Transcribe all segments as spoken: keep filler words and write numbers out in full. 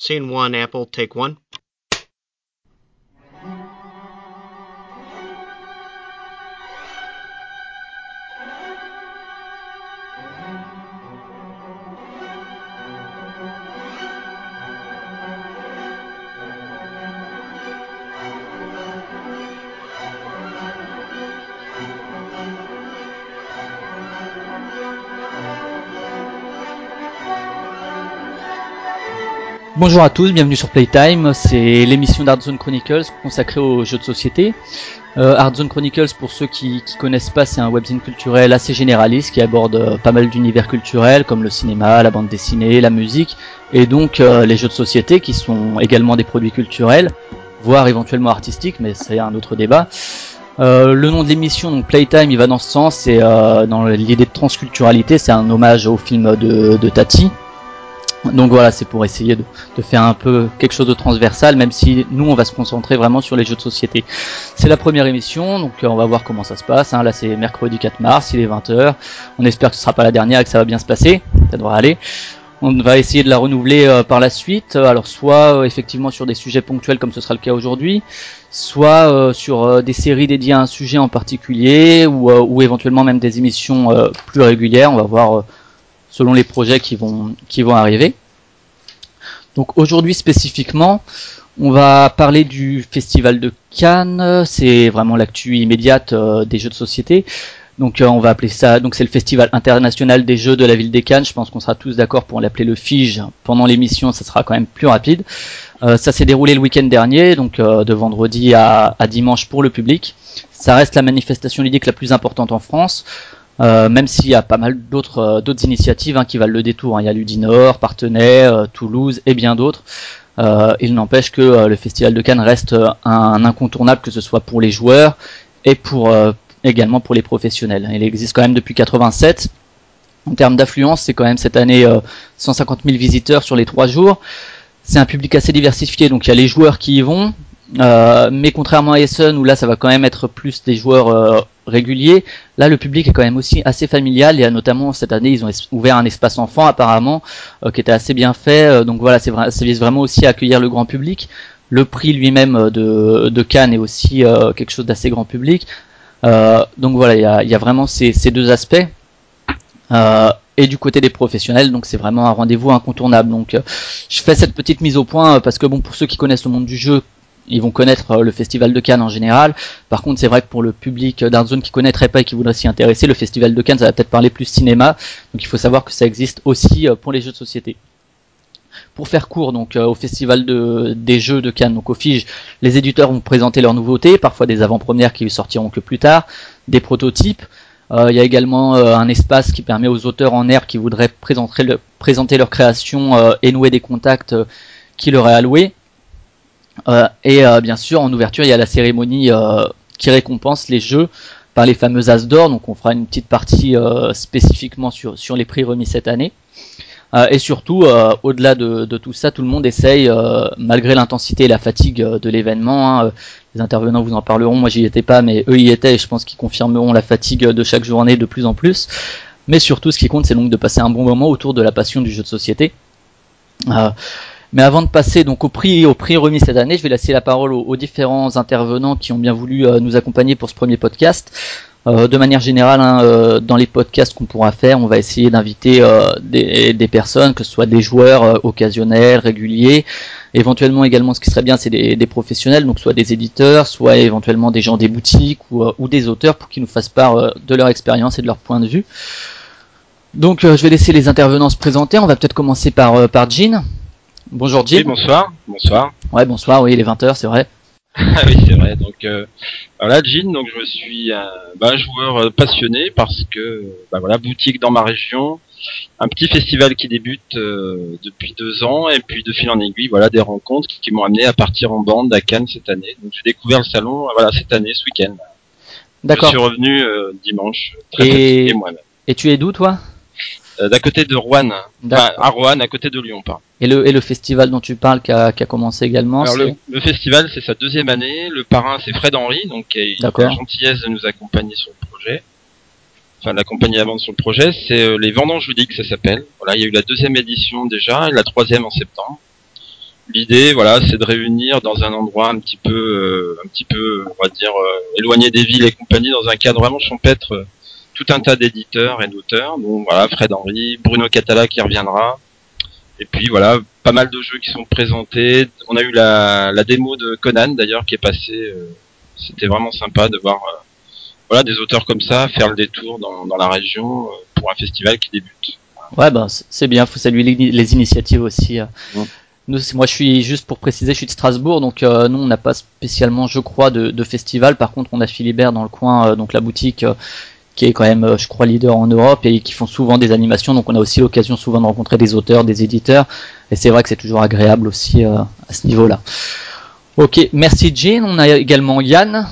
Scene one, Apple, take one. Bonjour à tous, bienvenue sur Playtime, c'est l'émission d'Artzone Chronicles consacrée aux jeux de société. Euh, Artzone Chronicles, pour ceux qui ne connaissent pas, c'est un webzine culturel assez généraliste qui aborde euh, pas mal d'univers culturels comme le cinéma, la bande dessinée, la musique et donc euh, les jeux de société qui sont également des produits culturels, voire éventuellement artistiques, mais c'est un autre débat. Euh, le nom de l'émission, donc Playtime, il va dans ce sens, et euh, dans l'idée de transculturalité, c'est un hommage au film de, de Tati. Donc voilà, c'est pour essayer de, de faire un peu quelque chose de transversal, même si nous on va se concentrer vraiment sur les jeux de société. C'est la première émission, donc euh, on va voir comment ça se passe, hein. Là c'est mercredi quatre mars, il est vingt heures, on espère que ce sera pas la dernière et que ça va bien se passer, ça devrait aller. On va essayer de la renouveler euh, par la suite, alors soit euh, effectivement sur des sujets ponctuels comme ce sera le cas aujourd'hui, soit euh, sur euh, des séries dédiées à un sujet en particulier, ou, euh, ou éventuellement même des émissions euh, plus régulières, on va voir euh, selon les projets qui vont, qui vont arriver. Donc aujourd'hui spécifiquement, on va parler du Festival de Cannes, c'est vraiment l'actu immédiate euh, des jeux de société. Donc euh, on va appeler ça, donc c'est le Festival international des jeux de la ville des Cannes, je pense qu'on sera tous d'accord pour l'appeler le FIGE. Pendant l'émission, ça sera quand même plus rapide. Euh, ça s'est déroulé le week-end dernier, donc euh, de vendredi à, à dimanche pour le public. Ça reste la manifestation ludique la plus importante en France. Euh, même s'il y a pas mal d'autres euh, d'autres initiatives hein, qui valent le détour, hein. Il y a Ludinor, Partenay, euh, Toulouse et bien d'autres. Euh, il n'empêche que euh, le Festival de Cannes reste euh, un incontournable, que ce soit pour les joueurs et pour euh, également pour les professionnels. Il existe quand même depuis quatre-vingt-sept. En termes d'affluence, c'est quand même cette année euh, cent cinquante mille visiteurs sur les trois jours. C'est un public assez diversifié, donc il y a les joueurs qui y vont. Euh, mais contrairement à Essen où là ça va quand même être plus des joueurs euh, réguliers, là le public est quand même aussi assez familial. Il y a notamment cette année ils ont es- ouvert un espace enfant apparemment euh, qui était assez bien fait, euh, donc voilà, c'est vra- ça vise vraiment aussi à accueillir le grand public. Le prix lui-même de, de Cannes est aussi euh, quelque chose d'assez grand public, euh, donc voilà, il y a, il y a vraiment ces, ces deux aspects. Euh, et du côté des professionnels, donc c'est vraiment un rendez-vous incontournable. Donc euh, je fais cette petite mise au point euh, parce que bon, pour ceux qui connaissent le monde du jeu, ils vont connaître euh, le Festival de Cannes en général. Par contre, c'est vrai que pour le public d'Artzone qui connaîtrait pas et qui voudrait s'y intéresser, le Festival de Cannes, ça va peut-être parler plus cinéma. Donc il faut savoir que ça existe aussi euh, pour les jeux de société. Pour faire court, donc euh, au Festival de, des jeux de Cannes, donc au FIGE, les éditeurs vont présenter leurs nouveautés, parfois des avant-premières qui sortiront que plus tard, des prototypes. Euh, il y a également euh, un espace qui permet aux auteurs en herbe qui voudraient présenter, le, présenter leur création euh, et nouer des contacts euh, qui leur est alloué. Euh, et euh, bien sûr, en ouverture, il y a la cérémonie euh, qui récompense les jeux par les fameux As d'or. Donc on fera une petite partie euh, spécifiquement sur, sur les prix remis cette année. Euh, et surtout, euh, au-delà de, de tout ça, tout le monde essaye, euh, malgré l'intensité et la fatigue euh, de l'événement, hein, les intervenants vous en parleront, moi j'y étais pas, mais eux y étaient et je pense qu'ils confirmeront la fatigue de chaque journée de plus en plus. Mais surtout, ce qui compte, c'est donc de passer un bon moment autour de la passion du jeu de société. Euh, mais avant de passer donc au prix, au prix remis cette année, je vais laisser la parole aux, aux différents intervenants qui ont bien voulu euh, nous accompagner pour ce premier podcast. Euh, de manière générale, hein, euh, dans les podcasts qu'on pourra faire, on va essayer d'inviter euh, des, des personnes, que ce soit des joueurs euh, occasionnels, réguliers. Éventuellement également, ce qui serait bien, c'est des, des professionnels, donc soit des éditeurs, soit éventuellement des gens des boutiques ou, euh, ou des auteurs pour qu'ils nous fassent part euh, de leur expérience et de leur point de vue. Donc euh, je vais laisser les intervenants se présenter. On va peut-être commencer par, euh, par Jean. Bonjour Jean. Oui, bonsoir. Bonsoir. Ouais, bonsoir, oui, il est vingt heures, c'est vrai. Ah oui, c'est vrai. Donc, euh, voilà, Jean. Donc, je suis un, bah, un joueur euh, passionné parce que, bah voilà, boutique dans ma région, un petit festival qui débute euh, depuis deux ans, et puis de fil en aiguille, voilà, des rencontres qui, qui m'ont amené à partir en bande à Cannes cette année. Donc, j'ai découvert le salon, euh, voilà, cette année, ce week-end. Je D'accord. suis revenu euh, dimanche, très Et, fatigué moi-même. et tu es d'où, toi? Euh, d'à côté de Rouen, enfin D'accord. à Rouen, à côté de Lyon, pardon. Et le, et le festival dont tu parles qui a, qui a commencé également, Alors le, c'est le festival, c'est sa deuxième année. Le parrain, c'est Fred Henry, donc il a eu la D'accord. gentillesse de nous accompagner sur le projet. Enfin, d'accompagner la vente sur le projet. C'est euh, les Vendanges ludiques, ça s'appelle. Voilà, il y a eu la deuxième édition déjà, et la troisième en septembre. l'idée, voilà, c'est de réunir dans un endroit un petit peu, euh, un petit peu, on va dire, euh, éloigné des villes et compagnie, dans un cadre vraiment champêtre, euh, tout un tas d'éditeurs et d'auteurs. Donc voilà, Fred Henry, Bruno Catala qui reviendra. Et puis voilà, pas mal de jeux qui sont présentés. On a eu la, la démo de Conan d'ailleurs qui est passée. Euh, c'était vraiment sympa de voir euh, voilà des auteurs comme ça faire le détour dans, dans la région euh, pour un festival qui débute. Ouais, ben c'est bien, faut saluer les, les initiatives aussi. Mmh. Nous, moi, je suis juste pour préciser, je suis de Strasbourg, donc euh, nous, on n'a pas spécialement, je crois, de, de festival. Par contre, on a Philibert dans le coin, euh, donc la boutique euh, qui est quand même, euh, je crois, leader en Europe et qui font souvent des animations. Donc, on a aussi l'occasion souvent de rencontrer des auteurs, des éditeurs, et c'est vrai que c'est toujours agréable aussi euh, à ce niveau-là. Ok, merci Jean. On a également Yann.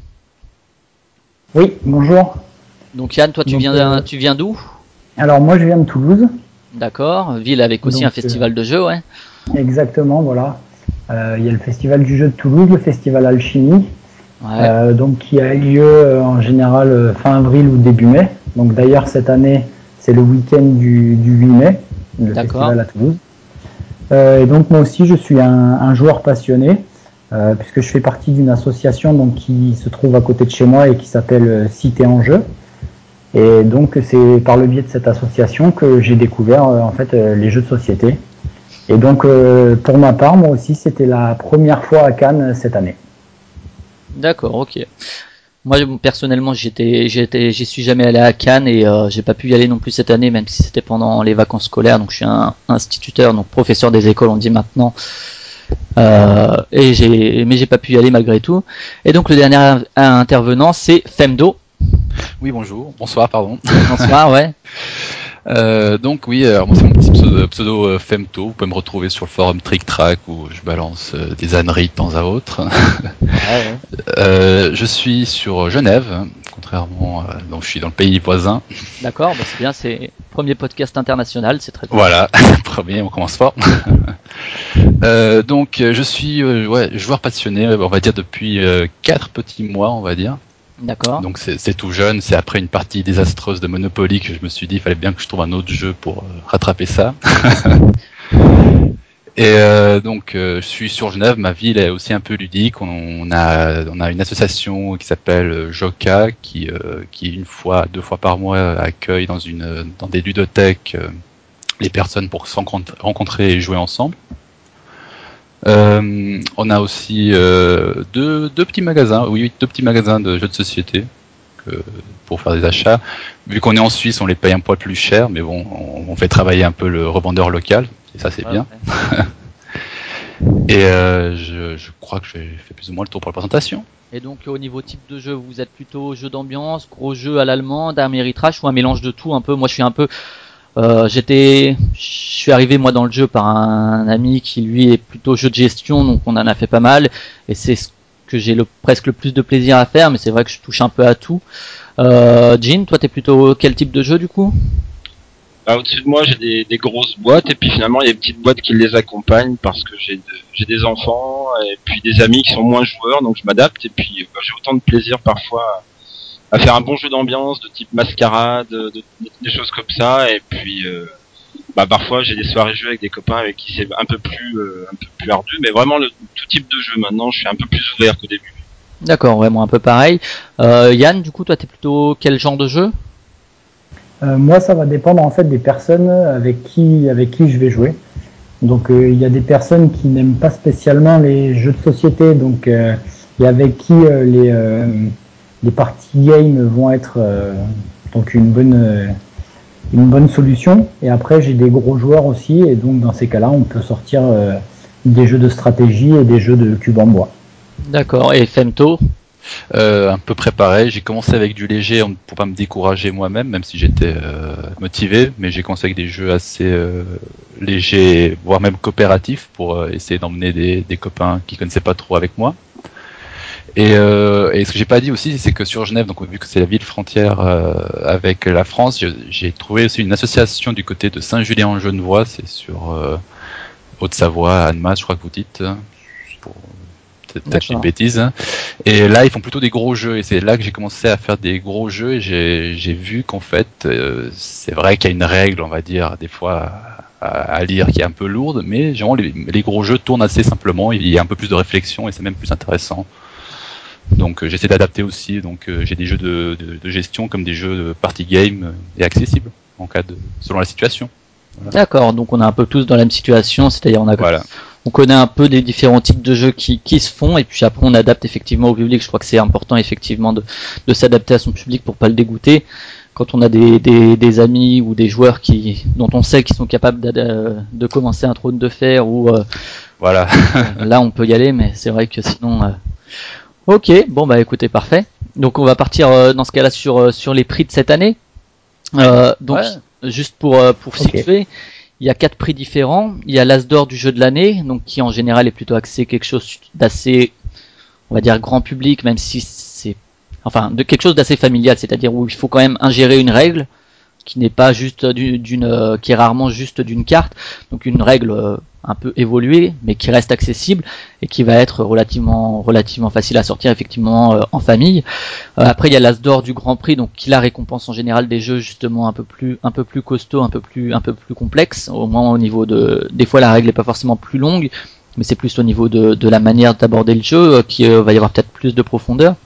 Oui, bonjour. Donc Yann, toi, tu Donc, viens, euh, tu viens d'où? Alors moi je viens de Toulouse. D'accord, ville avec aussi Donc, un festival euh, de jeux, ouais. Exactement, voilà. Euh, Il y a le festival du jeu de Toulouse, le festival Alchimie, Ouais, euh, donc qui a lieu euh, en général euh, fin avril ou début mai. Donc d'ailleurs cette année c'est le week-end du, du huit mai, le d'accord. festival à Toulouse. Euh, et donc moi aussi je suis un, un joueur passionné, euh, puisque je fais partie d'une association donc, qui se trouve à côté de chez moi et qui s'appelle euh, Cité en Jeu. Et donc c'est par le biais de cette association que j'ai découvert euh, en fait euh, les jeux de société. Et donc euh, pour ma part, moi aussi c'était la première fois à Cannes euh, cette année. D'accord, ok. Moi personnellement, j'étais, j'étais, j'y suis jamais allé à Cannes et euh, j'ai pas pu y aller non plus cette année, même si c'était pendant les vacances scolaires. Donc je suis un instituteur, donc professeur des écoles, on dit maintenant. Euh, et j'ai, mais j'ai pas pu y aller malgré tout. Et donc le dernier intervenant, c'est Femdo. Oui, bonjour. Bonsoir, pardon. Bonsoir, ouais. Euh, donc oui, alors moi c'est mon petit pseudo, pseudo euh, Femto. Vous pouvez me retrouver sur le forum Trick Track où je balance euh, des âneries de temps à autre. Ouais, ouais. Euh, je suis sur Genève, contrairement, à, donc je suis dans le pays voisin. D'accord, bah c'est bien, c'est premier podcast international, c'est très bien. Voilà, premier, on commence fort. euh, donc je suis euh, ouais, joueur passionné, on va dire depuis euh, quatre petits mois, on va dire. D'accord. Donc c'est, c'est tout jeune, c'est après une partie désastreuse de Monopoly que je me suis dit il fallait bien que je trouve un autre jeu pour euh, rattraper ça. Et euh, donc euh, je suis sur Genève, ma ville est aussi un peu ludique. On a on a une association qui s'appelle Joka qui euh, qui une fois deux fois par mois accueille dans une dans des ludothèques euh, les personnes pour se rencontrer et jouer ensemble. Euh, on a aussi euh, deux, deux petits magasins, oui, deux petits magasins de jeux de société que, pour faire des achats. Vu qu'on est en Suisse, on les paye un poil plus cher, mais bon, on, on fait travailler un peu le revendeur local, et ça c'est Ouais, bien. ouais. Et euh, je, je crois que j'ai fait plus ou moins le tour pour la présentation. Et donc au niveau type de jeu, vous êtes plutôt jeu d'ambiance, gros jeu à l'allemande, Ameritrash ou un mélange de tout un peu. Moi je suis un peu euh, j'étais je suis arrivé moi dans le jeu par un ami qui lui est plutôt jeu de gestion, donc on en a fait pas mal et c'est ce que j'ai le presque le plus de plaisir à faire, mais c'est vrai que je touche un peu à tout. Euh Jean, toi t'es plutôt quel type de jeu du coup? Bah, au-dessus de moi, j'ai des, des grosses boîtes et puis finalement il y a des petites boîtes qui les accompagnent parce que j'ai de- j'ai des enfants et puis des amis qui sont moins joueurs, donc je m'adapte et puis bah, j'ai autant de plaisir parfois à faire un bon jeu d'ambiance de type mascarade, de, de- des choses comme ça et puis euh, bah parfois j'ai des soirées jeux avec des copains avec qui c'est un peu plus euh, un peu plus ardu, mais vraiment le tout type de jeu maintenant, je suis un peu plus ouvert qu'au début. D'accord, vraiment un peu pareil. Euh, Yann, du coup toi t'es plutôt quel genre de jeu? Euh, moi ça va dépendre en fait des personnes avec qui avec qui je vais jouer. Donc euh, il y a des personnes qui n'aiment pas spécialement les jeux de société, donc euh, et avec qui euh, les euh, les parties game vont être euh, donc une bonne euh, une bonne solution. Et après j'ai des gros joueurs aussi, et donc dans ces cas-là on peut sortir euh, des jeux de stratégie et des jeux de cube en bois. D'accord, et Femto? Euh, un peu préparé, j'ai commencé avec du léger pour pas me décourager moi-même, même si j'étais euh, motivé, mais j'ai commencé avec des jeux assez euh, légers, voire même coopératifs, pour euh, essayer d'emmener des, des copains qui connaissaient pas trop avec moi. Et, euh, et ce que j'ai pas dit aussi, c'est que sur Genève, donc vu que c'est la ville frontière euh, avec la France, je- j'ai trouvé aussi une association du côté de Saint-Julien-en-Genevois, c'est sur euh, Haute-Savoie, Annemasse, je crois que vous dites, pour c'est peut-être une bêtise. Hein. Et là, ils font plutôt des gros jeux, et c'est là que j'ai commencé à faire des gros jeux, et j'ai, j'ai vu qu'en fait, euh, c'est vrai qu'il y a une règle, on va dire, des fois à, à lire qui est un peu lourde, mais généralement les, les gros jeux tournent assez simplement, il y a un peu plus de réflexion, et c'est même plus intéressant. Donc euh, j'essaie d'adapter aussi, donc euh, j'ai des jeux de, de, de gestion comme des jeux de party game euh, et accessibles en cas de selon la situation. Voilà. D'accord, donc on est un peu tous dans la même situation, c'est-à-dire on a voilà. on connaît un peu des différents types de jeux qui, qui se font, et puis après on adapte effectivement au public. Je crois que c'est important effectivement de, de s'adapter à son public pour pas le dégoûter. Quand on a des, des, des amis ou des joueurs qui dont on sait qu'ils sont capables de, de commencer un trône de fer ou euh, voilà. Là on peut y aller, mais c'est vrai que sinon. Euh, Ok, bon bah écoutez, parfait. Donc on va partir euh, dans ce cas-là sur euh, sur les prix de cette année. Euh, donc ouais. Juste pour euh, pour okay. situer, il y a quatre prix différents. Il y a l'As d'or du jeu de l'année, donc qui en général est plutôt axé quelque chose d'assez, on va dire grand public, même si c'est enfin de quelque chose d'assez familial, c'est-à-dire où il faut quand même ingérer une règle qui n'est pas juste d'une, d'une euh, qui est rarement juste d'une carte, donc une règle euh, un peu évoluée, mais qui reste accessible et qui va être relativement relativement facile à sortir effectivement euh, en famille. Euh, après il y a l'As d'or du Grand Prix, donc qui la récompense en général des jeux justement un peu plus un peu plus costauds, un peu plus un peu plus complexes, au moins au niveau de des fois la règle est pas forcément plus longue, mais c'est plus au niveau de de la manière d'aborder le jeu euh, qui euh, va y avoir peut-être plus de profondeur.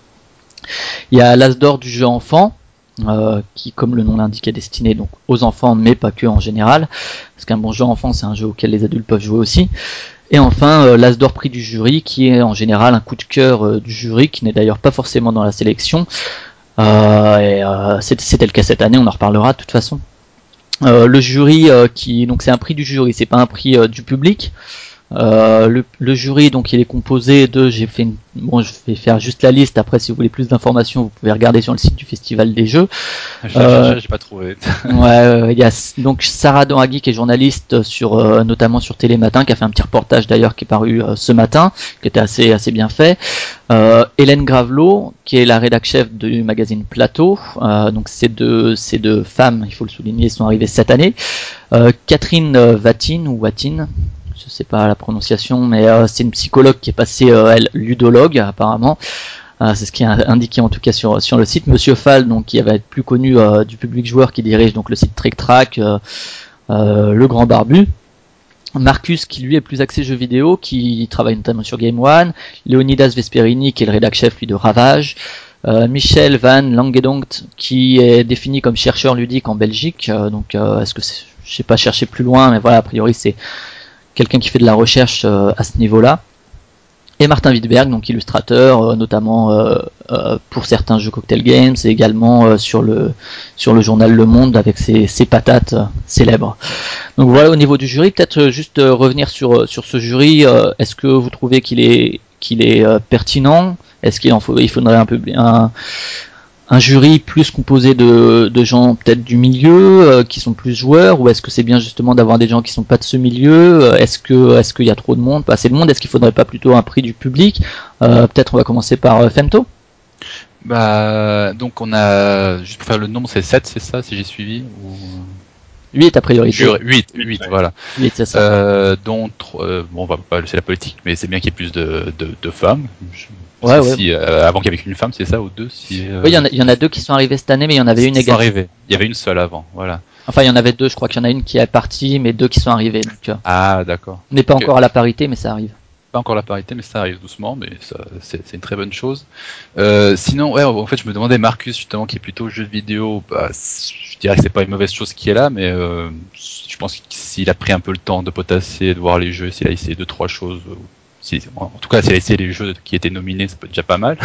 Il y a l'As d'or du jeu enfant. Euh, qui, comme le nom l'indique, est destiné donc aux enfants, mais pas que en général, parce qu'un bon jeu enfant, c'est un jeu auquel les adultes peuvent jouer aussi. Et enfin, euh, l'As d'or prix du jury, qui est en général un coup de cœur euh, du jury, qui n'est d'ailleurs pas forcément dans la sélection. Euh, et euh, c'était, c'était le cas cette année, on en reparlera de toute façon. Euh, le jury, euh, qui donc c'est un prix du jury, c'est pas un prix euh, du public. Euh, le, le jury, donc il est composé de, j'ai fait une, bon, je vais faire juste la liste. Après, si vous voulez plus d'informations, vous pouvez regarder sur le site du Festival des Jeux. Je euh, j'ai pas trouvé. Ouais, il y a donc Sarah Dohagi qui est journaliste sur, euh, notamment sur Télématin, qui a fait un petit reportage d'ailleurs qui est paru euh, ce matin, qui était assez assez bien fait. Euh, Hélène Gravelot, qui est la rédac chef du magazine Plateau. Euh, donc ces deux ces deux femmes, il faut le souligner, sont arrivées cette année. Euh, Catherine Vatine ou Watine. Je sais pas la prononciation, mais euh, c'est une psychologue qui est passée euh, elle ludologue apparemment. Euh, c'est ce qui est indiqué en tout cas sur sur le site. Monsieur Fall, donc qui va être plus connu euh, du public joueur, qui dirige donc le site Trick Track, euh, euh, le Grand Barbu. Marcus, qui lui est plus axé jeux vidéo, qui travaille notamment sur Game One. Leonidas Vesperini, qui est le rédac chef lui de Ravage. Euh, Michel Van Langedonct, qui est défini comme chercheur ludique en Belgique. Euh, donc euh, est-ce que c'est, je sais pas chercher plus loin, mais voilà, a priori c'est quelqu'un qui fait de la recherche euh, à ce niveau-là. Et Martin Wittberg, donc illustrateur, euh, notamment euh, euh, pour certains jeux Cocktail Games, et également euh, sur le sur le journal Le Monde avec ses, ses patates euh, célèbres. Donc voilà au niveau du jury. Peut-être euh, juste euh, revenir sur sur ce jury. Euh, est-ce que vous trouvez qu'il est qu'il est euh, pertinent? Est-ce qu'il en faut il faudrait un peu un un jury plus composé de, de gens peut-être du milieu euh, qui sont plus joueurs, ou est-ce que c'est bien justement d'avoir des gens qui sont pas de ce milieu? Est-ce que est-ce qu'il y a trop de monde, pas assez de monde? Est-ce qu'il faudrait pas plutôt un prix du public? euh, Peut-être on va commencer par euh, Femto. Bah donc on a, juste pour faire le nombre, c'est sept, c'est ça, si j'ai suivi ou... huit a priori. huit, huit, voilà. huit, c'est ça. Euh, dont euh, bon, on va pas laisser la politique, mais c'est bien qu'il y ait plus de de, de femmes. Je... Ouais, ouais. Si, euh, avant qu'il y avait qu'une femme, c'est ça, ou deux si, euh... Oui, il y, en a, il y en a deux qui sont arrivés cette année, mais il y en avait une également. Il y avait une seule avant, voilà. Enfin, il y en avait deux, je crois qu'il y en a une qui est partie, mais deux qui sont arrivées. Donc, euh... Ah, d'accord. On n'est pas okay. encore à la parité, mais ça arrive. Pas encore la parité, mais ça arrive doucement, mais ça, c'est, c'est une très bonne chose. Euh, sinon, ouais, en fait, je me demandais, Marcus, justement, qui est plutôt jeu vidéo, bah, je dirais que c'est pas une mauvaise chose qui est là, mais euh, je pense que s'il a pris un peu le temps de potasser, de voir les jeux, s'il a essayé deux, trois choses, si, en tout cas, s'il a essayé les jeux qui étaient nominés, c'est déjà pas mal.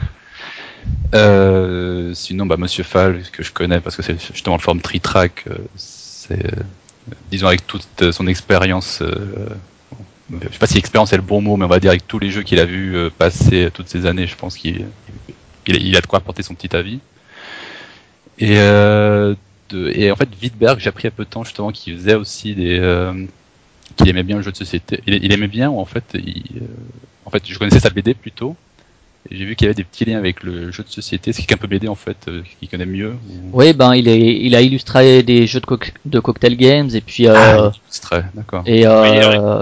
euh, sinon, bah, Monsieur Fall, que je connais, parce que c'est justement le forme Tri-Track, euh, c'est, euh, disons, avec toute son expérience, euh, je sais pas si expérience est le bon mot, mais on va dire avec tous les jeux qu'il a vu euh, passer toutes ces années, je pense qu'il il, il a de quoi apporter son petit avis. Et, euh, de, et en fait, Wittberg, j'ai appris il y a peu de temps justement qu'il faisait aussi des, euh, qu'il aimait bien le jeu de société. Il, il aimait bien, ou en fait, il, euh, en fait, je connaissais sa B D plutôt. Et j'ai vu qu'il y avait des petits liens avec le jeu de société. C'est quelqu'un peut B D en fait, euh, qui connaît mieux. Ou... Oui, ben il est, il a illustré des jeux de, co- de Cocktail Games et puis. Euh, ah, illustré, d'accord. Et euh, oui,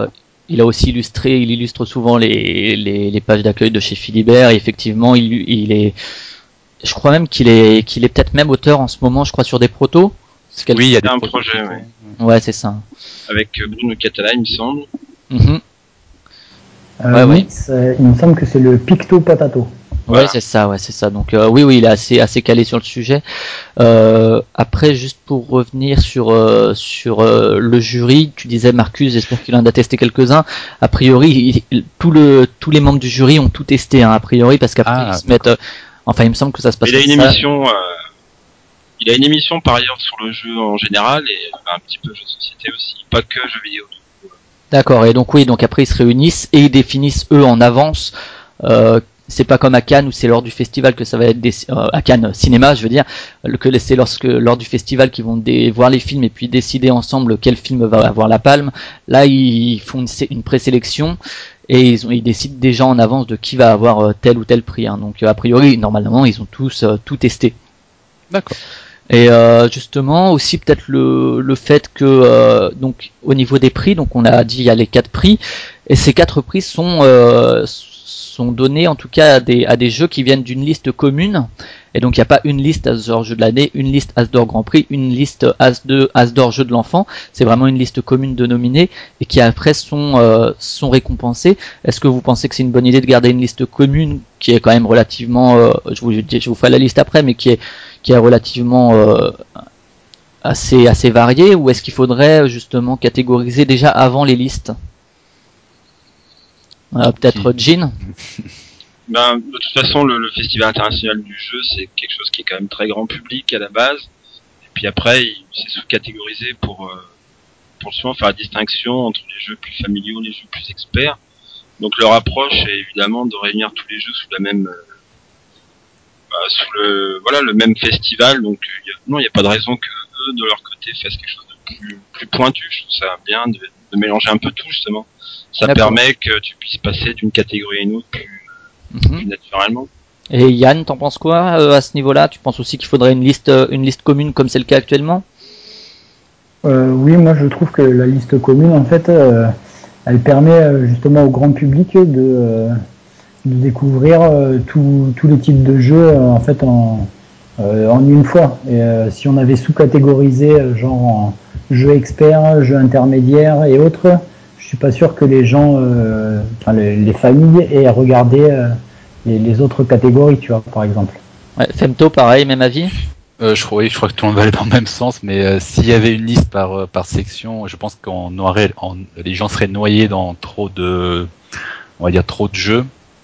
il a aussi illustré, il illustre souvent les, les, les pages d'accueil de chez Philibert. Et effectivement, il, il est, je crois même qu'il est, qu'il est peut-être même auteur en ce moment, je crois, sur des protos. Oui, il y a des un projet, ouais. Ouais, c'est ça. Avec Bruno Catala, il me semble. Mm-hmm. Euh, ouais, oui, ouais. Il me semble que c'est le Picto Potato. Voilà. Ouais, c'est ça, ouais, c'est ça. Donc euh, oui, oui, il est assez, assez calé sur le sujet. Euh, après, juste pour revenir sur euh, sur euh, le jury, tu disais Marcus, j'espère qu'il en a testé quelques-uns. A priori, il, tout le tous les membres du jury ont tout testé, hein, a priori, parce qu'après ah, ils se mettent. Euh, enfin, il me semble que ça se passe. Il a une ça. émission. Euh, il a une émission par ailleurs sur le jeu en général et bah, un petit peu jeu de société aussi, pas que jeux vidéo. D'accord. Et donc oui, donc après ils se réunissent et ils définissent eux en avance. Euh, c'est pas comme à Cannes où c'est lors du festival que ça va être des, euh, à Cannes cinéma je veux dire que c'est lorsque lors du festival qu'ils vont dé, voir les films et puis décider ensemble quel film va avoir la palme. Là ils font une, une présélection et ils, ont, ils décident déjà en avance de qui va avoir euh, tel ou tel prix, hein. Donc euh, a priori normalement ils ont tous euh, tout testé. D'accord. Et euh, justement aussi peut-être le, le fait que euh, donc au niveau des prix, donc on a dit il y a les quatre prix et ces quatre prix sont euh, sont donnés en tout cas à des, à des jeux qui viennent d'une liste commune. Et donc il n'y a pas une liste As-d'Or jeu de l'année, une liste As-d'Or Grand Prix, une liste As de As-d'Or jeu de l'enfant. C'est vraiment une liste commune de nominés et qui après sont euh, sont récompensés. Est-ce que vous pensez que c'est une bonne idée de garder une liste commune qui est quand même relativement, euh, je vous je vous ferai la liste après, mais qui est qui est relativement euh, assez assez variée, ou est-ce qu'il faudrait justement catégoriser déjà avant les listes? Euh, peut-être Jean. Ben, de toute façon, le, le Festival international du jeu, c'est quelque chose qui est quand même très grand public à la base. Et puis après, il s'est sous-catégorisé pour, euh, pour souvent faire la distinction entre les jeux plus familiaux, les jeux plus experts. Donc leur approche est évidemment de réunir tous les jeux sous la même, euh, bah, sous le, voilà, le même festival. Donc y a, non, il n'y a pas de raison que eux, de leur côté, fassent quelque chose de plus, plus pointu. Je trouve ça bien de, de mélanger un peu tout, justement. Ça D'accord. permet que tu puisses passer d'une catégorie à une autre plus, mmh. plus naturellement. Et Yann, t'en penses quoi euh, à ce niveau-là? Tu penses aussi qu'il faudrait une liste, une liste commune comme c'est le cas actuellement? euh, Oui, moi je trouve que la liste commune, en fait, euh, elle permet justement au grand public de, euh, de découvrir euh, tous les types de jeux euh, en fait en, euh, en une fois. Et euh, si on avait sous-catégorisé genre en jeux experts, jeux intermédiaires et autres, je suis pas sûr que les gens, euh, enfin les, les familles aient regardé euh, les, les autres catégories, tu vois, par exemple. Ouais, Femto, pareil, même avis. Euh, je crois, oui, je crois que tout le monde va aller dans le même sens, mais euh, s'il y avait une liste par par section, je pense qu'on aurait, en, les gens seraient noyés dans trop de, on va dire trop de jeux.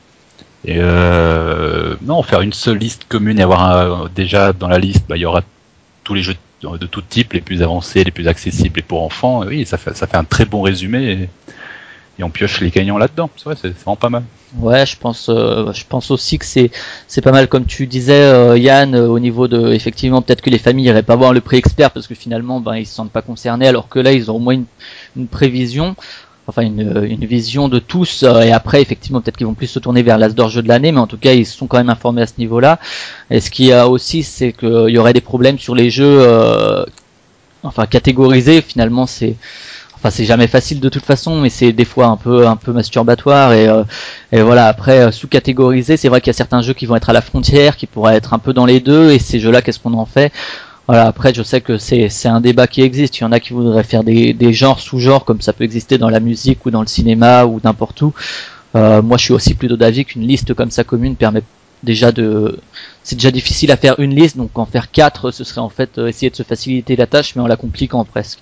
Et euh, non, faire une seule liste commune et avoir un, déjà dans la liste, bah, il y aura tous les jeux de, de tout type, les plus avancés, les plus accessibles et pour enfants. Oui, ça fait ça fait un très bon résumé et, et on pioche les gagnants là-dedans. C'est vrai, c'est vraiment pas mal. Ouais, je pense, euh, je pense aussi que c'est c'est pas mal comme tu disais, euh, Yann, euh, au niveau de effectivement peut-être que les familles iraient pas voir le prix expert parce que finalement, ben ils se sentent pas concernés, alors que là ils ont au moins une, une prévision. Enfin une, une vision de tous, euh, et après effectivement peut-être qu'ils vont plus se tourner vers l'As-d'Or jeu de l'année, mais en tout cas ils sont quand même informés à ce niveau-là. Et ce qu'il y a aussi, c'est qu'il y aurait des problèmes sur les jeux, euh, enfin catégorisés. Finalement c'est, enfin c'est jamais facile de toute façon, mais c'est des fois un peu un peu masturbatoire et, euh, et voilà. Après euh, sous-catégorisé, c'est vrai qu'il y a certains jeux qui vont être à la frontière, qui pourraient être un peu dans les deux, et ces jeux-là, qu'est-ce qu'on en fait? Voilà, après je sais que c'est c'est un débat qui existe, il y en a qui voudraient faire des, des genres sous-genres comme ça peut exister dans la musique ou dans le cinéma ou n'importe où. Euh, moi je suis aussi plutôt d'avis qu'une liste comme ça commune permet déjà de... C'est déjà difficile à faire une liste, donc en faire quatre ce serait en fait essayer de se faciliter la tâche mais en la compliquant presque.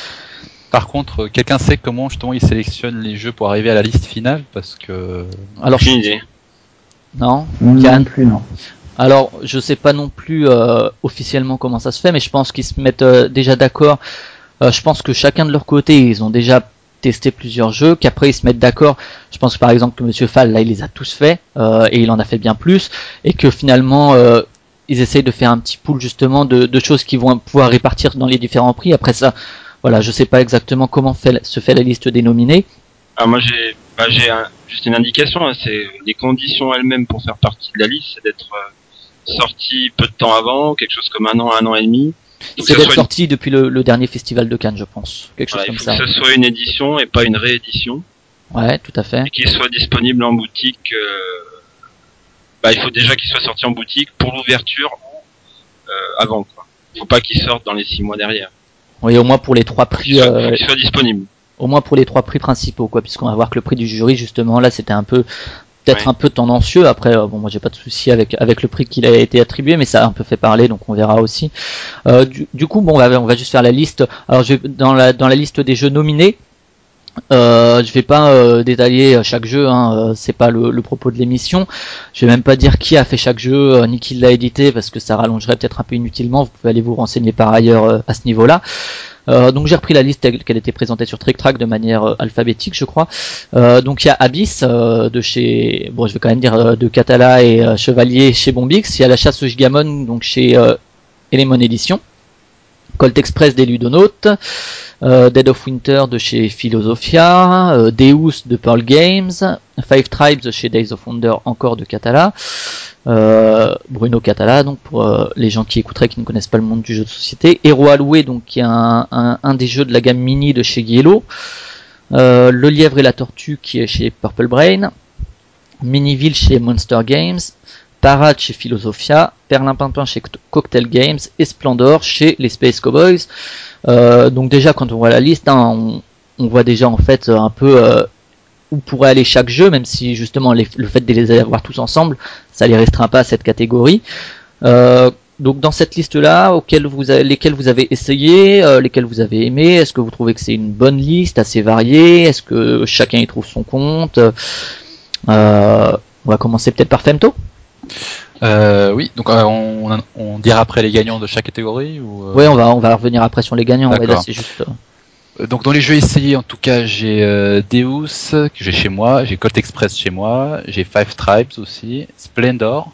Par contre, quelqu'un sait comment justement ils sélectionnent les jeux pour arriver à la liste finale? Parce que... Alors, j'ai une idée. Non, non plus, non. Alors, je sais pas non plus euh, officiellement comment ça se fait, mais je pense qu'ils se mettent euh, déjà d'accord. Euh, je pense que chacun de leur côté, ils ont déjà testé plusieurs jeux, qu'après ils se mettent d'accord. Je pense que par exemple que Monsieur Fall, là, il les a tous faits euh, et il en a fait bien plus, et que finalement euh, ils essayent de faire un petit pool justement de, de choses qui vont pouvoir répartir dans les différents prix. Après ça, voilà, je sais pas exactement comment fait, se fait la liste des nominés. Ah, moi j'ai, bah, j'ai un, juste une indication. Hein, c'est les conditions elles-mêmes pour faire partie de la liste, c'est d'être euh, sorti peu de temps avant, quelque chose comme un an, un an et demi. C'est d'être sorti une... depuis le, le dernier festival de Cannes, je pense. Quelque voilà, chose comme il faut ça. que ce soit une édition et pas une réédition. Ouais, tout à fait. Et qu'il soit disponible en boutique. Euh, bah, il faut déjà qu'il soit sorti en boutique pour l'ouverture ou euh, avant, quoi. Faut pas qu'il sorte dans les six mois derrière. Oui, au moins pour les trois prix. Qu'il soit, Euh, qu'il soit disponible. Au moins pour les trois prix principaux, quoi, puisqu'on va voir que le prix du jury, justement, là, c'était un peu, peut-être Ouais. un peu tendancieux. Après, euh, bon, moi, j'ai pas de souci avec avec le prix qu'il a été attribué, mais ça a un peu fait parler, donc on verra aussi. Euh, du, du coup, bon, on va on va juste faire la liste. Alors, je vais, dans la dans la liste des jeux nominés. Euh, je vais pas euh, détailler chaque jeu, hein, euh, c'est pas le, le propos de l'émission. Je vais même pas dire qui a fait chaque jeu, euh, ni qui l'a édité, parce que ça rallongerait peut-être un peu inutilement. Vous pouvez aller vous renseigner par ailleurs euh, à ce niveau-là. Euh, donc j'ai repris la liste telle qu'elle était présentée sur Trick Track de manière euh, alphabétique, je crois. Euh, donc il y a Abyss euh, de chez, bon je vais quand même dire euh, de Catala et euh, Chevalier chez Bombix. Il y a La Chasse au Gigamon donc chez euh, Elemon Edition. Colt Express des Ludonautes. Euh, Dead of Winter de chez Philosophia, euh, Deus de Pearl Games, Five Tribes de chez Days of Wonder encore de Catala, euh, Bruno Catala donc pour euh, les gens qui écouteraient qui ne connaissent pas le monde du jeu de société, Héros Alloué donc qui est un, un, un des jeux de la gamme mini de chez Yellow, euh, Le Lièvre et la Tortue qui est chez Purple Brain, Miniville chez Monster Games, Parade chez Philosophia, Perlimpinpin chez Cocktail Games et Splendor chez les Space Cowboys. Euh, donc déjà quand on voit la liste, hein, on, on voit déjà en fait un peu euh, où pourrait aller chaque jeu, même si justement les, le fait de les avoir tous ensemble, ça les restreint pas à cette catégorie. Euh, donc dans cette liste-là, auquel vous avez, lesquels vous avez essayé, euh, lesquels vous avez aimé, est-ce que vous trouvez que c'est une bonne liste, assez variée, est-ce que chacun y trouve son compte? euh, On va commencer peut-être par Femto. Euh, oui, donc euh, on, on dira après les gagnants de chaque catégorie ou euh... Oui, on va on va revenir après sur les gagnants. Ouais, là, c'est juste. Euh... Donc dans les jeux essayés, en tout cas, j'ai euh, Deus que j'ai chez moi, j'ai Colt Express chez moi, j'ai Five Tribes aussi, Splendor.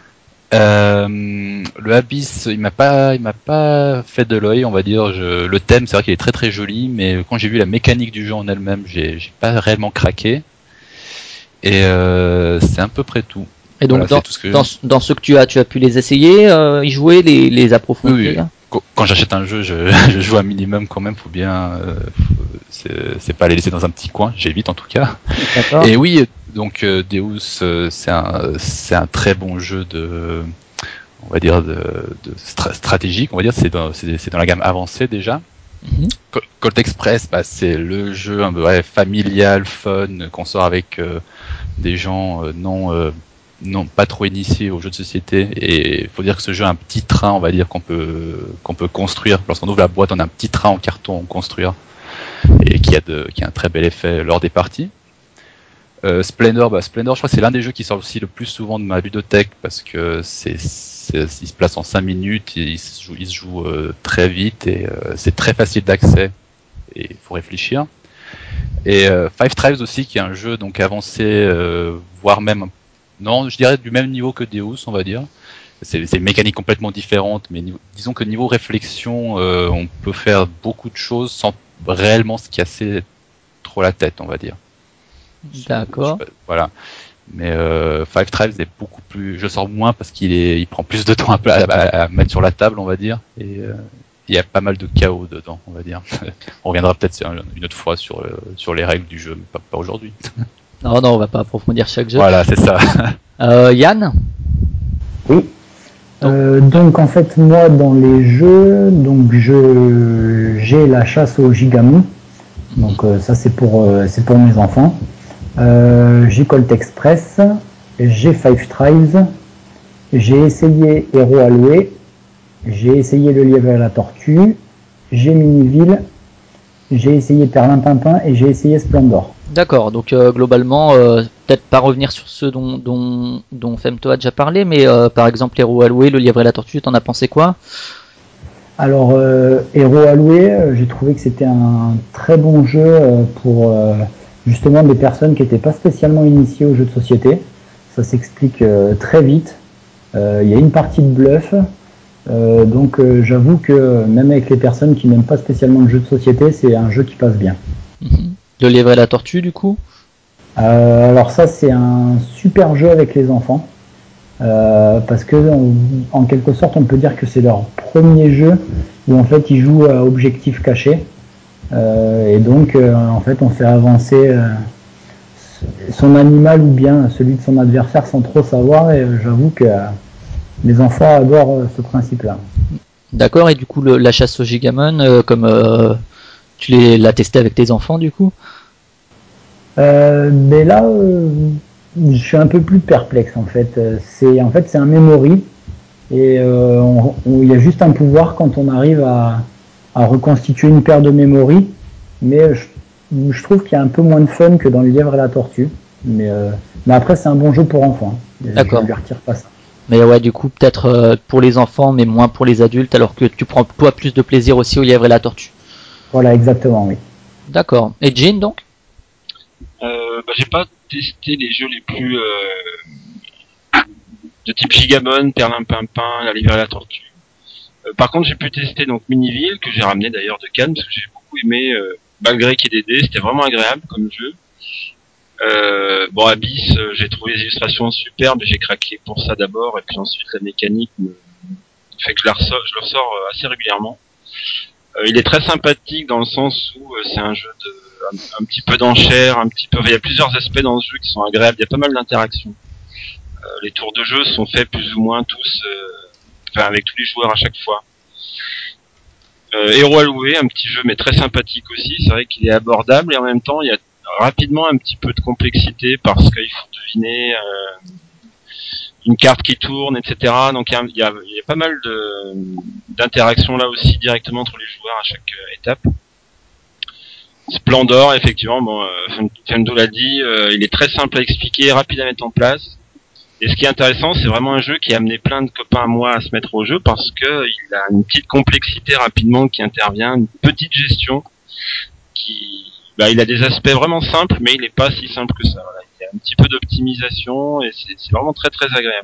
Euh, le Abyss, il m'a pas, il m'a pas fait de l'œil, on va dire. Je, le thème, c'est vrai qu'il est très très joli, mais quand j'ai vu la mécanique du jeu en elle-même, j'ai, j'ai pas réellement craqué. Et euh, c'est à peu près tout. Et donc, voilà, dans, tout ce que dans, dans ceux que tu as, tu as pu les essayer, euh, y jouer, les, les approfondir. Oui, oui. Quand j'achète un jeu, je, je joue un minimum quand même. Faut bien, euh, faut, c'est, c'est pas les laisser dans un petit coin. J'évite en tout cas. D'accord. Et oui, donc euh, Deus, euh, c'est un, c'est un très bon jeu de, on va dire de, de stra- stratégique. On va dire c'est dans, c'est, c'est dans la gamme avancée déjà. Mm-hmm. Colt Express, bah, c'est le jeu un peu ouais, familial, fun, qu'on sort avec euh, des gens euh, non euh, non pas trop initiés aux jeux de société. Et il faut dire que ce jeu a un petit train, on va dire qu'on peut qu'on peut construire. Lorsqu'on ouvre la boîte, on a un petit train en carton à construire et qui a de qui a un très bel effet lors des parties. Euh, Splendor, bah Splendor, je crois que c'est l'un des jeux qui sort aussi le plus souvent de ma ludothèque parce que c'est, c'est il se place en cinq minutes, il se joue, il se joue euh, très vite et euh, c'est très facile d'accès et il faut réfléchir. Et euh, Five Tribes aussi, qui est un jeu donc avancé, euh, voire même non, je dirais du même niveau que Deus, on va dire. C'est, c'est une mécanique complètement différente, mais niveau, disons que niveau réflexion, euh, on peut faire beaucoup de choses sans réellement se casser trop la tête, on va dire. D'accord. Je, je, voilà. Mais euh, Five Tribes est beaucoup plus. Je le sors moins parce qu'il est, il prend plus de temps à, à, à mettre sur la table, on va dire. Et euh, il y a pas mal de chaos dedans, on va dire. On reviendra peut-être une autre fois sur euh, sur les règles du jeu, mais pas, pas aujourd'hui. Non, non, on va pas approfondir chaque jeu. Voilà, c'est ça. Euh, Yann. Oui. Donc, euh, donc en fait, moi, dans les jeux, donc je j'ai La Chasse au Gigamon. Donc euh, ça c'est pour euh, c'est pour mes enfants. Euh, j'ai Colt Express, j'ai Five Tribes, j'ai essayé Héros Alloué, j'ai essayé Le Lièvre et la Tortue, j'ai Miniville, j'ai essayé Perlimpinpin et j'ai essayé Splendor. D'accord, donc euh, globalement, euh, peut-être pas revenir sur ceux dont dont, dont Femto a déjà parlé, mais euh, par exemple Héros Alloué, Le Lièvre et la Tortue, t'en as pensé quoi ? Alors, euh, Héros Alloué, euh, j'ai trouvé que c'était un très bon jeu euh, pour euh, justement des personnes qui n'étaient pas spécialement initiées aux jeux de société. Ça s'explique euh, très vite. Il euh, y a une partie de bluff. Euh, donc, euh, j'avoue que même avec les personnes qui n'aiment pas spécialement le jeu de société, c'est un jeu qui passe bien. Mm-hmm. Le Lièvre et la Tortue, du coup euh, Alors ça, c'est un super jeu avec les enfants. Euh, parce que on, en quelque sorte on peut dire que c'est leur premier jeu où en fait ils jouent à objectif caché euh, et donc euh, en fait on fait avancer euh, son animal ou bien celui de son adversaire sans trop savoir. Et euh, j'avoue que euh, les enfants adorent euh, ce principe-là. D'accord, et du coup le, la chasse au Gigamon, euh, comme euh, tu l'es- l'as testé avec tes enfants du coup? Euh, mais là, euh, je suis un peu plus perplexe en fait. Euh, C'est en fait c'est un memory et euh, on- on- il y a juste un pouvoir quand on arrive à, à reconstituer une paire de memory. Mais je, je trouve qu'il y a un peu moins de fun que dans le lièvre et la tortue. Mais, euh, mais après c'est un bon jeu pour enfants. Je D'accord. lui retire pas ça. Mais ouais, du coup peut-être euh, pour les enfants, mais moins pour les adultes, alors que tu prends toi plus de plaisir aussi au lièvre et la tortue. Voilà exactement oui. D'accord. Et Jean donc? Euh, bah, j'ai pas testé les jeux les plus euh, de type Gigamon, Perlimpinpin, La Rivière et la Tortue. Euh, par contre, j'ai pu tester donc Miniville, que j'ai ramené d'ailleurs de Cannes, parce que j'ai beaucoup aimé, euh, malgré qu'il y ait des dés, c'était vraiment agréable comme jeu. Euh, bon, Abyss, euh, j'ai trouvé les illustrations superbes, j'ai craqué pour ça d'abord, et puis ensuite la mécanique me fait que je, la ressors, je le ressors euh, assez régulièrement. Euh, il est très sympathique dans le sens où euh, c'est un jeu de un, un petit peu d'enchère, un petit peu. Il y a plusieurs aspects dans ce jeu qui sont agréables. Il y a pas mal d'interactions. Euh, les tours de jeu sont faits plus ou moins tous, euh, enfin avec tous les joueurs à chaque fois. Euh, Héros à louer, un petit jeu mais très sympathique aussi. C'est vrai qu'il est abordable et en même temps il y a rapidement un petit peu de complexité parce qu'il faut deviner euh, une carte qui tourne, et cetera. Donc il y a, il y a, il y a pas mal de d'interactions là aussi directement entre les joueurs à chaque euh, étape. Splendor, effectivement, bon, euh, Fendo l'a dit, euh, il est très simple à expliquer, rapide à mettre en place. Et ce qui est intéressant, c'est vraiment un jeu qui a amené plein de copains à moi à se mettre au jeu parce que il a une petite complexité rapidement qui intervient, une petite gestion qui, bah, il a des aspects vraiment simples, mais il n'est pas si simple que ça. Voilà. Il y a un petit peu d'optimisation et c'est, c'est vraiment très très agréable.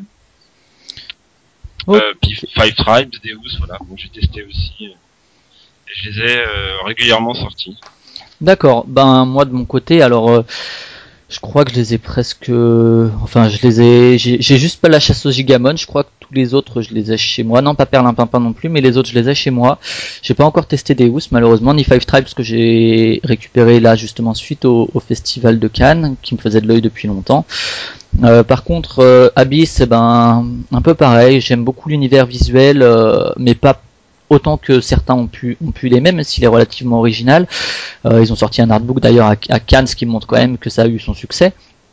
Oh. Euh, puis Five Tribes, Deus, voilà, bon, j'ai testé aussi. Euh, et je les ai euh, régulièrement sortis. D'accord. Ben moi de mon côté, alors euh, je crois que je les ai presque, enfin je les ai, j'ai, j'ai juste pas la chasse au Gigamon. Je crois que tous les autres je les ai chez moi. Non, pas Perlimpinpin non plus, mais les autres je les ai chez moi. J'ai pas encore testé Deus malheureusement, ni Five Tribes que j'ai récupéré là justement suite au, au festival de Cannes, qui me faisait de l'œil depuis longtemps. Euh, par contre, euh, Abyss, eh ben un peu pareil. J'aime beaucoup l'univers visuel, euh, mais pas autant que certains ont pu ont pu l'aimer, même s'il est relativement original. Euh, ils ont sorti un artbook d'ailleurs à, à Cannes, ce qui montre quand même que ça a eu son succès.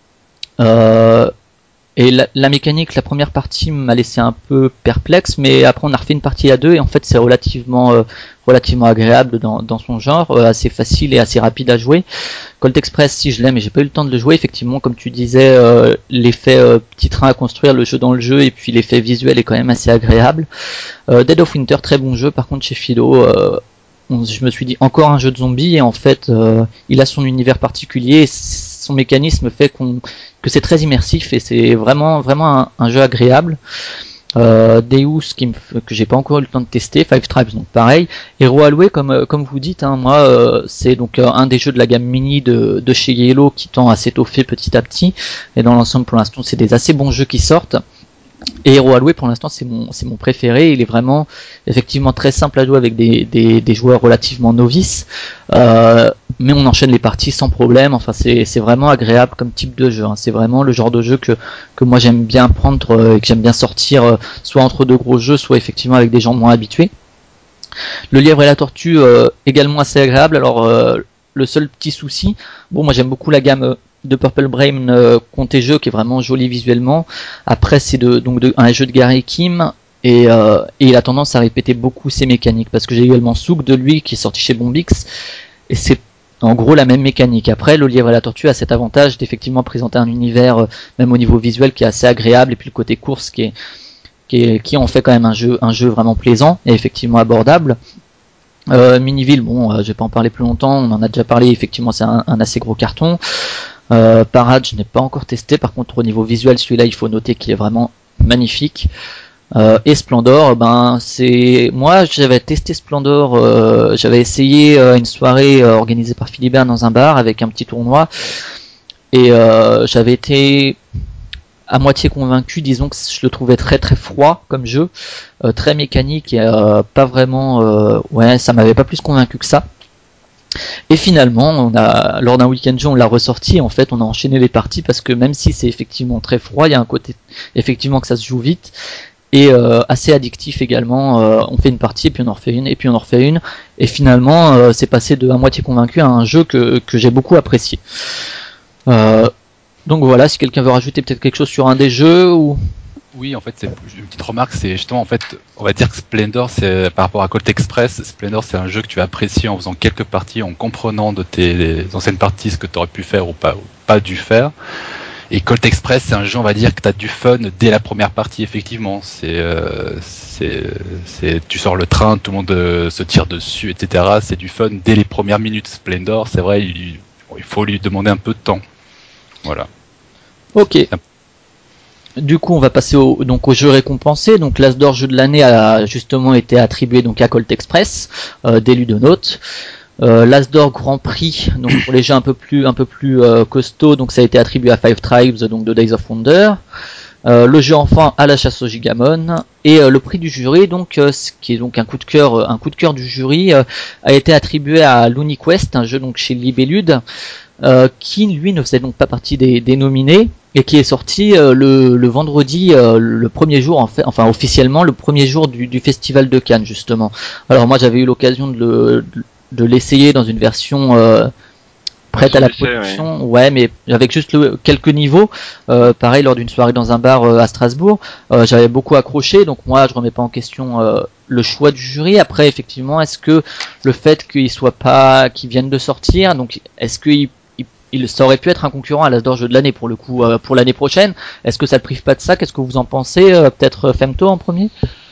Euh, et la, la mécanique, la première partie m'a laissé un peu perplexe, mais après on a refait une partie à deux et en fait c'est relativement euh, relativement agréable dans, dans son genre, euh, assez facile et assez rapide à jouer. Colt Express, si je l'aime, mais j'ai pas eu le temps de le jouer. Effectivement, comme tu disais, euh, l'effet euh, petit train à construire, le jeu dans le jeu, et puis l'effet visuel est quand même assez agréable. Euh, Dead of Winter, très bon jeu. Par contre, chez Philo, euh, on, je me suis dit encore un jeu de zombies, et en fait, euh, il a son univers particulier. Et son mécanisme fait qu'on, que c'est très immersif et c'est vraiment vraiment un, un jeu agréable. Euh, Deus qui me, que j'ai pas encore eu le temps de tester, Five Tribes donc pareil, Hero Alloué comme comme vous dites, hein, moi euh, c'est donc euh, un des jeux de la gamme mini de, de chez Yellow qui tend à s'étoffer petit à petit et dans l'ensemble pour l'instant c'est des assez bons jeux qui sortent. Et Hero Alloué pour l'instant c'est mon c'est mon préféré, il est vraiment effectivement très simple à jouer avec des, des, des joueurs relativement novices, euh, mais on enchaîne les parties sans problème. Enfin c'est c'est vraiment agréable comme type de jeu, hein. C'est vraiment le genre de jeu que que moi j'aime bien prendre euh, et que j'aime bien sortir euh, soit entre deux gros jeux, soit effectivement avec des gens moins habitués. Le lièvre et la tortue euh, également assez agréable. Alors euh, le seul petit souci, bon moi j'aime beaucoup la gamme euh, de Purple Brain euh, Conte Jeux qui est vraiment joli visuellement. Après c'est de, donc de, un jeu de Gary Kim et, euh, et il a tendance à répéter beaucoup ses mécaniques parce que j'ai également Souk de lui qui est sorti chez Bombix et c'est en gros la même mécanique. Après le lièvre et la tortue a cet avantage d'effectivement présenter un univers euh, même au niveau visuel qui est assez agréable et puis le côté course qui est qui, est, qui en fait quand même un jeu un jeu vraiment plaisant et effectivement abordable. Euh, Miniville, bon, euh, je vais pas en parler plus longtemps, on en a déjà parlé, effectivement c'est un, un assez gros carton. Euh, Parade, je n'ai pas encore testé, par contre au niveau visuel, celui-là, il faut noter qu'il est vraiment magnifique. Euh, et Splendor, ben c'est moi j'avais testé Splendor, euh, j'avais essayé euh, une soirée euh, organisée par Philibert dans un bar avec un petit tournoi, et euh, j'avais été à moitié convaincu, disons que je le trouvais très très froid comme jeu, euh, très mécanique et euh, pas vraiment, euh, ouais, ça m'avait pas plus convaincu que ça. Et finalement, on a, lors d'un week-end jeu, on l'a ressorti. En fait, on a enchaîné les parties parce que même si c'est effectivement très froid, il y a un côté effectivement que ça se joue vite et euh, assez addictif également. Euh, on fait une partie et puis on en refait une et puis on en refait une. Et finalement, euh, c'est passé de à moitié convaincu à un jeu que que j'ai beaucoup apprécié. Euh, donc voilà, si quelqu'un veut rajouter peut-être quelque chose sur un des jeux ou. Oui, en fait, c'est une petite remarque, c'est justement, en fait, on va dire que Splendor, c'est par rapport à Colt Express, Splendor, c'est un jeu que tu as apprécié en faisant quelques parties, en comprenant de tes anciennes parties ce que tu aurais pu faire ou pas, ou pas dû faire. Et Colt Express, c'est un jeu, on va dire, que tu as du fun dès la première partie, effectivement. C'est, euh, c'est, c'est, tu sors le train, tout le monde euh, se tire dessus, et cetera. C'est du fun dès les premières minutes. Splendor, c'est vrai, il, il faut lui demander un peu de temps. Voilà. Ok. Du coup, on va passer au, donc au jeu récompensé. Donc, l'As d'or jeu de l'année a justement été attribué donc à Colt Express, euh, des Ludonautes. Euh, L'As d'or Grand Prix, donc pour les jeux un peu plus un peu plus euh, costauds, donc ça a été attribué à Five Tribes, donc de Days of Wonder. Euh, le jeu enfant à la chasse au Gigamon et euh, le prix du jury, donc euh, ce qui est donc un coup de cœur, un coup de cœur du jury, euh, a été attribué à Looney Quest, un jeu donc chez Libellude. Euh, qui lui ne faisait donc pas partie des, des nominés et qui est sorti euh, le, le vendredi, euh, le premier jour en fait, enfin officiellement le premier jour du, du festival de Cannes justement. Alors moi j'avais eu l'occasion de, le, de l'essayer dans une version euh, prête à la production, ouais. ouais, mais avec juste le, quelques niveaux. Euh, pareil lors d'une soirée dans un bar euh, à Strasbourg, euh, j'avais beaucoup accroché, donc moi je remets pas en question euh, le choix du jury. Après effectivement, est-ce que le fait qu'il soit pas, qu'il vienne de sortir, donc est-ce qu'il Il, ça aurait pu être un concurrent à l'As d'or jeu de l'année pour le coup, euh, pour l'année prochaine. Est-ce que ça le prive pas de ça? Qu'est-ce que vous en pensez? euh, Peut-être Femto en premier.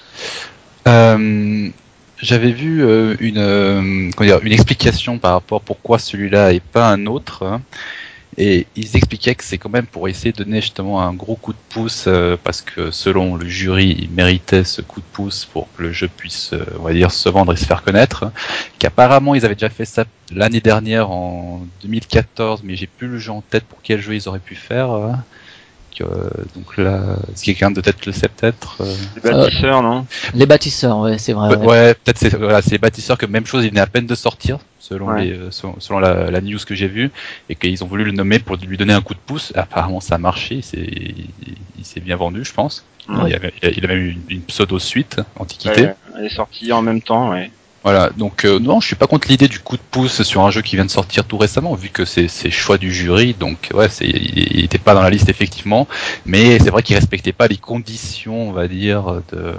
Euh, j'avais vu euh, une, euh, comment dire, une explication par rapport à pourquoi celui-là et pas un autre. Hein. Et ils expliquaient que c'est quand même pour essayer de donner justement un gros coup de pouce, euh, parce que selon le jury, il méritait ce coup de pouce pour que le jeu puisse, euh, on va dire, se vendre et se faire connaître. Qu'apparemment, ils avaient déjà fait ça l'année dernière, en deux mille quatorze, mais j'ai plus le jeu en tête pour quel jeu ils auraient pu faire. Hein. Que, euh, donc là, si quelqu'un de tête le sait peut-être. Euh... Les bâtisseurs, euh, non? Les bâtisseurs, ouais, c'est vrai. Ouais, ouais peut-être c'est voilà, c'est les bâtisseurs que même chose, il venait à peine de sortir, selon ouais. les, selon, selon la, la news que j'ai vue, et qu'ils ont voulu le nommer pour lui donner un coup de pouce. Apparemment, ça a marché, c'est, il, il s'est bien vendu, je pense. Ouais. Il, avait, il a même eu une, une pseudo suite, Antiquité. Ouais, elle est sortie en même temps, ouais. Voilà, donc euh, non, je suis pas contre l'idée du coup de pouce sur un jeu qui vient de sortir tout récemment, vu que c'est, c'est choix du jury, donc ouais, c'est, il, il était pas dans la liste effectivement, mais c'est vrai qu'il respectait pas les conditions, on va dire, de,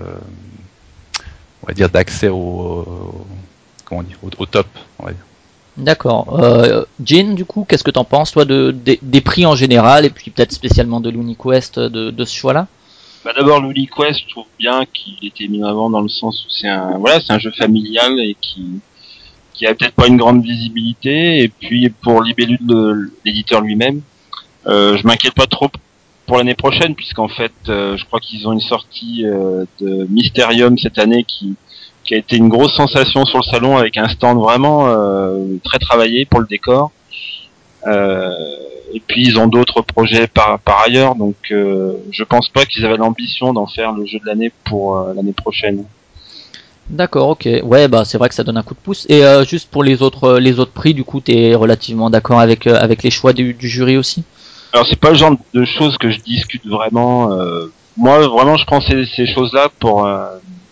on va dire d'accès au, comment dire, au, au top, on va dire. D'accord. Euh, Jean, du coup, qu'est-ce que t'en penses, toi, de, des, des prix en général, et puis peut-être spécialement de Looney Quest, de, de ce choix-là? Bah d'abord Looney Quest, je trouve bien qu'il était mis en avant dans le sens où c'est un voilà, c'est un jeu familial et qui qui a peut-être pas une grande visibilité, et puis pour Libellude, le, l'éditeur lui-même, euh, je m'inquiète pas trop pour l'année prochaine, puisqu'en fait euh, je crois qu'ils ont une sortie euh, de Mysterium cette année qui qui a été une grosse sensation sur le salon, avec un stand vraiment euh, très travaillé pour le décor. Euh, et puis ils ont d'autres projets par, par ailleurs, donc euh, je pense pas qu'ils avaient l'ambition d'en faire le jeu de l'année pour euh, l'année prochaine. D'accord, ok. Ouais, bah c'est vrai que ça donne un coup de pouce. Et euh, juste pour les autres les autres prix, du coup, t'es relativement d'accord avec euh, avec les choix du, du jury aussi? Alors c'est pas le genre de choses que je discute vraiment. Euh, moi vraiment je prends ces, ces choses-là pour euh,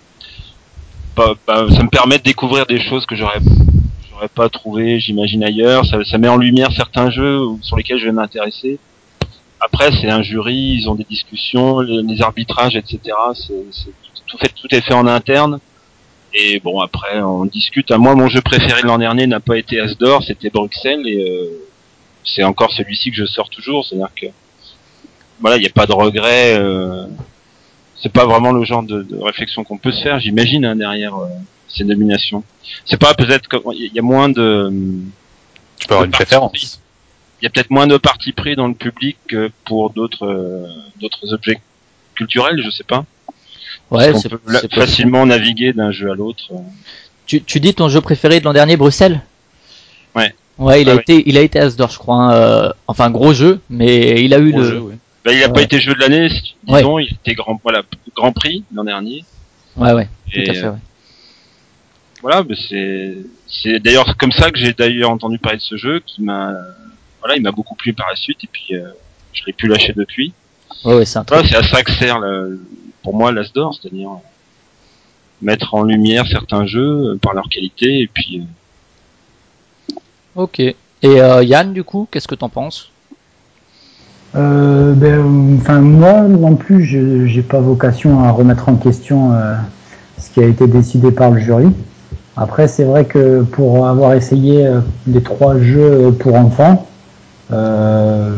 bah, bah, ça me permet de découvrir des choses que j'aurais j'aurais pas trouvé, j'imagine, ailleurs. Ça, ça met en lumière certains jeux sur lesquels je vais m'intéresser. Après, c'est un jury, ils ont des discussions, les, les arbitrages, et cetera. C'est, c'est tout fait, tout est fait en interne. Et bon, après, on discute. Moi, mon jeu préféré de l'an dernier n'a pas été As d'or, c'était Bruxelles, et euh, c'est encore celui-ci que je sors toujours. C'est-à-dire que voilà, il n'y a pas de regret. Euh, c'est pas vraiment le genre de, de réflexion qu'on peut se faire, j'imagine, hein, derrière euh, ces nominations. C'est pas peut-être qu'il y a moins de. Tu peux avoir une préférence. Il y a peut-être moins de parti pris dans le public que pour d'autres euh, d'autres objets culturels, je sais pas. Ouais, Parce qu'on c'est, peut c'est facilement naviguer d'un jeu à l'autre. Tu, tu dis ton jeu préféré de l'an dernier, Bruxelles? Ouais. Ouais, il ah a ouais. été, il a été As d'or, je crois. Hein. Euh, enfin, gros jeu, mais il a eu gros le. Jeu, oui. Bah, il a ouais. pas été jeu de l'année, disons. Ouais. Il était grand, voilà, grand prix l'an dernier. Ouais, ouais, Et tout à fait. euh, Ouais. voilà, mais c'est c'est d'ailleurs comme ça que j'ai d'ailleurs entendu parler de ce jeu, qui m'a, voilà, il m'a beaucoup plu par la suite, et puis euh, je l'ai plus lâché depuis. Ouais, ouais, c'est un Voilà, truc. c'est à ça que sert le, pour moi l'As d'or, c'est-à-dire mettre en lumière certains jeux par leur qualité, et puis euh... Ok. Et euh, Yann, du coup, qu'est-ce que t'en penses? Euh, ben, enfin moi non plus, je j'ai pas vocation à remettre en question euh, ce qui a été décidé par le jury. Après, c'est vrai que pour avoir essayé euh, les trois jeux pour enfants, euh,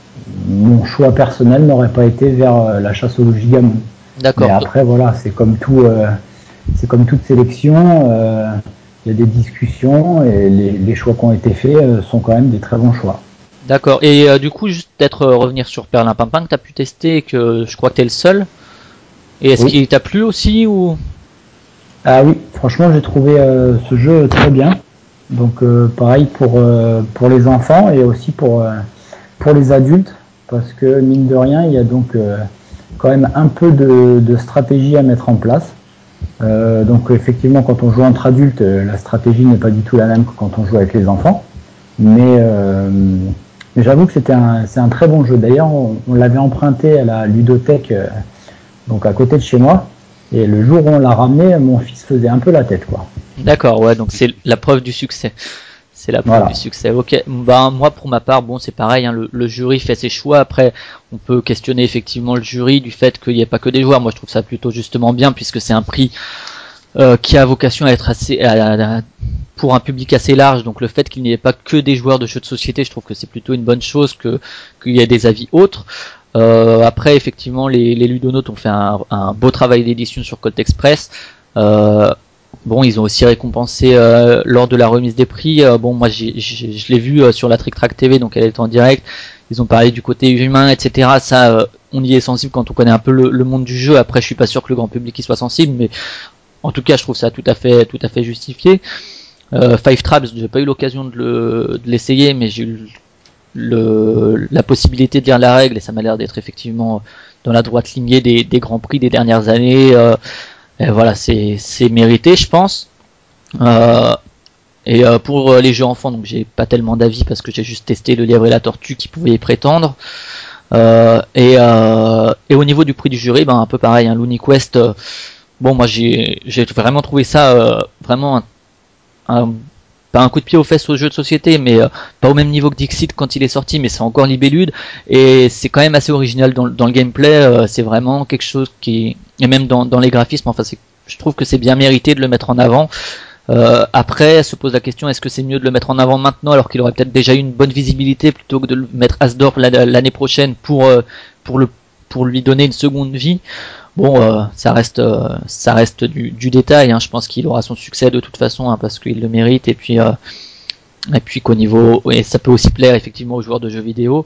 mon choix personnel n'aurait pas été vers euh, la chasse au gigamon. D'accord. Mais après, voilà, c'est comme tout, euh, c'est comme toute sélection. euh, Il y a des discussions et les, les choix qui ont été faits euh, sont quand même des très bons choix. D'accord. Et euh, du coup, juste peut-être euh, revenir sur Perlimpinpin que t'as pu tester et que je crois que t'es le seul. Et est-ce Oui. qu'il t'a plu aussi ou? Ah oui, franchement, j'ai trouvé euh, ce jeu très bien. Donc euh, pareil pour euh, pour les enfants et aussi pour euh, pour les adultes, parce que mine de rien, il y a donc euh, quand même un peu de, de stratégie à mettre en place. Euh, donc effectivement, quand on joue entre adultes, euh, la stratégie n'est pas du tout la même que quand on joue avec les enfants. Mais, euh, mais j'avoue que c'était un, c'est un très bon jeu. D'ailleurs, on, on l'avait emprunté à la ludothèque, euh, donc à côté de chez moi. Et le jour où on l'a ramené, mon fils faisait un peu la tête, quoi. D'accord, ouais, donc c'est la preuve du succès. C'est la preuve Voilà. du succès. Ok, ben moi pour ma part, bon c'est pareil, hein, le, le jury fait ses choix. Après, on peut questionner effectivement le jury du fait qu'il n'y ait pas que des joueurs. Moi je trouve ça plutôt justement bien puisque c'est un prix euh, qui a vocation à être assez à, à, pour un public assez large. Donc le fait qu'il n'y ait pas que des joueurs de jeux de société, je trouve que c'est plutôt une bonne chose que qu'il y ait des avis autres. Euh, après effectivement les, les ludonautes ont fait un, un beau travail d'édition sur Code Express. Euh, Bon, ils ont aussi récompensé euh, lors de la remise des prix. Euh, bon, moi, j'ai, j'ai, je l'ai vu euh, sur la Trick Track T V, donc elle est en direct. Ils ont parlé du côté humain, et cetera. Ça, euh, on y est sensible quand on connaît un peu le, le monde du jeu. Après, je suis pas sûr que le grand public y soit sensible, mais en tout cas, je trouve ça tout à fait, tout à fait justifié. Euh, Five Traps, j'ai pas eu l'occasion de, le, de l'essayer, mais j'ai eu le, la possibilité de lire la règle et ça m'a l'air d'être effectivement dans la droite lignée des, des grands prix des dernières années. Euh, et voilà, c'est, c'est mérité, je pense. Euh, et euh, pour les jeux enfants, donc j'ai pas tellement d'avis parce que j'ai juste testé le lièvre et la tortue qui pouvaient y prétendre. Euh, et, euh, et au niveau du prix du jury, ben un peu pareil, hein, Looney Quest. Euh, bon, moi j'ai j'ai vraiment trouvé ça euh, vraiment un, un, pas un coup de pied aux fesses au jeu de société, mais euh, pas au même niveau que Dixit quand il est sorti, mais c'est encore libellude et c'est quand même assez original dans, dans le gameplay. Euh, c'est vraiment quelque chose qui et même dans, dans les graphismes. Enfin, c'est, je trouve que c'est bien mérité de le mettre en avant. Euh, après, se pose la question, est-ce que c'est mieux de le mettre en avant maintenant alors qu'il aurait peut-être déjà eu une bonne visibilité plutôt que de le mettre As d'or l'année prochaine pour euh, pour le pour lui donner une seconde vie. Bon, euh, ça reste euh, ça reste du, du détail. Hein. Je pense qu'il aura son succès de toute façon hein, parce qu'il le mérite et puis euh, et puis qu'au niveau et ça peut aussi plaire effectivement aux joueurs de jeux vidéo.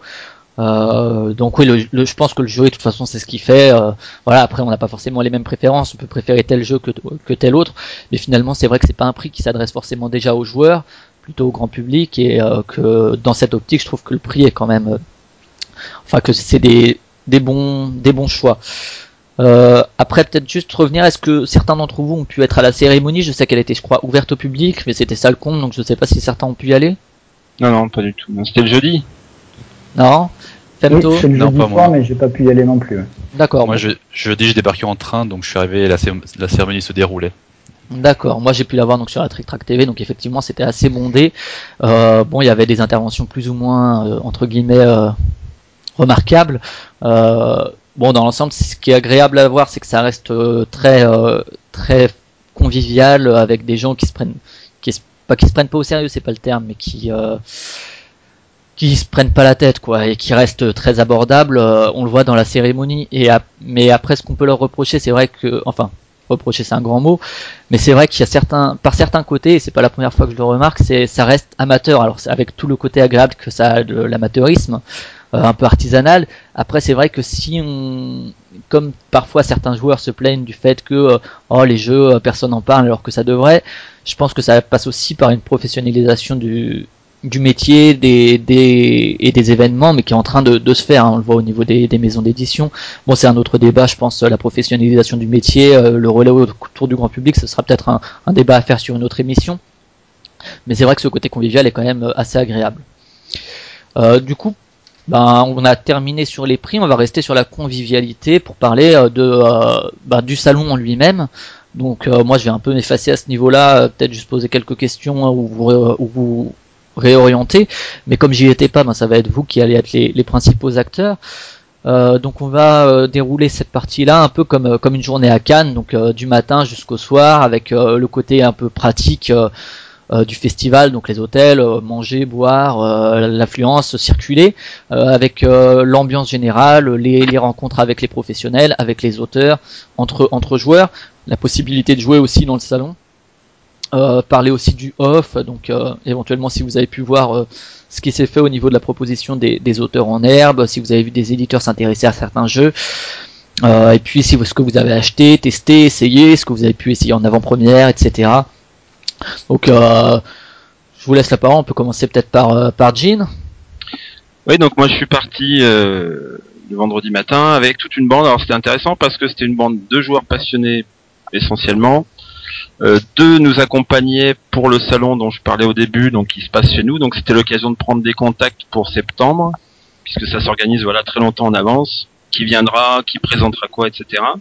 Euh, donc oui, le, le, je pense que le jury de toute façon c'est ce qu'il fait. Euh, voilà, après on n'a pas forcément les mêmes préférences, on peut préférer tel jeu que, que tel autre, mais finalement c'est vrai que c'est pas un prix qui s'adresse forcément déjà aux joueurs, plutôt au grand public, et euh, que dans cette optique, je trouve que le prix est quand même, euh, enfin que c'est des des bons des bons choix. Euh, après peut-être juste revenir, est-ce que certains d'entre vous ont pu être à la cérémonie? Je sais qu'elle était, je crois, ouverte au public, mais c'était ça le compte, donc je sais pas si certains ont pu y aller. Non, non, pas du tout. C'était le jeudi. Non. Femto oui, c'est le non, jeudi pas soir, moi. Mais j'ai pas pu y aller non plus. D'accord. Moi, bon. je, jeudi, je débarquais en train, donc je suis arrivé et la, la cérémonie se déroulait. D'accord, moi j'ai pu l'avoir donc sur la Trick Track T V, donc effectivement c'était assez bondé. Euh, bon, il y avait des interventions plus ou moins euh, entre guillemets euh, remarquables. Euh, bon, dans l'ensemble, ce qui est agréable à voir, c'est que ça reste euh, très euh, très convivial avec des gens qui se prennent, qui se, pas qui se prennent pas au sérieux, c'est pas le terme, mais qui euh, qui se prennent pas la tête quoi et qui restent très abordables. Euh, on le voit dans la cérémonie. Et à, mais après, ce qu'on peut leur reprocher, c'est vrai que, enfin. Reprocher c'est un grand mot, mais c'est vrai qu'il y a certains, par certains côtés, et c'est pas la première fois que je le remarque, c'est ça reste amateur. Alors avec tout le côté agréable que ça a de l'amateurisme, euh, un peu artisanal. Après c'est vrai que si on, comme parfois certains joueurs se plaignent du fait que euh, oh les jeux personne n'en parle alors que ça devrait, je pense que ça passe aussi par une professionnalisation du du métier des, des, et des événements, mais qui est en train de, de se faire. Hein. On le voit au niveau des, des maisons d'édition. Bon, c'est un autre débat, je pense, la professionnalisation du métier, euh, le relais autour du grand public, ce sera peut-être un, un débat à faire sur une autre émission. Mais c'est vrai que ce côté convivial est quand même assez agréable. Euh, du coup, ben, on a terminé sur les prix, on va rester sur la convivialité pour parler euh, de, euh, ben, du salon en lui-même. Donc euh, moi je vais un peu m'effacer à ce niveau-là, euh, peut-être juste poser quelques questions ou vous, ré- ou vous réorienter. Mais comme j'y étais pas, ben, ça va être vous qui allez être les, les principaux acteurs. Euh, donc on va euh, dérouler cette partie-là un peu comme, euh, comme une journée à Cannes, donc euh, du matin jusqu'au soir, avec euh, le côté un peu pratique euh, euh, du festival, donc les hôtels, euh, manger, boire, euh, l'affluence, circuler, euh, avec euh, l'ambiance générale, les, les rencontres avec les professionnels, avec les auteurs, entre, entre joueurs, la possibilité de jouer aussi dans le salon. Euh, parler aussi du off, donc euh, éventuellement si vous avez pu voir euh, ce qui s'est fait au niveau de la proposition des, des auteurs en herbe, si vous avez vu des éditeurs s'intéresser à certains jeux, euh, et puis si vous, ce que vous avez acheté, testé, essayé, ce que vous avez pu essayer en avant-première, et cetera. Donc euh, je vous laisse la parole, on peut commencer peut-être par, euh, par Jean. Oui, donc moi je suis parti euh, le vendredi matin avec toute une bande. Alors c'était intéressant parce que c'était une bande de joueurs passionnés essentiellement. Euh, deux nous accompagnaient pour le salon dont je parlais au début, donc qui se passe chez nous. Donc c'était l'occasion de prendre des contacts pour septembre, puisque ça s'organise voilà très longtemps en avance. Qui viendra, qui présentera quoi, et cetera.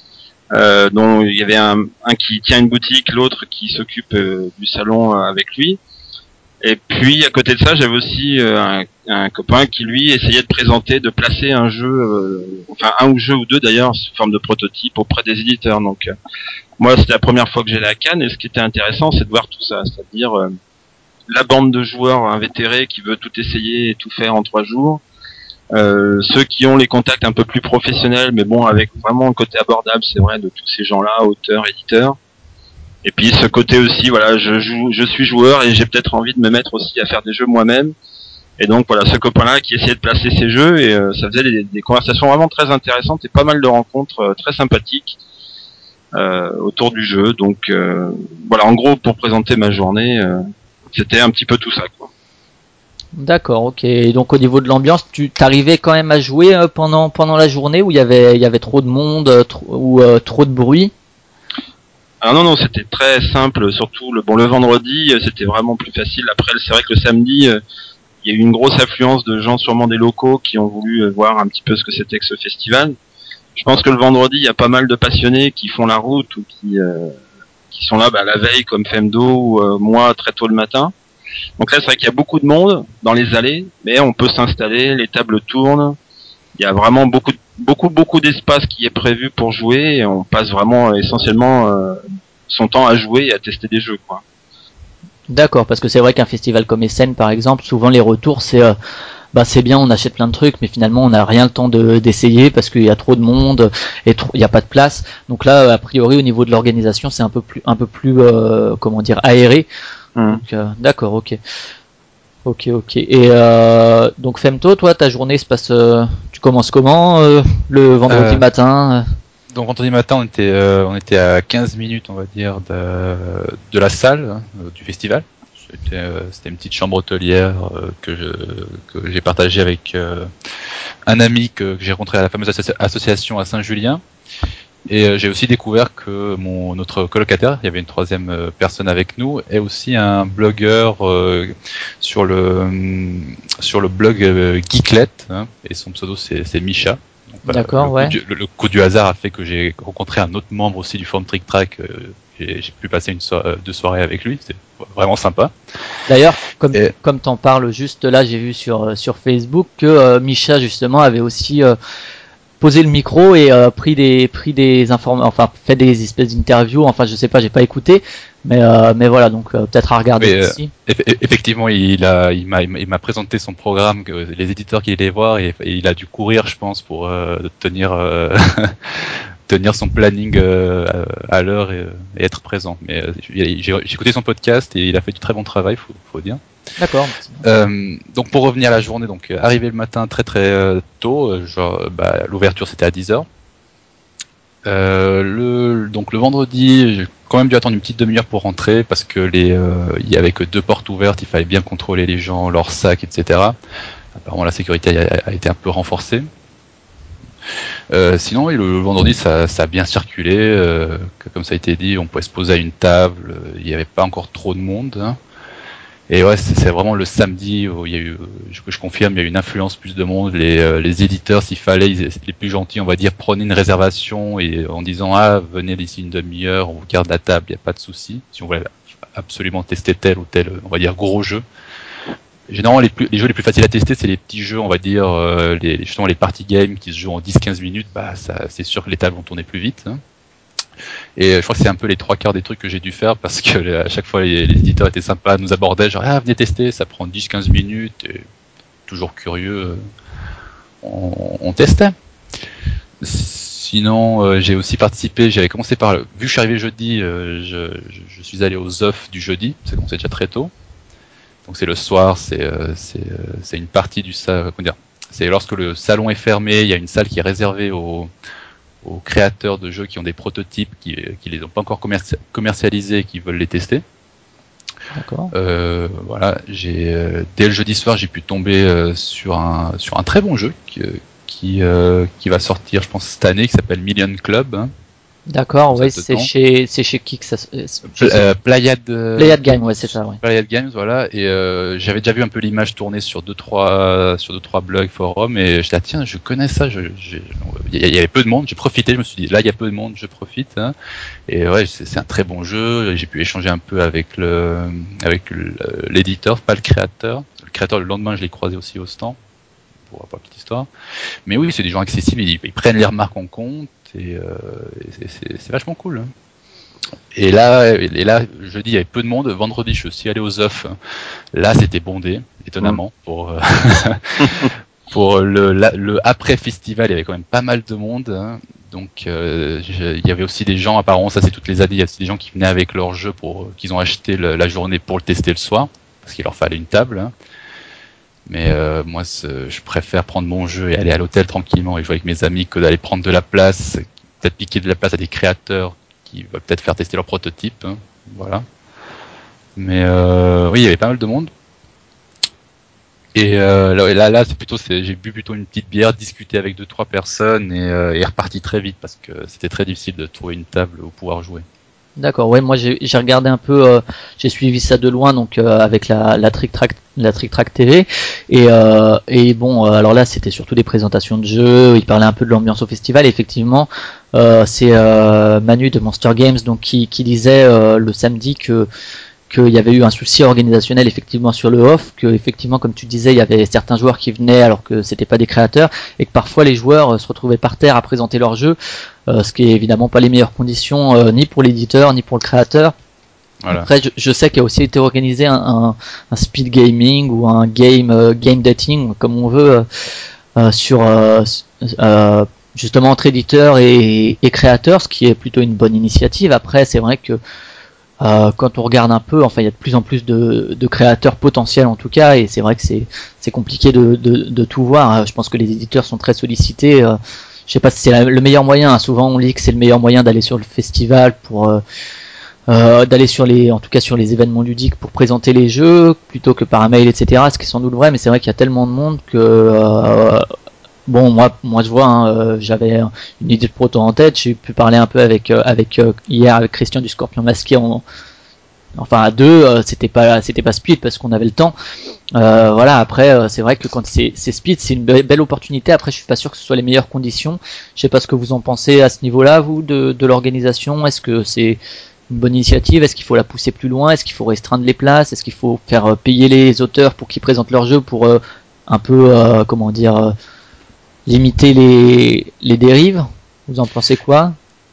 Euh, dont il y avait un, un qui tient une boutique, l'autre qui s'occupe euh, du salon euh, avec lui. Et puis à côté de ça, j'avais aussi euh, un, un copain qui lui essayait de présenter, de placer un jeu, euh, enfin un ou jeu ou deux d'ailleurs, sous forme de prototype auprès des éditeurs. Donc euh, moi, c'était la première fois que j'allais à Cannes, et ce qui était intéressant, c'est de voir tout ça, c'est-à-dire euh, la bande de joueurs invétérés qui veut tout essayer et tout faire en trois jours, euh, ceux qui ont les contacts un peu plus professionnels, mais bon, avec vraiment le côté abordable, c'est vrai, de tous ces gens-là, auteurs, éditeurs. Et puis ce côté aussi, voilà, je joue, je suis joueur et j'ai peut-être envie de me mettre aussi à faire des jeux moi-même. Et donc voilà, ce copain-là qui essayait de placer ses jeux, et euh, ça faisait des, des conversations vraiment très intéressantes et pas mal de rencontres euh, très sympathiques euh, autour du jeu. Donc euh, voilà, en gros, pour présenter ma journée, euh, c'était un petit peu tout ça, quoi. D'accord, ok. Et donc au niveau de l'ambiance, tu t'arrivais quand même à jouer euh, pendant, pendant la journée où il y avait, il y avait trop de monde euh, tro- ou euh, trop de bruit? Ah non non, c'était très simple, surtout le bon le vendredi, euh, c'était vraiment plus facile. Après, c'est vrai que le samedi, euh, il y a eu une grosse affluence de gens, sûrement des locaux, qui ont voulu euh, voir un petit peu ce que c'était que ce festival. Je pense que le vendredi, il y a pas mal de passionnés qui font la route ou qui euh, qui sont là bah, la veille, comme Femdo ou euh, moi très tôt le matin. Donc là, c'est vrai qu'il y a beaucoup de monde dans les allées, mais on peut s'installer, les tables tournent. Il y a vraiment beaucoup, beaucoup, beaucoup d'espace qui est prévu pour jouer, et on passe vraiment euh, essentiellement euh, son temps à jouer et à tester des jeux, quoi. D'accord, parce que c'est vrai qu'un festival comme Essen, par exemple, souvent les retours, c'est euh, bah c'est bien, on achète plein de trucs, mais finalement on n'a rien le temps de d'essayer parce qu'il y a trop de monde et trop, il n'y a pas de place. Donc là, a priori, au niveau de l'organisation, c'est un peu plus, un peu plus, euh, comment dire, aéré. Hum. Donc euh, d'accord, ok, ok, ok. Et euh, donc Femto, toi, ta journée se passe, euh, tu commences comment euh, le vendredi Euh, matin? Donc vendredi matin, on était, euh, on était à quinze minutes, on va dire, de, de la salle hein, du festival. C'était, euh, c'était une petite chambre hôtelière euh, que, je, que j'ai partagée avec euh, un ami que, que j'ai rencontré à la fameuse associ- association à Saint-Julien. Et euh, j'ai aussi découvert que mon notre colocataire, il y avait une troisième euh, personne avec nous, est aussi un blogueur euh, sur le sur le blog euh, Geeklet, hein, et son pseudo c'est, c'est Micha. Donc, voilà, D'accord, le, coup ouais. du, le, le coup du hasard a fait que j'ai rencontré un autre membre aussi du forum Trick Track. Euh, j'ai, j'ai pu passer une so- euh, deux soirées avec lui, c'était vraiment sympa. D'ailleurs, comme Et, comme t'en parles juste là, j'ai vu sur euh, sur Facebook que euh, Micha justement avait aussi euh, posé le micro et euh, pris des pris des informations, enfin fait des espèces d'interviews. Enfin, je sais pas, j'ai pas écouté, mais euh, mais voilà, donc euh, peut-être à regarder mais, euh, aussi. eff- effectivement, il a, il m'a, il m'a présenté son programme, que les éditeurs qu'il allait voir, et, et il a dû courir, je pense, pour euh, tenir, euh, tenir son planning euh, à l'heure et, et être présent. Mais euh, j'ai, j'ai écouté son podcast et il a fait du très bon travail, faut, faut dire. D'accord. Euh, donc pour revenir à la journée, donc euh, arrivé le matin très très euh, tôt, euh, genre bah, l'ouverture c'était à dix heures. Euh, le, donc le vendredi, j'ai quand même dû attendre une petite demi-heure pour rentrer parce que les, euh, il y avait que deux portes ouvertes, il fallait bien contrôler les gens, leurs sacs, et cetera. Apparemment la sécurité a, a été un peu renforcée. Euh, sinon, oui, le, le vendredi, ça, ça a bien circulé. Euh, que, comme ça a été dit, on pouvait se poser à une table. Il n'y avait pas encore trop de monde. Hein. Et ouais, c'est, c'est vraiment le samedi où il y a eu, je, je confirme, il y a eu une influence plus de monde. Les, euh, les éditeurs, s'il fallait, ils, les plus gentils, on va dire, prenaient une réservation et en disant ah venez d'ici une demi-heure, on vous garde la table, il n'y a pas de souci. Si on voulait absolument tester tel ou tel, on va dire gros jeu. Généralement, les, plus, les jeux les plus faciles à tester, c'est les petits jeux, on va dire, euh, les, justement les party games qui se jouent en dix quinze minutes. Bah, ça, c'est sûr que les tables vont tourner plus vite. Hein. Et je crois que c'est un peu les trois quarts des trucs que j'ai dû faire parce que à chaque fois les, les éditeurs étaient sympas, nous abordaient genre ah venez tester, ça prend dix quinze minutes. Et toujours curieux, on, on testait. Sinon, euh, j'ai aussi participé. J'avais commencé par vu que je suis arrivé jeudi, euh, je, je, je suis allé aux off du jeudi. Ça commençait déjà très tôt. Donc c'est le soir, c'est euh, c'est euh, c'est une partie du salon. Comment dire ? C'est lorsque le salon est fermé, il y a une salle qui est réservée aux aux créateurs de jeux qui ont des prototypes, qui qui les ont pas encore commerci- commercialisés, et qui veulent les tester. D'accord. Euh, voilà, j'ai euh, dès le jeudi soir, j'ai pu tomber euh, sur un sur un très bon jeu qui qui, euh, qui va sortir, je pense cette année, qui s'appelle Million Club. Hein. D'accord, oui, c'est chez, c'est chez qui que ça se... Pl- euh, Playad, euh, Playad Games, ouais, c'est ça, ouais. Playad Games, voilà. Et euh, j'avais déjà vu un peu l'image tourner sur deux trois sur deux trois blogs, forums, et je dis ah, tiens, je connais ça. Je, je, il y avait peu de monde, j'ai profité. Je me suis dit là, il y a peu de monde, je profite. Hein. Et ouais, c'est, c'est un très bon jeu. J'ai pu échanger un peu avec le avec le, l'éditeur, pas le créateur. Le créateur, le lendemain, je l'ai croisé aussi au stand. Pour la petite histoire. Mais oui, c'est des gens accessibles. Ils, ils prennent les remarques en compte. Et, euh, et c'est, c'est, c'est vachement cool. Hein. Et là, et là, jeudi, il y avait peu de monde. Vendredi, je suis aussi allé aux off. Là, c'était bondé, étonnamment. Mmh. Pour, euh, pour le, la, le après-festival, il y avait quand même pas mal de monde. Hein. Donc, euh, je, il y avait aussi des gens, apparemment, ça c'est toutes les années, il y a aussi des gens qui venaient avec leur jeu pour, qu'ils ont acheté le, la journée pour le tester le soir. Parce qu'il leur fallait une table. Hein. Mais euh, moi, je préfère prendre mon jeu et aller à l'hôtel tranquillement et jouer avec mes amis que d'aller prendre de la place, peut-être piquer de la place à des créateurs qui veulent peut-être faire tester leur prototype. Hein, voilà. Mais euh, oui, il y avait pas mal de monde. Et euh, là, là, là, c'est plutôt, c'est, j'ai bu plutôt une petite bière, discuté avec deux, trois personnes et, euh, et reparti très vite parce que c'était très difficile de trouver une table où pouvoir jouer. D'accord, ouais, moi j'ai, j'ai regardé un peu, euh, j'ai suivi ça de loin, donc euh, avec la, la Trick Track, la Trick Track T V, et, euh, et bon, euh, alors là c'était surtout des présentations de jeux, il parlait un peu de l'ambiance au festival, et effectivement, euh, c'est euh, Manu de Monster Games, donc qui, qui disait euh, le samedi que qu'il y avait eu un souci organisationnel effectivement sur le off, que effectivement comme tu disais il y avait certains joueurs qui venaient alors que c'était pas des créateurs et que parfois les joueurs euh, se retrouvaient par terre à présenter leur jeu, euh, ce qui est évidemment pas les meilleures conditions euh, ni pour l'éditeur ni pour le créateur. Voilà. Après je, je sais qu'il y a aussi été organisé un, un, un speed gaming ou un game euh, game dating comme on veut euh, sur euh, euh, justement entre éditeurs et, et créateurs, ce qui est plutôt une bonne initiative. Après c'est vrai que Euh, quand on regarde un peu, enfin il y a de plus en plus de, de créateurs potentiels en tout cas, et c'est vrai que c'est c'est compliqué de, de, de tout voir. Je pense que les éditeurs sont très sollicités. Euh, je sais pas si c'est la, le meilleur moyen. Hein. Souvent on lit que c'est le meilleur moyen d'aller sur le festival pour euh, euh, d'aller sur les, en tout cas sur les événements ludiques pour présenter les jeux plutôt que par un mail, et cetera. Ce qui est sans doute vrai, mais c'est vrai qu'il y a tellement de monde que euh, bon, moi, moi je vois, hein, euh, j'avais une idée de proto en tête. J'ai pu parler un peu avec, euh, avec euh, hier avec Christian du Scorpion Masqué. En, enfin à deux, euh, c'était pas, c'était pas speed parce qu'on avait le temps. Euh, voilà. Après, euh, c'est vrai que quand c'est, c'est speed, c'est une be- belle opportunité. Après, je suis pas sûr que ce soit les meilleures conditions. Je sais pas ce que vous en pensez à ce niveau-là, vous, de, de l'organisation. Est-ce que c'est une bonne initiative? Est-ce qu'il faut la pousser plus loin? Est-ce qu'il faut restreindre les places? Est-ce qu'il faut faire euh, payer les auteurs pour qu'ils présentent leur jeu pour euh, un peu, euh, comment dire euh, limiter les, les dérives? Vous en pensez quoi?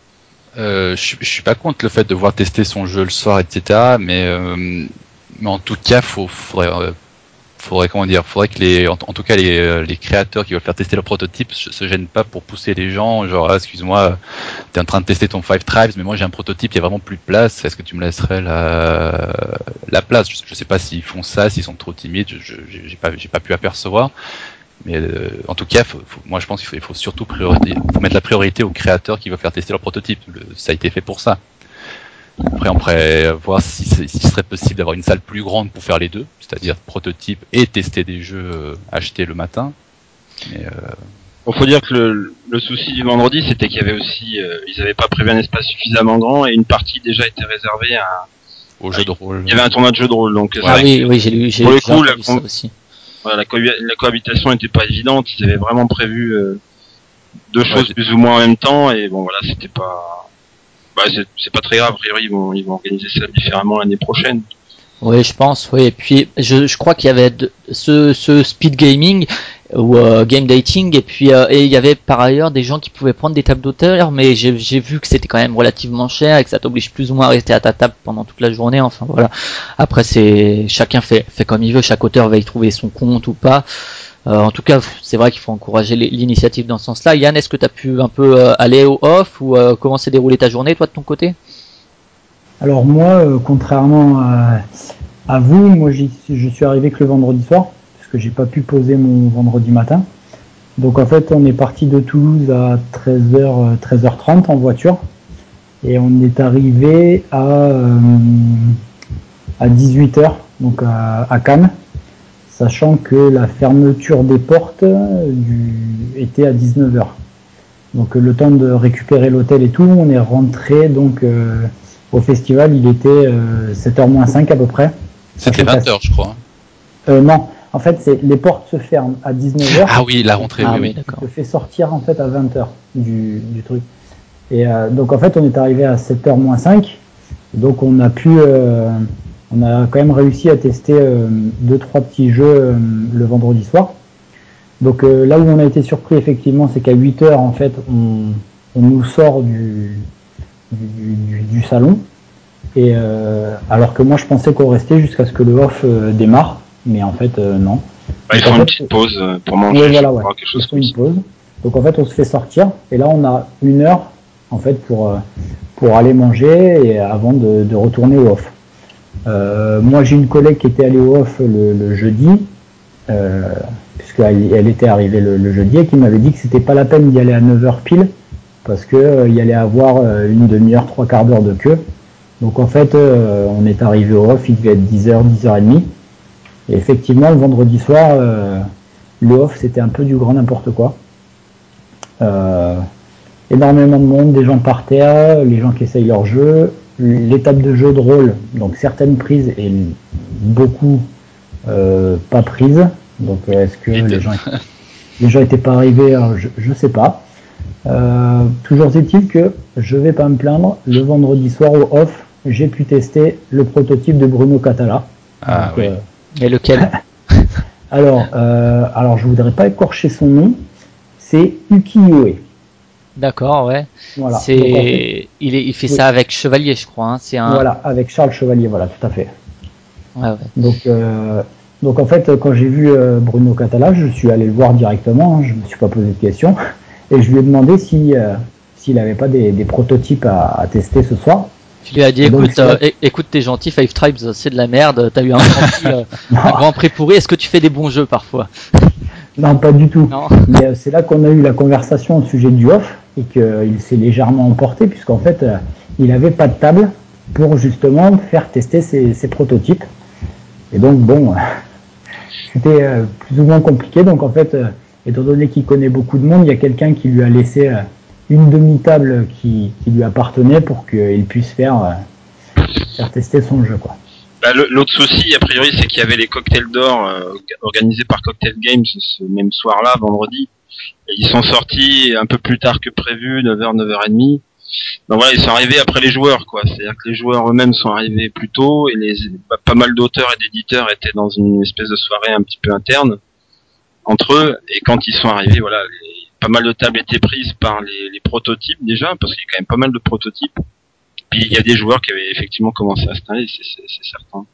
euh, je, je suis pas contre le fait de voir tester son jeu le soir, et cetera. Mais, euh, mais en tout cas, faut, faudrait, euh, faudrait comment dire, faudrait que les, en, en tout cas les, les créateurs qui veulent faire tester leur prototype se, se gênent pas pour pousser les gens. Genre, ah, excuse-moi, t'es en train de tester ton Five Tribes, mais moi j'ai un prototype, il y a vraiment plus de place. Est-ce que tu me laisserais la, la place? Je, je sais pas s'ils font ça, s'ils sont trop timides. Je, je, j'ai pas, j'ai pas pu apercevoir. Mais euh, en tout cas, faut, faut, moi je pense qu'il faut, il faut surtout priorité, faut mettre la priorité aux créateurs qui veulent faire tester leur prototype. Le, ça a été fait pour ça. Après, on pourrait voir si s'il si serait possible d'avoir une salle plus grande pour faire les deux, c'est-à-dire prototype et tester des jeux euh, achetés le matin. Mais, euh... Bon, faut dire que le, le souci du vendredi, c'était qu'il y avait aussi, euh, ils n'avaient pas prévu un espace suffisamment grand et une partie déjà était réservée à, au jeu de rôle. Il y avait un tournoi de jeu de rôle, donc. Ah oui, oui, j'ai lu, j'ai pour lu le coup, la, ça aussi. Voilà, la, co- la cohabitation n'était pas évidente. Ils avaient vraiment prévu euh, deux Ouais, choses j'ai- plus ou moins en même temps, et bon voilà, c'était pas. Bah, c'est, c'est pas très grave. A priori, ils vont, ils vont organiser ça différemment l'année prochaine. Oui, je pense, oui. Et puis, je, je crois qu'il y avait de- ce, ce speed gaming ou euh, game dating, et puis euh, et il y avait par ailleurs des gens qui pouvaient prendre des tables d'auteur, mais j'ai, j'ai vu que c'était quand même relativement cher et que ça t'oblige plus ou moins à rester à ta table pendant toute la journée. Enfin voilà. Après, c'est chacun fait fait comme il veut. Chaque auteur va y trouver son compte ou pas. Euh, en tout cas, c'est vrai qu'il faut encourager les- l'initiative dans ce sens-là. Yann, est-ce que tu as pu un peu euh, aller au off ou euh, comment s'est déroulée ta journée, toi, de ton côté? Alors moi, euh, contrairement à, à vous, moi j'y, je suis arrivé que le vendredi soir, parce que j'ai pas pu poser mon vendredi matin. Donc en fait, on est parti de Toulouse à treize heures, treize heures trente en voiture, et on est arrivé à, euh, à dix-huit heures, donc à, à Cannes, sachant que la fermeture des portes du, était à dix-neuf heures. Donc le temps de récupérer l'hôtel et tout, on est rentré donc euh, au festival, il était euh, sept heures moins cinq à peu près. C'était vingt heures, je crois. Euh, non, en fait, c'est, les portes se ferment à dix-neuf heures. Ah oui, la rentrée, Ah oui, oui, oui. d'accord. Ça te fait sortir en fait à vingt heures du, du truc. Et euh, donc en fait, on est arrivé à sept heures moins cinq. Donc on a pu, euh, on a quand même réussi à tester euh, deux trois petits jeux euh, le vendredi soir. Donc euh, là où on a été surpris effectivement, c'est qu'à huit heures en fait, on, on nous sort du, du, du, du salon. Et euh, alors que moi je pensais qu'on restait jusqu'à ce que le off euh, démarre, mais en fait euh, non. Bah, ils Donc, font en une fait, petite pause euh, pour manger, ouais, je voilà, crois, ouais. quelque chose Ils font comme une ça. pause. Donc en fait on se fait sortir et là on a une heure en fait pour euh, pour aller manger et avant de, de retourner au off. Euh, moi j'ai une collègue qui était allée au off le, le jeudi, euh, puisqu'elle elle était arrivée le, le jeudi et qui m'avait dit que c'était pas la peine d'y aller à neuf heures pile parce que euh, il y allait avoir euh, une demi-heure, trois quarts d'heure de queue. Donc en fait euh, on est arrivé au off, il devait être dix heures, dix heures trente. Et effectivement le vendredi soir euh, le off c'était un peu du grand n'importe quoi. Euh, énormément de monde, des gens par terre, les gens qui essayent leur jeu, les tables de jeu de rôle, donc certaines prises et beaucoup euh, pas prises. Donc est-ce que les gens, les gens étaient pas arrivés, je, je sais pas. Euh, toujours est-il que je vais pas me plaindre, le vendredi soir au off, j'ai pu tester le prototype de Bruno Catala. Ah donc, oui. euh, Et lequel? alors, euh, alors je voudrais pas écorcher son nom, c'est Ukiyo-e. D'accord, ouais. Voilà. C'est, Donc, en fait, il, est, il fait oui. ça avec Chevalier, je crois. Hein. C'est un. Voilà, avec Charles Chevalier, voilà, tout à fait. Ouais, ouais. Donc, euh, donc en fait, quand j'ai vu euh, Bruno Catala, je suis allé le voir directement, hein, je me suis pas posé de questions, et je lui ai demandé si euh, s'il avait pas des, des prototypes à, à tester ce soir. Tu lui as dit, Et donc, écoute, c'est là- euh, é- écoute, t'es gentil, Five Tribes, c'est de la merde. T'as eu un grand prix, euh, un grand prix pourri. Est-ce que tu fais des bons jeux parfois? Non, pas du tout. Non. Mais euh, c'est là qu'on a eu la conversation au sujet du off et qu'il s'est légèrement emporté puisqu'en fait, euh, il avait pas de table pour justement faire tester ses, ses prototypes. Et donc bon, euh, c'était euh, plus ou moins compliqué. Donc en fait, euh, étant donné qu'il connaît beaucoup de monde, il y a quelqu'un qui lui a laissé euh, une demi-table qui, qui lui appartenait pour qu'il puisse faire, euh, faire tester son jeu, quoi. Bah, le- l'autre souci, a priori, c'est qu'il y avait les cocktails d'or euh, organisés par Cocktail Games ce même soir-là, vendredi. Et ils sont sortis un peu plus tard que prévu, neuf heures, neuf heures trente. Donc voilà, ils sont arrivés après les joueurs, quoi. C'est-à-dire que les joueurs eux-mêmes sont arrivés plus tôt et les pas, pas mal d'auteurs et d'éditeurs étaient dans une espèce de soirée un petit peu interne entre eux. Et quand ils sont arrivés, voilà, les- pas mal de tables étaient prises par les, les prototypes déjà, parce qu'il y a quand même pas mal de prototypes. Puis il y a des joueurs qui avaient effectivement commencé à s'installer, c'est, c'est, c'est certain.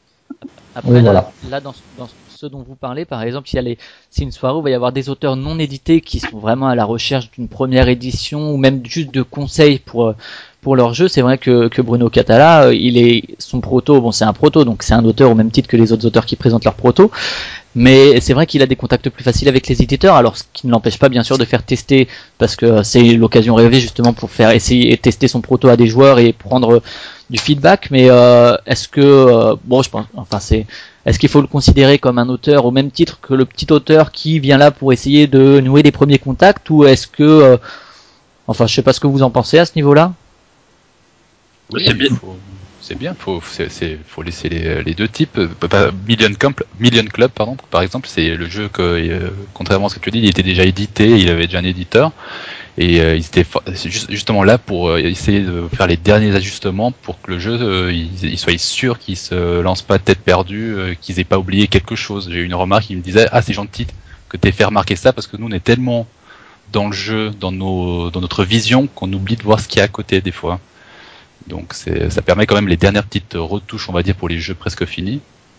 Après, Oui, là, voilà. là dans, ce- dans ce dont vous parlez, par exemple, il y a les, c'est une soirée où il va y avoir des auteurs non édités qui sont vraiment à la recherche d'une première édition ou même juste de conseils pour euh, pour leur jeu. C'est vrai que, que Bruno Catala, euh, il est son proto, bon c'est un proto, donc c'est un auteur au même titre que les autres auteurs qui présentent leur proto. Mais c'est vrai qu'il a des contacts plus faciles avec les éditeurs, alors ce qui ne l'empêche pas bien sûr de faire tester, parce que c'est l'occasion rêvée justement pour faire essayer et tester son proto à des joueurs et prendre du feedback. Mais euh, est-ce que euh, bon, je pense, enfin c'est, est-ce qu'il faut le considérer comme un auteur au même titre que le petit auteur qui vient là pour essayer de nouer des premiers contacts, ou est-ce que, euh, enfin je sais pas ce que vous en pensez à ce niveau-là. Oui, C'est bien. il faut- c'est bien. Faut, c'est, c'est, faut laisser les, les deux types. Pas, Million Club, Million Club, pardon. Par exemple, c'est le jeu que, euh, contrairement à ce que tu dis, il était déjà édité, il avait déjà un éditeur, et euh, ils étaient c'est juste, justement là pour euh, essayer de faire les derniers ajustements pour que le jeu, euh, il, il soit sûr qu'il se lance pas tête perdue, euh, qu'ils aient pas oublié quelque chose. J'ai eu une remarque qui me disait, ah, c'est gentil que t'aies fait remarquer ça parce que nous, on est tellement dans le jeu, dans nos, dans notre vision, qu'on oublie de voir ce qu'il y a à côté des fois. Donc c'est, ça permet quand même les dernières petites retouches, on va dire, pour les jeux presque finis.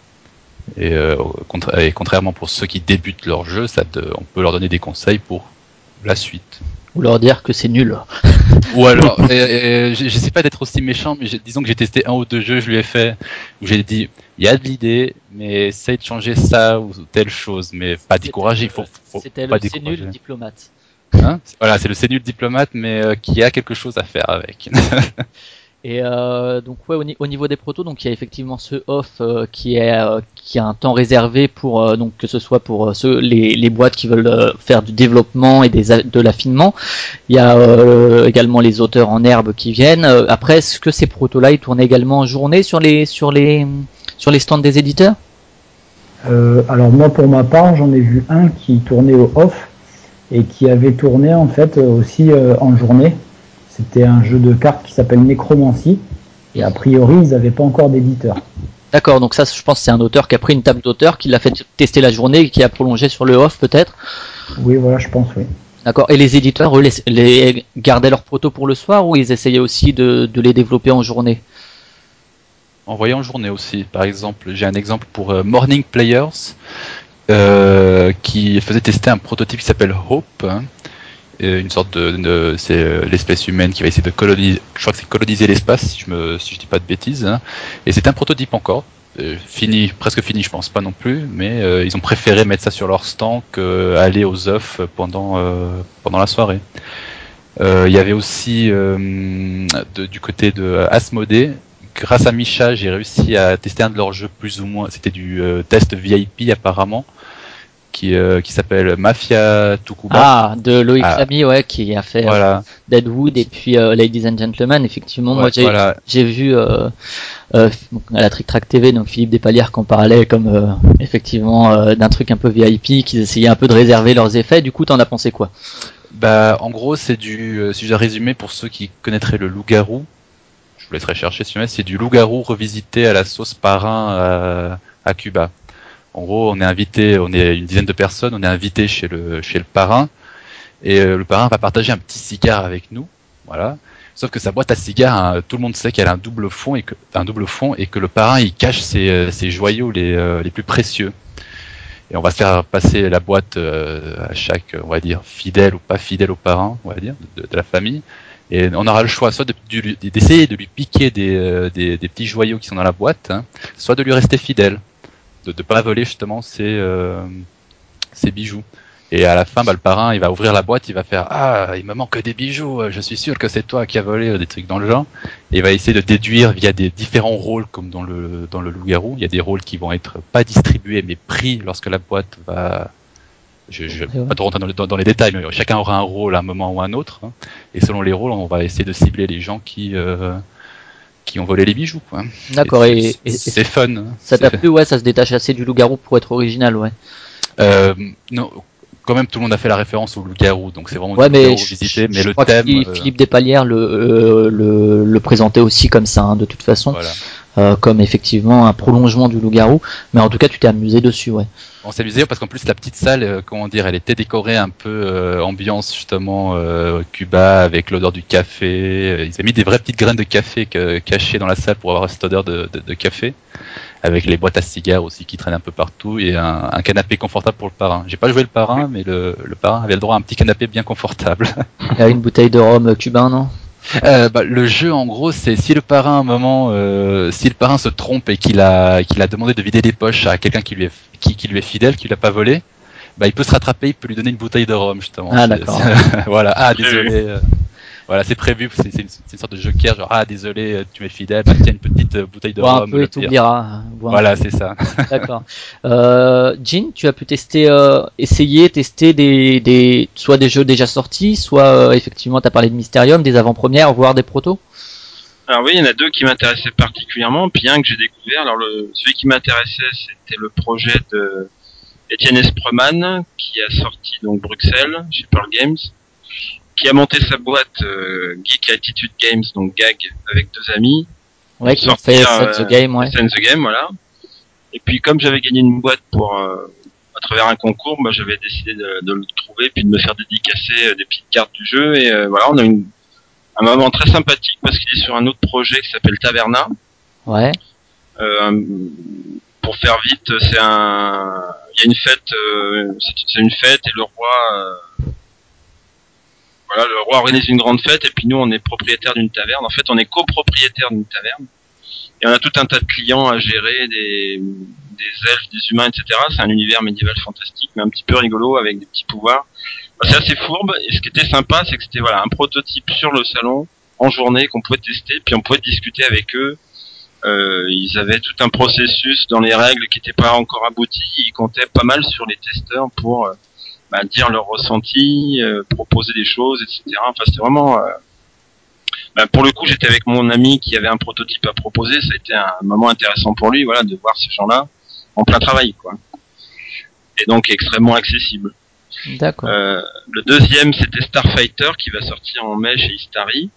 Et, euh, contra- et contrairement pour ceux qui débutent leur jeu, ça te, on peut leur donner des conseils pour la suite. Ou leur dire que c'est nul. Ou alors, et, et, j'essaie pas d'être aussi méchant, mais j'ai, disons que j'ai testé un ou deux jeux, je lui ai fait, où j'ai dit, il y a de l'idée, mais essaye de changer ça ou telle chose, mais pas décourager, il faut, faut C'était pas le c'est décourager. nul diplomate. Hein, voilà, c'est le c'est nul diplomate, mais euh, qui a quelque chose à faire avec. Et euh, donc ouais, au, ni- au niveau des protos, donc il y a effectivement ce off euh, qui est euh, qui a un temps réservé pour euh, donc que ce soit pour euh, ceux les, les boîtes qui veulent euh, faire du développement et des a- de l'affinement. Il y a euh, également les auteurs en herbe qui viennent. Euh, Après, est-ce que ces protos là ils tournent également en journée sur les sur les sur les stands des éditeurs? Euh, alors moi pour ma part j'en ai vu un qui tournait au off et qui avait tourné en fait aussi euh, en journée. C'était un jeu de cartes qui s'appelle Necromancy et a priori ils n'avaient pas encore d'éditeur. D'accord, donc ça je pense que c'est un auteur qui a pris une table d'auteur, qui l'a fait tester la journée et qui a prolongé sur le off peut-être. Oui voilà je pense oui. D'accord, et les éditeurs eux les, les gardaient leurs protos pour le soir ou ils essayaient aussi de, de les développer en journée? Envoyé en journée aussi. Par exemple, j'ai un exemple pour euh, Morning Players euh, qui faisait tester un prototype qui s'appelle Hope, hein, une sorte de, de c'est euh, l'espèce humaine qui va essayer de coloniser, je crois que c'est coloniser l'espace si je me si je dis pas de bêtises. Hein. Et c'est un prototype encore. Euh, fini, presque fini, je pense pas non plus, mais euh, ils ont préféré mettre ça sur leur stand qu'aller aux œufs pendant euh, pendant la soirée. Il euh, y avait aussi euh, de, du côté de Asmodée. Grâce à Micha, j'ai réussi à tester un de leurs jeux plus ou moins. C'était du euh, test V I P apparemment, qui euh, qui s'appelle Mafia Tukuba. Ah, de Loïc Ah, Lamy, ouais, qui a fait voilà. euh, Deadwood et puis euh, Ladies and Gentlemen. Effectivement, Ouais, moi j'ai voilà. j'ai vu euh, euh, à la Trick Track T V, donc Philippe Despalières qui en parlait comme euh, effectivement euh, d'un truc un peu V I P, qu'ils essayaient un peu de réserver leurs effets. Du coup, t'en as pensé quoi? Bah, en gros, c'est du. Euh, si je dois résumer pour ceux qui connaîtraient le loup-garou, je vous laisserai chercher si jamais. C'est du loup-garou revisité à la sauce parrain à, à Cuba. En gros, on est invité, on est une dizaine de personnes, on est invité chez le chez le parrain et euh, le parrain va partager un petit cigare avec nous, voilà. Sauf que sa boîte à cigares, hein, tout le monde sait qu'elle a un double fond et que un double fond et que le parrain il cache ses, euh, ses joyaux les euh, les plus précieux. Et on va faire passer la boîte euh, à chaque, on va dire, fidèle ou pas fidèle au parrain, on va dire, de, de la famille. Et on aura le choix soit de, de, d'essayer de lui piquer des, euh, des, des petits joyaux qui sont dans la boîte, hein, soit de lui rester fidèle, de ne pas voler justement ses, euh, ses bijoux. Et à la fin, bah, le parrain, il va ouvrir la boîte, il va faire « Ah, il me manque des bijoux, je suis sûr que c'est toi qui as volé des trucs dans le genre. » Et il va essayer de déduire via des différents rôles, comme dans le dans le loup-garou. Il y a des rôles qui vont être pas distribués, mais pris lorsque la boîte va... Je je vais pas trop rentrer dans, dans, dans les détails, mais chacun aura un rôle à un moment ou à un autre. Hein. Et selon les rôles, on va essayer de cibler les gens qui... Euh, qui ont volé les bijoux, quoi. D'accord, et, et, et c'est fun. Ça t'a plu, ouais, ça se détache assez du loup-garou pour être original, ouais. Euh, non, quand même, tout le monde a fait la référence au loup-garou, donc c'est vraiment ouais, du loup-garou visité, mais je le crois thème. Que euh... Philippe Despalières le, euh, le, le présentait aussi comme ça, hein, de toute façon, voilà. euh, comme effectivement un prolongement du loup-garou, mais en tout cas, tu t'es amusé dessus, ouais. On s'est amusé parce qu'en plus la petite salle, euh, comment dire, elle était décorée un peu euh, ambiance justement euh, Cuba avec l'odeur du café. Ils avaient mis des vraies petites graines de café que, cachées dans la salle pour avoir cette odeur de, de, de café, avec les boîtes à cigares aussi qui traînent un peu partout et un, un canapé confortable pour le parrain. J'ai pas joué le parrain, mais le, le parrain avait le droit à un petit canapé bien confortable. Il y a une bouteille de rhum cubain, non? Euh, bah, le jeu en gros c'est si le parrain à un moment euh, si le parrain se trompe et qu'il a qu'il a demandé de vider les poches à quelqu'un qui lui est qui, qui lui est fidèle, qui l'a pas volé, bah il peut se rattraper, il peut lui donner une bouteille de rhum justement. Ah d'accord. Voilà, ah désolé. Euh, voilà, c'est prévu, c'est, c'est, une, c'est une sorte de joker, genre ah désolé, tu m'es fidèle, bah tiens une petite euh, bouteille de Bois rhum. un peu et t'oublieras. Voilà, c'est ça. D'accord. Euh, Jean, tu as pu tester, euh, essayer, tester des, des, soit des jeux déjà sortis, soit euh, effectivement, tu as parlé de Mysterium, des avant-premières, voire des protos. Alors oui, il y en a deux qui m'intéressaient particulièrement, puis un que j'ai découvert. Alors le, celui qui m'intéressait, c'était le projet de Étienne Espreman, qui a sorti donc Bruxelles chez Pearl Games, qui a monté sa boîte euh, Geek Attitude Games, donc G A G, avec deux amis. Ouais, qui ont fait Send the Game, ouais. Send the Game, voilà. Et puis comme j'avais gagné une boîte pour euh, à travers un concours, bah, j'avais décidé de, de le trouver, puis de me faire dédicacer euh, des petites cartes du jeu. Et euh, voilà, on a une un moment très sympathique parce qu'il est sur un autre projet qui s'appelle Taverna. Ouais. Euh, pour faire vite, c'est un, il y a une fête, euh, c'est, c'est une fête et le roi, euh, voilà, le roi organise une grande fête et puis nous on est propriétaire d'une taverne. En fait, on est copropriétaire d'une taverne et on a tout un tas de clients à gérer, des, des elfes, des humains, et cetera. C'est un univers médiéval fantastique, mais un petit peu rigolo avec des petits pouvoirs. C'est assez fourbe, et ce qui était sympa, c'est que c'était voilà un prototype sur le salon en journée qu'on pouvait tester, puis on pouvait discuter avec eux. Euh, ils avaient tout un processus dans les règles qui n'était pas encore abouti. Ils comptaient pas mal sur les testeurs pour euh, bah, dire leur ressenti, euh, proposer des choses, et cetera. Enfin, c'était vraiment. Euh, bah, pour le coup, j'étais avec mon ami qui avait un prototype à proposer. Ça a été un moment intéressant pour lui, voilà, de voir ces gens-là en plein travail, quoi. Et donc extrêmement accessible. D'accord. Euh, le deuxième, c'était Starfighter qui va sortir en mai chez Istari.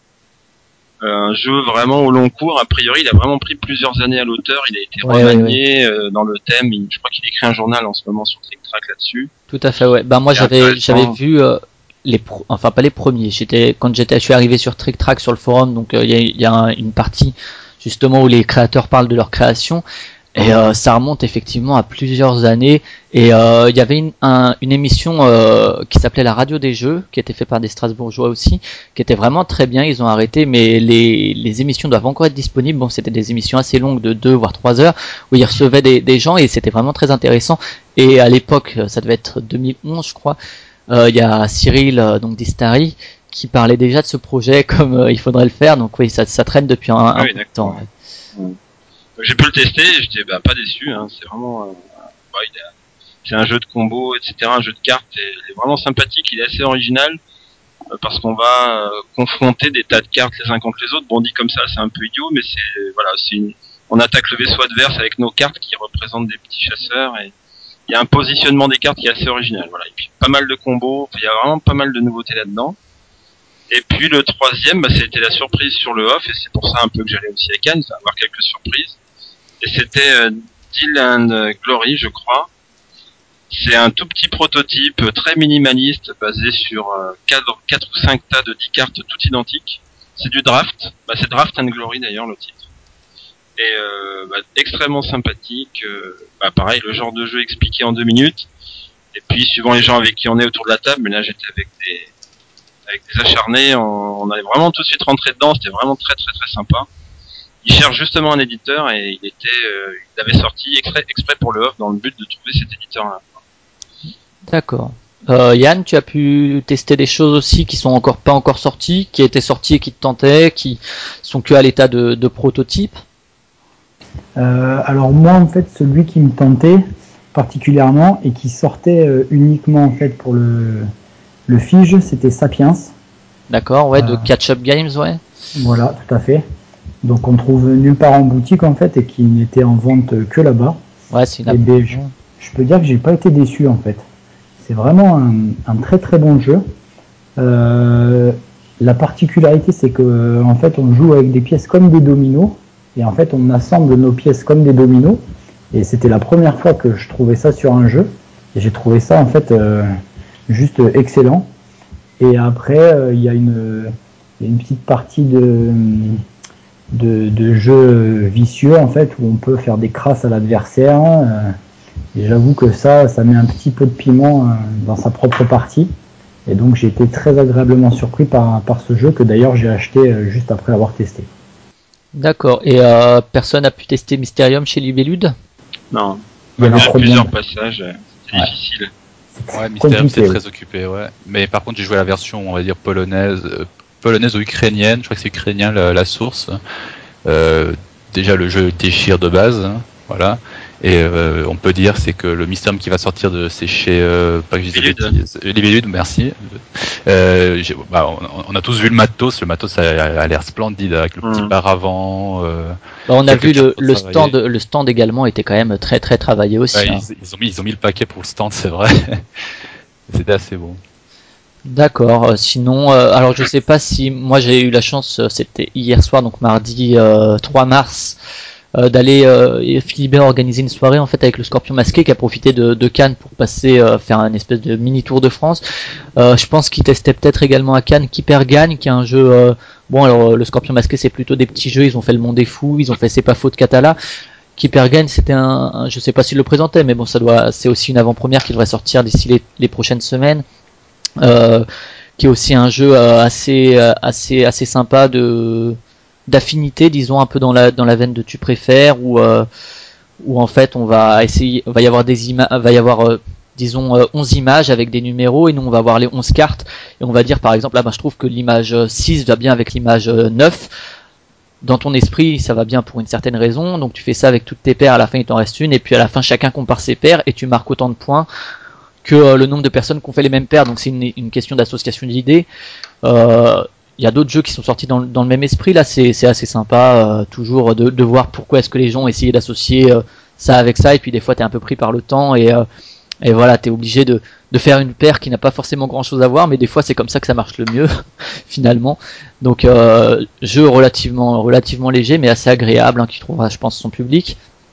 Euh, un jeu vraiment au long cours. A priori, il a vraiment pris plusieurs années à l'auteur. Il a été Ouais, remanié ouais, ouais. euh, dans le thème. Il, je crois qu'il écrit un journal en ce moment sur Trick Track là-dessus. Tout à fait, ouais. Ben moi C'est j'avais intéressant. j'avais vu euh, les pro- enfin pas les premiers. J'étais quand j'étais je suis arrivé sur Trick Track sur le forum, donc il euh, y a, y a un, une partie justement où les créateurs parlent de leur création. Et euh, ça remonte effectivement à plusieurs années. Et il euh, y avait une, un, une émission euh, qui s'appelait La Radio des Jeux, qui était faite par des Strasbourgeois aussi, qui était vraiment très bien. Ils ont arrêté, mais les, les émissions doivent encore être disponibles. Bon, c'était des émissions assez longues de deux voire trois heures, où ils recevaient des, des gens et c'était vraiment très intéressant. Et à l'époque, ça devait être deux mille onze, je crois. Il euh, y a Cyril, euh, donc d'Istari, qui parlait déjà de ce projet comme euh, il faudrait le faire. Donc oui, ça, ça traîne depuis un, un ah oui, peu de temps. Ouais. Ouais. J'ai pu le tester, et j'étais bah, pas déçu. Hein. C'est vraiment, euh, bah, il a, c'est un jeu de combo, et cetera. Un jeu de cartes, et il est vraiment sympathique. Il est assez original euh, parce qu'on va euh, confronter des tas de cartes les uns contre les autres. Bon, dit comme ça, c'est un peu idiot, mais c'est voilà, c'est une, on attaque le vaisseau adverse avec nos cartes qui représentent des petits chasseurs et il y a un positionnement des cartes qui est assez original. Voilà, et puis pas mal de combos. Il y a vraiment pas mal de nouveautés là-dedans. Et puis le troisième, bah, c'était la surprise sur le off, et c'est pour ça un peu que j'allais aussi à Cannes, avoir quelques surprises. Et c'était euh, Deal and Glory, je crois. C'est un tout petit prototype très minimaliste basé sur euh, quatre ou cinq tas de dix cartes toutes identiques. C'est du draft. Bah, c'est Draft and Glory d'ailleurs le titre. Et euh, bah, extrêmement sympathique. Euh, bah, pareil, le genre de jeu expliqué en deux minutes. Et puis suivant les gens avec qui on est autour de la table, mais là j'étais avec des avec des acharnés, on, on allait vraiment tout de suite rentrer dedans. C'était vraiment très très très sympa. Il cherche justement un éditeur et il était, euh, il avait sorti exprès, exprès pour le off dans le but de trouver cet éditeur-là. D'accord. Euh, Yann, tu as pu tester des choses aussi qui sont encore pas encore sorties, qui étaient sorties et qui te tentaient, qui sont que à l'état de, de prototype. Euh, alors moi en fait celui qui me tentait particulièrement et qui sortait euh, uniquement en fait pour le le Fige, c'était Sapiens. D'accord, ouais, euh, de Catch Up Games, ouais. Voilà, tout à fait. Donc on trouve nulle part en boutique en fait et qui n'était en vente que là-bas. Ouais, c'est une. Et ben, je, je peux dire que j'ai pas été déçu en fait. C'est vraiment un, un très très bon jeu. Euh, la particularité c'est que en fait on joue avec des pièces comme des dominos et en fait on assemble nos pièces comme des dominos et c'était la première fois que je trouvais ça sur un jeu et j'ai trouvé ça en fait euh, juste excellent. Et après euh, il y a une, y a une petite partie de, de, de jeu vicieux en fait où on peut faire des crasses à l'adversaire euh, et j'avoue que ça ça met un petit peu de piment euh, dans sa propre partie. Et donc j'ai été très agréablement surpris par, par ce jeu que d'ailleurs j'ai acheté euh, juste après l'avoir testé. D'accord. Et euh, personne n'a pu tester Mysterium chez Libellude ? Non, il y en a plusieurs, plusieurs de passages, c'était ouais. difficile. Ouais, Mysterium c'est très occupé, ouais. Mais par contre j'ai joué à la version, on va dire, polonaise, euh, polonaise ou ukrainienne, je crois que c'est ukrainien la, la source. Euh, déjà le jeu déchire de base, hein, voilà. Et euh, on peut dire c'est que le Mysterium qui va sortir de c'est chez euh, pas que je dise des bêtises, Libellude, merci. Euh, bah, on, on a tous vu le matos, le matos a, a l'air splendide avec le petit Mmh. paravent. Euh, Bah, on a vu le, le stand, le stand également était quand même très très travaillé aussi. Ouais, hein. ils, ils, ont mis, ils ont mis le paquet pour le stand, c'est vrai. C'était assez beau. D'accord. Euh, sinon, euh, alors je sais pas si moi j'ai eu la chance, euh, c'était hier soir, donc mardi euh, trois mars, euh, d'aller euh, et Philibert organiser une soirée en fait avec le Scorpion Masqué qui a profité de, de Cannes pour passer euh, faire un espèce de mini tour de France. Euh, je pense qu'il testait peut-être également à Cannes Keeper Gagne, qui est un jeu. Euh, bon alors le Scorpion Masqué c'est plutôt des petits jeux. Ils ont fait le Monde des Fous, ils ont fait C'est pas faux de Catala. Keeper Gagne c'était un, un, je sais pas s'il le présentait, mais bon ça doit, c'est aussi une avant-première qui devrait sortir d'ici les, les prochaines semaines. Euh, qui est aussi un jeu euh, assez euh, assez assez sympa de d'affinité, disons un peu dans la dans la veine de tu préfères, où euh, où en fait on va essayer, va y avoir des images, va y avoir euh, disons euh, onze images avec des numéros, et nous on va avoir les onze cartes, et on va dire par exemple, ah ben je trouve que l'image six va bien avec l'image neuf. Dans ton esprit ça va bien pour une certaine raison, donc tu fais ça avec toutes tes paires, à la fin il t'en reste une, et puis à la fin chacun compare ses paires et tu marques autant de points que euh, le nombre de personnes qui ont fait les mêmes paires, donc c'est une, une question d'association d'idées. Il euh, y a d'autres jeux qui sont sortis dans, dans le même esprit, là c'est, c'est assez sympa, euh, toujours de, de voir pourquoi est-ce que les gens ont essayé d'associer euh, ça avec ça, et puis des fois t'es un peu pris par le temps, et, euh, et voilà, t'es obligé de, de faire une paire qui n'a pas forcément grand chose à voir, mais des fois c'est comme ça que ça marche le mieux, finalement. Donc euh, jeu relativement, relativement léger, mais assez agréable, hein, qui trouvera je pense son public.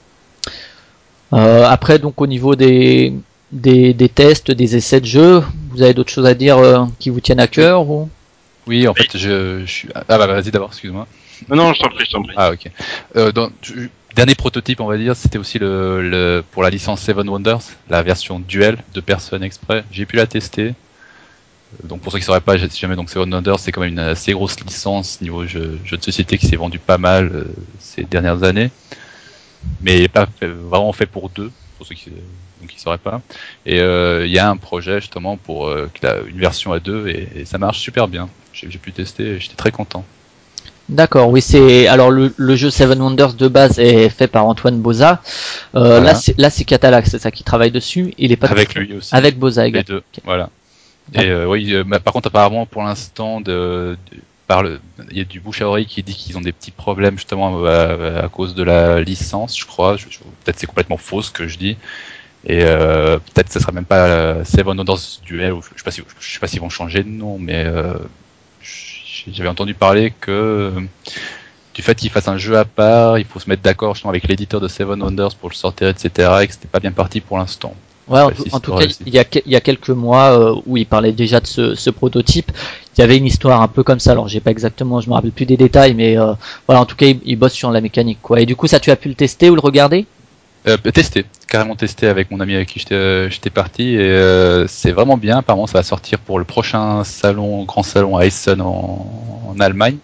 Euh, après donc au niveau des Des, des tests, des essais de jeu, vous avez d'autres choses à dire euh, qui vous tiennent à cœur ou... Oui, en fait, je, je suis. Ah bah vas-y d'abord, excuse-moi. Non, non, je t'en prie, je t'en prie. Ah ok. Euh, dans, je- dernier prototype, on va dire, c'était aussi le, le pour la licence Seven Wonders, la version duel de personnes exprès. J'ai pu la tester. Donc pour ceux qui ne sauraient pas, si jamais donc Seven Wonders, c'est quand même une assez grosse licence niveau jeu, jeu de société qui s'est vendu pas mal euh, ces dernières années, mais pas fait- vraiment fait pour deux, pour ceux qui donc qui sauraient pas. Et il euh, y a un projet justement pour euh, une version à deux, et, et ça marche super bien. J'ai, j'ai pu tester, j'étais très content. D'accord, oui, c'est alors le, le jeu Seven Wonders de base est fait par Antoine Boza. Euh, Voilà. Là, c'est là c'est Catalax, c'est ça qui travaille dessus. Il est pas avec tout... lui aussi. Avec Boza Les également. deux, voilà. Et euh, oui, euh, bah, par contre, apparemment, pour l'instant, de, de, par le, il y a du bouche à oreille qui dit qu'ils ont des petits problèmes justement à, à cause de la licence, je crois. Je, je, peut-être c'est complètement faux ce que je dis. Et euh, peut-être ça sera même pas euh, Seven Wonders Duel. Ou, je sais pas si, je sais pas s'ils vont changer de nom, mais euh, j'avais entendu parler que euh, du fait qu'ils fassent un jeu à part, il faut se mettre d'accord justement avec l'éditeur de Seven Wonders pour le sortir, et cetera. Et que c'était pas bien parti pour l'instant. Ouais, en, tout, en tout cas, il y, a, il y a quelques mois euh, où il parlait déjà de ce, ce prototype. Il y avait une histoire un peu comme ça. Alors, j'ai pas exactement, je me rappelle plus des détails, mais euh, voilà, en tout cas, il, il bosse sur la mécanique, quoi. Et du coup, ça, tu as pu le tester ou le regarder? Euh, tester, carrément tester avec mon ami avec qui j'étais, euh, j'étais parti, et euh, c'est vraiment bien. Apparemment, ça va sortir pour le prochain salon, grand salon à Essen en, en Allemagne.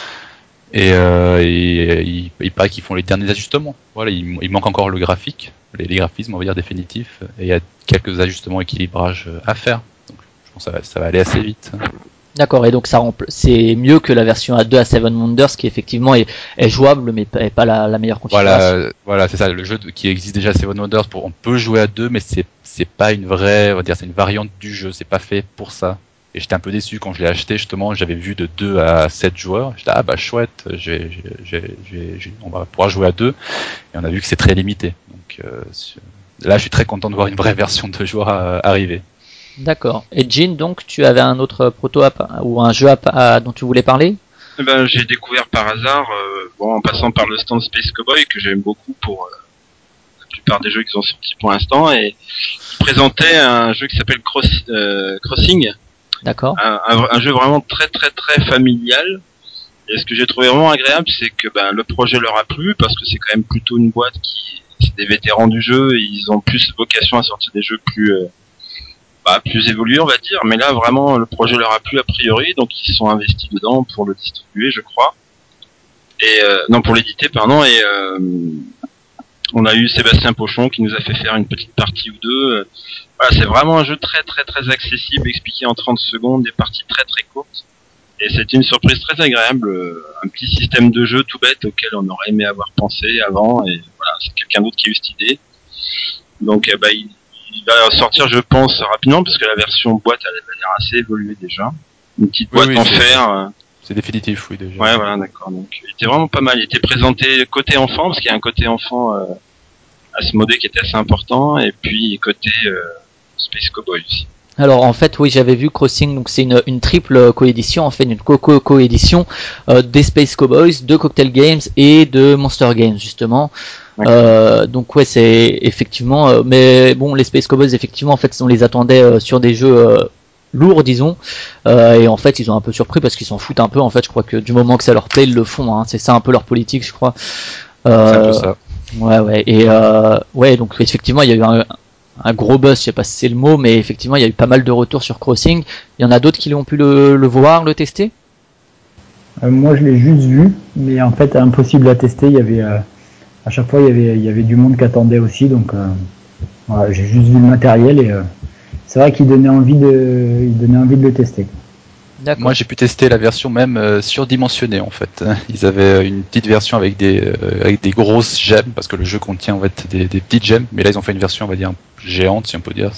Et, euh, et il, il paraît qu'ils font les derniers ajustements. Voilà, il, il manque encore le graphique, les, les graphismes, on va dire définitifs, et il y a quelques ajustements équilibrage à faire. Donc, je pense que ça va, ça va aller assez vite. D'accord, et donc ça rempl- c'est mieux que la version A deux à Seven Wonders qui effectivement est, est jouable mais pas, est pas la, la meilleure configuration. Voilà, voilà, c'est ça. Le jeu de, qui existe déjà, Seven Wonders, pour, on peut jouer à deux, mais c'est c'est pas une vraie, on va dire, c'est une variante du jeu. C'est pas fait pour ça. Et j'étais un peu déçu quand je l'ai acheté, justement. J'avais vu de deux à sept joueurs. J'étais ah bah chouette, j'ai, j'ai, j'ai, j'ai, on va pouvoir jouer à deux. Et on a vu que c'est très limité. Donc euh, là, je suis très content de voir une vraie version de joueurs à, arriver. D'accord. Et Jean, donc, tu avais un autre proto à, ou un jeu à, à, dont tu voulais parler? Eh ben, j'ai découvert par hasard, euh, bon, en passant par le stand Space Cowboy, que j'aime beaucoup pour euh, la plupart des jeux qu'ils ont sortis pour l'instant, et ils présentaient un jeu qui s'appelle Cross, euh, Crossing. D'accord. Un, un, un jeu vraiment très très très familial. Et ce que j'ai trouvé vraiment agréable, c'est que ben, le projet leur a plu, parce que c'est quand même plutôt une boîte qui, c'est des vétérans du jeu, et ils ont plus vocation à sortir des jeux plus... Euh, Bah, plus évolué, on va dire, mais là vraiment le projet leur a plu a priori, donc ils se sont investis dedans pour le distribuer, je crois. Et euh, non, pour l'éditer, pardon. Et euh, on a eu Sébastien Pochon qui nous a fait faire une petite partie ou deux. Voilà, c'est vraiment un jeu très très très accessible, expliqué en trente secondes, des parties très très courtes. Et c'était une surprise très agréable, un petit système de jeu tout bête auquel on aurait aimé avoir pensé avant. Et voilà, c'est quelqu'un d'autre qui a eu cette idée. Donc euh, bah, il, il va sortir, je pense, rapidement, parce que la version boîte elle a l'air assez évoluée déjà. Une petite boîte oui, oui, en c'est, fer. Euh... C'est définitif, oui déjà. Ouais, voilà, d'accord. Donc il était vraiment pas mal. Il était présenté côté enfant, parce qu'il y a un côté enfant euh, à ce modé qui était assez important, et puis côté euh, Space Cowboy aussi. Alors en fait oui j'avais vu Crossing, donc c'est une, une triple coédition, en fait une co-co-coédition euh, des Space Cowboys, de Cocktail Games et de Monster Games justement. Euh, donc ouais c'est effectivement, euh, mais bon les Space Cowboys effectivement en fait on les attendait euh, sur des jeux euh, lourds disons, euh, et en fait ils ont un peu surpris parce qu'ils s'en foutent un peu, en fait je crois que du moment que ça leur plaît ils le font, hein. C'est ça un peu leur politique je crois. Euh, c'est un peu ça. Ouais ouais et euh, ouais donc effectivement il y a eu un un gros buzz, je sais pas si c'est le mot, mais effectivement il y a eu pas mal de retours sur Crossing. Il y en a d'autres qui l'ont pu le, le voir, le tester. Euh, moi je l'ai juste vu, mais en fait impossible à tester. Il y avait euh, à chaque fois il y avait il y avait du monde qui attendait aussi, donc euh, voilà, j'ai juste vu le matériel et euh, c'est vrai qu'il donnait envie de il donnait envie de le tester. D'accord. Moi j'ai pu tester la version même euh, surdimensionnée en fait. Ils avaient une petite version avec des euh, avec des grosses gemmes, parce que le jeu contient en fait des, des petites gemmes, mais là ils ont fait une version on va dire géante si on peut dire.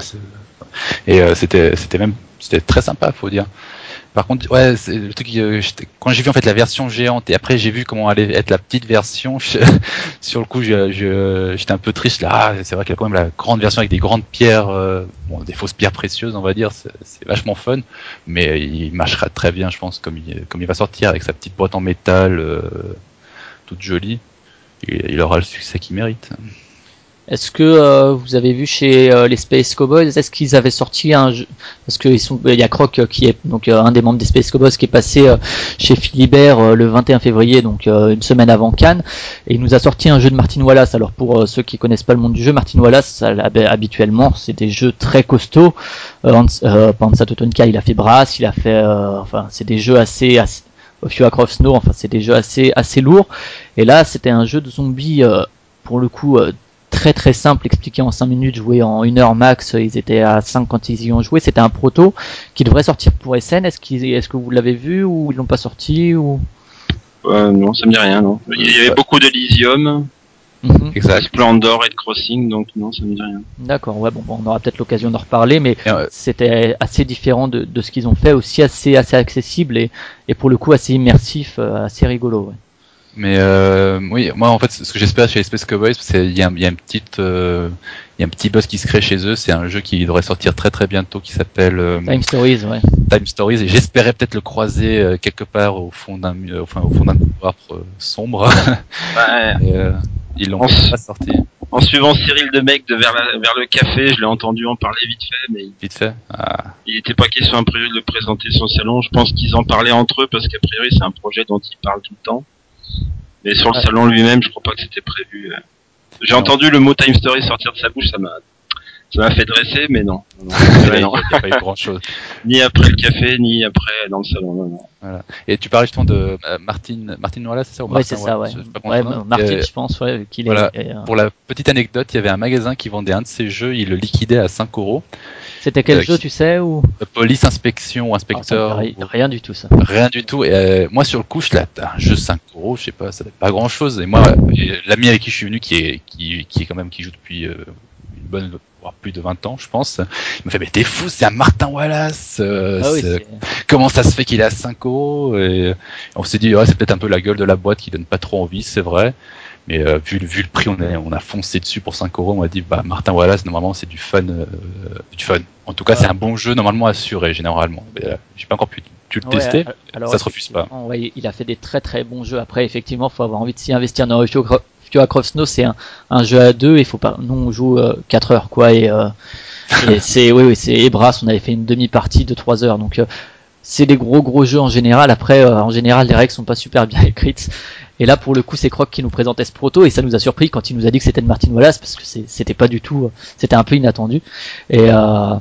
Et euh, c'était c'était même c'était très sympa faut dire. Par contre, ouais, c'est le truc. Euh, quand j'ai vu en fait la version géante et après j'ai vu comment allait être la petite version, je, sur le coup, je, je, j'étais un peu triste. Là, ah, c'est vrai qu'il y a quand même la grande version avec des grandes pierres, euh, bon, des fausses pierres précieuses, on va dire. C'est, c'est vachement fun, mais il marchera très bien, je pense, comme il, comme il va sortir avec sa petite boîte en métal, euh, toute jolie. Et il aura le succès qu'il mérite. Est-ce que euh, vous avez vu chez euh, les Space Cowboys, est-ce qu'ils avaient sorti un jeu, parce que ils sont, il y a Croc euh, qui est donc euh, un des membres des Space Cowboys qui est passé euh, chez Philibert euh, le vingt et un février, donc euh, une semaine avant Cannes, et il nous a sorti un jeu de Martin Wallace. Alors pour euh, ceux qui connaissent pas le monde du jeu, Martin Wallace, ça, habituellement c'est des jeux très costauds. Euh, Hans, euh, Panza Tonka, il a fait Brass, il a fait, euh, enfin c'est des jeux assez, assez Few Across Snow, enfin c'est des jeux assez assez lourds. Et là c'était un jeu de zombies euh, pour le coup. Euh, très très simple, expliqué en cinq minutes, joué en une heure max, ils étaient à cinq quand ils y ont joué. C'était un proto qui devrait sortir pour S N. Est-ce, qu'ils, est-ce que vous l'avez vu ou ils l'ont pas sorti ou... euh, Non, ça me dit rien, non. Il y avait ouais. beaucoup d'Elysium, mm-hmm. exact. Splendor et de Crossing, donc non, ça me dit rien. D'accord, ouais, bon, bon on aura peut-être l'occasion d'en reparler, mais ouais. C'était assez différent de, de ce qu'ils ont fait, aussi assez, assez accessible et, et pour le coup assez immersif, assez rigolo, ouais. Mais euh, oui, moi en fait, ce que j'espère chez les Space Cowboys, c'est il y a, il y a une petite, euh, il y a un petit buzz qui se crée chez eux. C'est un jeu qui devrait sortir très très bientôt, qui s'appelle euh, Time Stories, ouais. Time Stories. Et j'espérais peut-être le croiser euh, quelque part au fond d'un, euh, enfin au fond d'un couloir euh, sombre. Ouais. Et, euh, ils l'ont en pas sorti. En suivant Cyril Demecq de vers, la, vers le café, je l'ai entendu en parler vite fait, mais vite fait. Ah. Il n'était pas question a priori de le présenter sur le salon. Je pense qu'ils en parlaient entre eux parce qu'a priori c'est un projet dont ils parlent tout le temps. Mais sur le ouais. salon lui-même, je crois pas que c'était prévu. J'ai non. entendu le mot Time Story sortir de sa bouche, ça m'a, ça m'a fait dresser, mais non. non, non. Ouais, non. Il n'y a pas eu grand chose. Ni après le café, ni après dans le salon. Non, non. Voilà. Et tu parlais justement de euh, Martine, Martine Wallace, c'est ça ou Oui, c'est ça, ouais. ouais Martine, je pense, ouais, qu'il voilà. est. Euh... Pour la petite anecdote, il y avait un magasin qui vendait un de ces jeux, il le liquidait à cinq euros. C'était quel euh, jeu, tu sais ou Police Inspection ou Inspecteur. Ah, rien, ou... rien du tout, ça. Rien du tout. Et euh, moi, sur le coup, je l'ai un jeu cinq euros, je sais pas, ça fait pas grand chose. Et moi, et l'ami avec qui je suis venu, qui est, qui, qui est quand même, qui joue depuis euh, une bonne, voire plus de vingt ans, je pense, il me fait, mais t'es fou, c'est un Martin Wallace. Euh, ah oui, c'est... Comment ça se fait qu'il est à cinq euros? Et on s'est dit, ouais, c'est peut-être un peu la gueule de la boîte qui donne pas trop envie, c'est vrai. Mais euh, vu, vu le prix, on a, on a foncé dessus pour cinq euros. On a dit, bah, Martin Wallace, normalement, c'est du fun. Euh, du fun. En tout cas, ouais. C'est un bon jeu, normalement assuré, généralement. Mais, euh, j'ai pas encore pu, pu le ouais, tester. Alors, ça se refuse pas. Ouais, il a fait des très très bons jeux. Après, effectivement, faut avoir envie de s'y investir. Dans Few Across Snow, c'est un, un jeu à deux. Il faut pas. Nous, on joue euh, quatre heures, quoi. Et, euh, et c'est, oui, oui, c'est Ebras. On avait fait une demi-partie de trois heures. Donc, euh, c'est des gros gros jeux en général. Après, euh, en général, les règles sont pas super bien écrites. Et là, pour le coup, c'est Croc qui nous présentait ce proto, et ça nous a surpris quand il nous a dit que c'était de Martin Wallace, parce que c'est, c'était pas du tout, c'était un peu inattendu. Et, euh,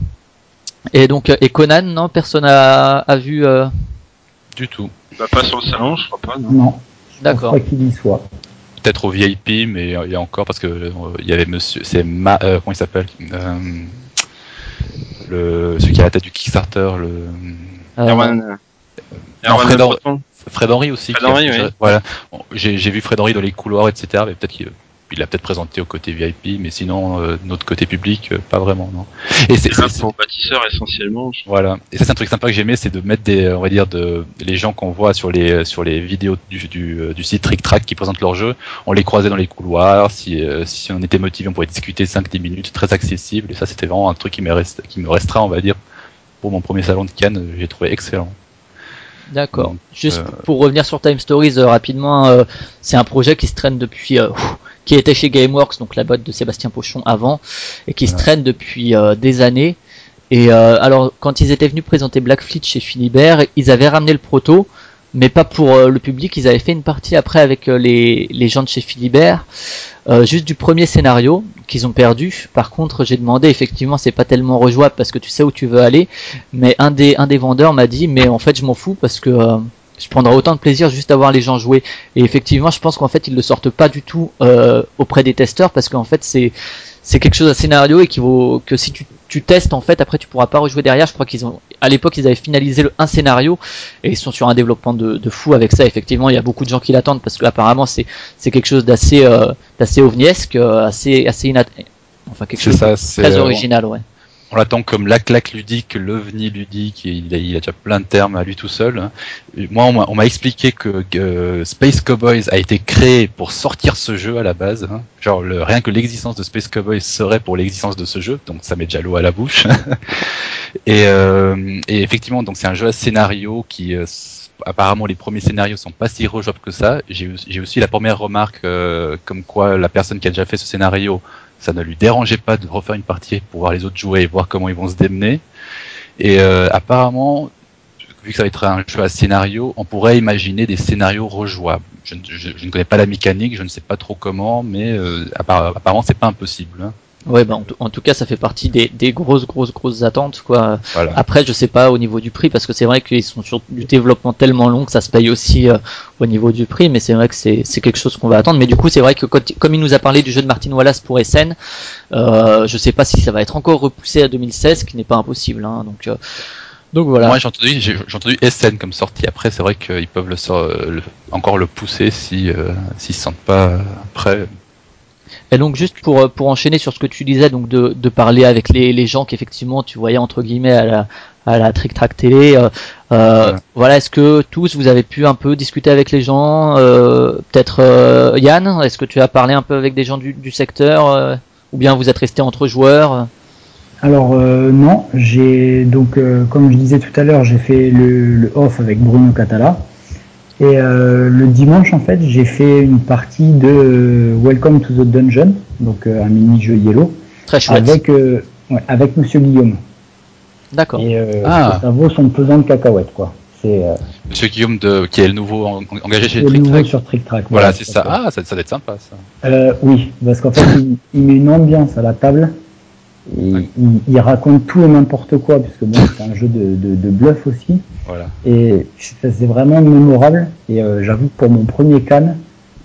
et donc, et Conan, non, personne a, a vu. Euh... Du tout. Bah, pas sur le salon, je crois pas, non. Non. D'accord. Je crois qu'il y soit. Peut-être au V I P, mais il y a encore parce que euh, il y avait Monsieur, c'est Ma, euh, comment il s'appelle, euh, le celui qui a la tête du Kickstarter, le. Euh... Erwan. Erwan Fred, Fred Henry aussi. Fred Henry, oui. Voilà. J'ai, j'ai vu Fred Henry dans les couloirs, et cetera. Mais peut-être qu'il il l'a peut-être présenté au côté V I P, mais sinon euh, notre côté public, euh, pas vraiment, non. Et c'est, c'est c'est pour bâtisseurs essentiellement. Je... Voilà. Et ça c'est un truc sympa que j'aimais, c'est de mettre des, on va dire, de les gens qu'on voit sur les sur les vidéos du du, du site Trick Track qui présentent leur jeu, on les croisait dans les couloirs. Si euh, si on était motivé, on pouvait discuter cinq dix minutes, très accessible. Et ça c'était vraiment un truc qui me reste, qui me restera, on va dire, pour mon premier salon de Cannes. J'ai trouvé excellent. D'accord. Donc, Juste euh... pour revenir sur Time Stories euh, rapidement, euh, c'est un projet qui se traîne depuis, euh, qui était chez Gameworks, donc la boîte de Sébastien Pochon avant, et qui voilà. se traîne depuis euh, des années. Et euh, alors, quand ils étaient venus présenter Black Fleet chez Philibert, ils avaient ramené le proto, mais pas pour euh, le public. Ils avaient fait une partie après avec euh, les les gens de chez Philibert, euh, juste du premier scénario qu'ils ont perdu. Par contre, j'ai demandé, effectivement, c'est pas tellement rejouable parce que tu sais où tu veux aller, mais un des un des vendeurs m'a dit, mais en fait, je m'en fous parce que euh, je prendrai autant de plaisir juste à voir les gens jouer. Et effectivement, je pense qu'en fait, ils le sortent pas du tout euh, auprès des testeurs parce qu'en fait, c'est c'est quelque chose à scénario et qu'il vaut que si tu tu testes en fait, après tu pourras pas rejouer derrière. Je crois qu'ils ont à l'époque ils avaient finalisé le un scénario et ils sont sur un développement de, de fou avec ça. Effectivement, il y a beaucoup de gens qui l'attendent parce que apparemment c'est c'est quelque chose d'assez euh, d'assez ovniesque, assez assez inat... enfin quelque chose ça, de très original, ouais. On l'attend comme la claque ludique, l'ovni ludique, et il a, il a déjà plein de termes à lui tout seul. Hein. Moi, on m'a, on m'a expliqué que euh, Space Cowboys a été créé pour sortir ce jeu à la base. Hein. Genre, le, rien que l'existence de Space Cowboys serait pour l'existence de ce jeu, donc ça met déjà l'eau à la bouche. et, euh, et effectivement, donc c'est un jeu à scénario qui... Euh, apparemment, les premiers scénarios sont pas si rejouables que ça. J'ai, j'ai aussi la première remarque euh, comme quoi la personne qui a déjà fait ce scénario, ça ne lui dérangeait pas de refaire une partie pour voir les autres jouer et voir comment ils vont se démener. Et euh, apparemment, vu que ça va être un jeu à scénario, on pourrait imaginer des scénarios rejouables. Je, je, je ne connais pas la mécanique, je ne sais pas trop comment, mais euh, apparemment c'est pas impossible. Hein. Ouais, bah en, t- en tout cas, ça fait partie des, des grosses, grosses, grosses attentes, quoi. Voilà. Après, je sais pas au niveau du prix, parce que c'est vrai qu'ils sont sur du développement tellement long que ça se paye aussi euh, au niveau du prix, mais c'est vrai que c'est, c'est quelque chose qu'on va attendre. Mais du coup, c'est vrai que quand, comme il nous a parlé du jeu de Martin Wallace pour S N, euh, je sais pas si ça va être encore repoussé à deux mille seize, ce qui n'est pas impossible, hein. Donc, euh, donc voilà. Moi, j'ai entendu, j'ai, j'ai entendu S N comme sortie. Après, c'est vrai qu'ils peuvent le, le, encore le pousser si, euh, s'ils se sentent pas prêts. Et donc juste pour pour enchaîner sur ce que tu disais, donc de de parler avec les les gens qu'effectivement tu voyais entre guillemets à la à la Trick Track télé, euh, euh, ouais. Voilà, est-ce que tous vous avez pu un peu discuter avec les gens, euh, peut-être euh, Yann, est-ce que tu as parlé un peu avec des gens du du secteur, euh, ou bien vous êtes resté entre joueurs? Alors euh, non, j'ai donc euh, comme je disais tout à l'heure, j'ai fait le, le off avec Bruno Catala. Et euh, le dimanche, en fait, j'ai fait une partie de euh, Welcome to the Dungeon, donc euh, un mini-jeu Yellow, très chouette, avec euh, ouais, avec Monsieur Guillaume. D'accord. Et euh, ah. ça vaut son pesant de cacahuètes, quoi. C'est euh, Monsieur Guillaume de qui est le nouveau en, engagé chez le Trick nouveau Track. sur Trick Track. Voilà, voilà, c'est ça. Ah, ça, ça doit être sympa, ça. Euh, oui, parce qu'en fait, il, il met une ambiance à la table. Et ouais. il, il raconte tout et n'importe quoi, puisque bon, c'est un jeu de, de, de bluff aussi. Voilà. Et ça, c'est vraiment mémorable. Et euh, j'avoue que pour mon premier Cannes,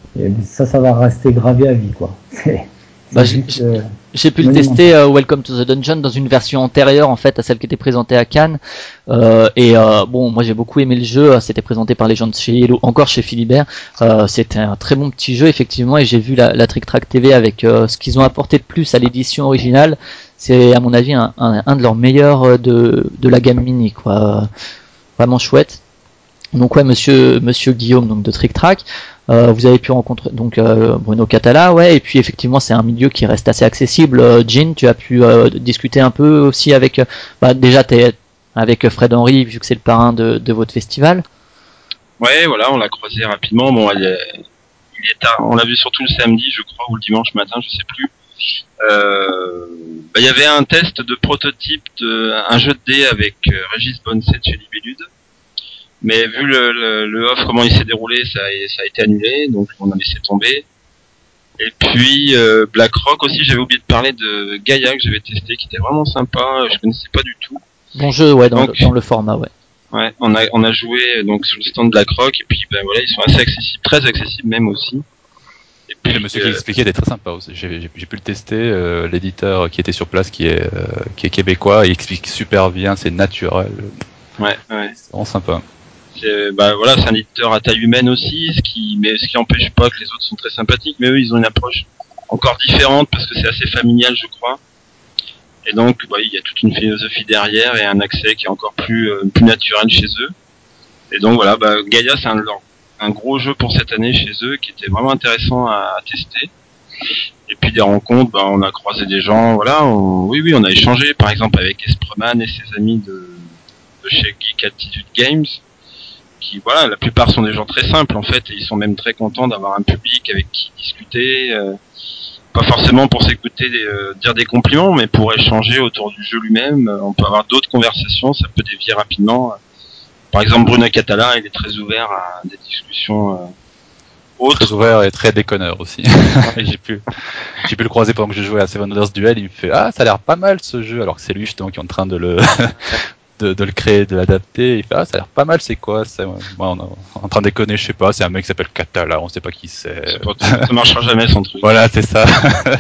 ça, ça va rester gravé à vie, quoi. C'est, c'est bah, juste, j'ai, euh, j'ai pu le tester, euh, Welcome to the Dungeon, dans une version antérieure en fait à celle qui était présentée à Cannes. Euh, et euh, bon, moi j'ai beaucoup aimé le jeu. C'était présenté par les gens de chez Yellow, encore chez Philibert. Euh, c'était un très bon petit jeu effectivement. Et j'ai vu la, la Trick Track T V avec euh, ce qu'ils ont apporté de plus à l'édition originale. C'est à mon avis un, un, un de leurs meilleurs de, de la gamme mini, quoi. Vraiment chouette. Donc ouais, monsieur monsieur Guillaume donc de Trick Track, euh, vous avez pu rencontrer donc euh, Bruno Catala, ouais, et puis effectivement c'est un milieu qui reste assez accessible. Euh, Jean, tu as pu euh, discuter un peu aussi avec, bah, déjà t'es avec Fred Henry vu que c'est le parrain de, de votre festival. Ouais, voilà, on l'a croisé rapidement. Bon, il est, il est tard. On l'a vu surtout le samedi, je crois, ou le dimanche matin, je sais plus. Euh, bah, il y avait un test de prototype de un jeu de dés avec euh, Régis Bonset chez Libellude. Mais vu le, le, le off, comment il s'est déroulé, ça a, ça a été annulé, donc on a laissé tomber. Et puis euh, BlackRock aussi, j'avais oublié de parler de Gaia que j'avais testé, qui était vraiment sympa, je connaissais pas du tout. Bon jeu, ouais, dans, donc, le, dans le format, ouais. Ouais, on a on a joué donc sur le stand de BlackRock, et puis ben voilà, ils sont assez accessibles, très accessibles même aussi. Et puis le monsieur euh, qui expliquait était très sympa aussi. J'ai, j'ai, j'ai pu le tester. Euh, l'éditeur qui était sur place, qui est euh, qui est québécois, il explique super bien, c'est naturel. Ouais, ouais. C'est vraiment sympa. C'est, bah voilà, c'est un éditeur à taille humaine aussi, ce qui mais ce qui empêche pas que les autres sont très sympathiques, mais eux ils ont une approche encore différente parce que c'est assez familial, je crois. Et donc, bah, il y a toute une philosophie derrière et un accès qui est encore plus euh, plus naturel chez eux. Et donc voilà, bah, Gaia, c'est un, un gros jeu pour cette année chez eux qui était vraiment intéressant à, à tester. Et puis des rencontres, bah, on a croisé des gens, voilà, on, oui, oui, on a échangé, par exemple avec Espreman et ses amis de, de chez Geek Attitude Games, qui, voilà, la plupart sont des gens très simples en fait, et ils sont même très contents d'avoir un public avec qui discuter, euh, pas forcément pour s'écouter, euh, dire des compliments, mais pour échanger autour du jeu lui-même. On peut avoir d'autres conversations, ça peut dévier rapidement. Par exemple, Bruno Catala, il est très ouvert à des discussions euh, autres. Très ouvert et très déconneur aussi. j'ai pu, j'ai pu le croiser pendant que je jouais à Seven Wonders Duel. Il me fait ah, ça a l'air pas mal ce jeu, alors que c'est lui justement qui est en train de le, de, de le créer, de l'adapter. Il fait ah, ça a l'air pas mal. C'est quoi c'est, ouais, on est en train de déconner, je sais pas. C'est un mec qui s'appelle Catala, on sait pas qui c'est. c'est pas, ça marchera jamais son truc. Voilà, c'est ça.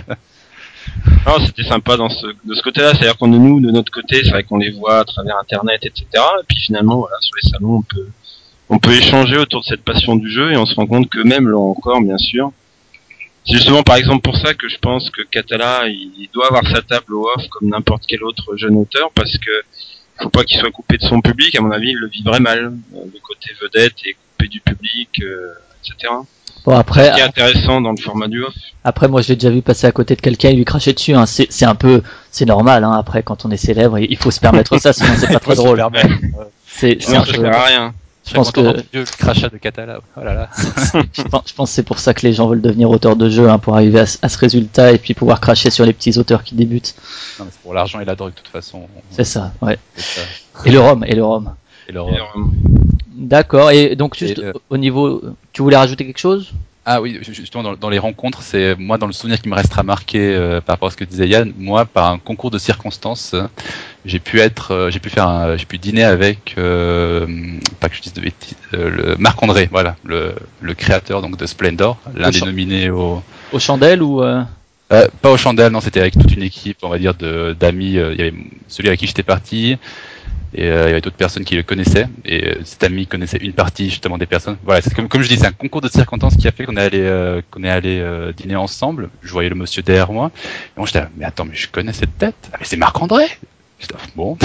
Non, c'était sympa dans ce, de ce côté-là, c'est-à-dire qu'on est nous, de notre côté, c'est vrai qu'on les voit à travers Internet, et cetera. Et puis finalement, voilà, sur les salons, on peut, on peut échanger autour de cette passion du jeu et on se rend compte que même là encore, bien sûr, c'est justement par exemple pour ça que je pense que Catala, il doit avoir sa table au off comme n'importe quel autre jeune auteur, parce que faut pas qu'il soit coupé de son public. À mon avis, il le vivrait mal. Le côté vedette et coupé du public, euh, et cetera. Bon après, c'est ce qui est intéressant dans le format du off. Après, moi, je l'ai déjà vu passer à côté de quelqu'un et lui cracher dessus. Hein. C'est, c'est un peu, c'est normal. Hein. Après, quand on est célèbre, il faut se permettre ça, sinon c'est pas très drôle. C'est, c'est non, un ça peu. sert à rien. Je pense que le crachat de Catala. Oh là là. je, pense, je pense que c'est pour ça que les gens veulent devenir auteurs de jeux, hein, pour arriver à, à ce résultat et puis pouvoir cracher sur les petits auteurs qui débutent. Non, mais c'est pour l'argent et la drogue de toute façon. C'est ça, ouais. C'est ça. Et le rhum, et le rhum. Et le Et, euh, D'accord. Et donc juste Et, euh, au niveau, tu voulais rajouter quelque chose? Ah oui, justement dans, dans les rencontres, c'est moi dans le souvenir qui me restera marqué euh, par rapport à ce que disait Yann. Moi, par un concours de circonstances, euh, j'ai pu être, euh, j'ai pu faire, un, j'ai pu dîner avec, euh, pas que je dise de bêtises, euh, le Marc André, voilà, le, le créateur donc de Splendor, l'un Au des champ- nominés au, Aux chandelles ou euh... euh, pas au Chandelle, non, c'était avec toute une équipe, on va dire de d'amis. Euh, il y avait celui avec qui j'étais parti. Et euh, il y avait d'autres personnes qui le connaissaient, et euh, cet ami connaissait une partie justement des personnes. Voilà, c'est comme, comme je dis, c'est un concours de circonstances qui a fait qu'on est allé euh, qu'on est allé euh, dîner ensemble. Je voyais le monsieur derrière moi, et moi j'étais là, mais attends, mais je connais cette tête. Ah mais c'est Marc André. J'étais là, bon.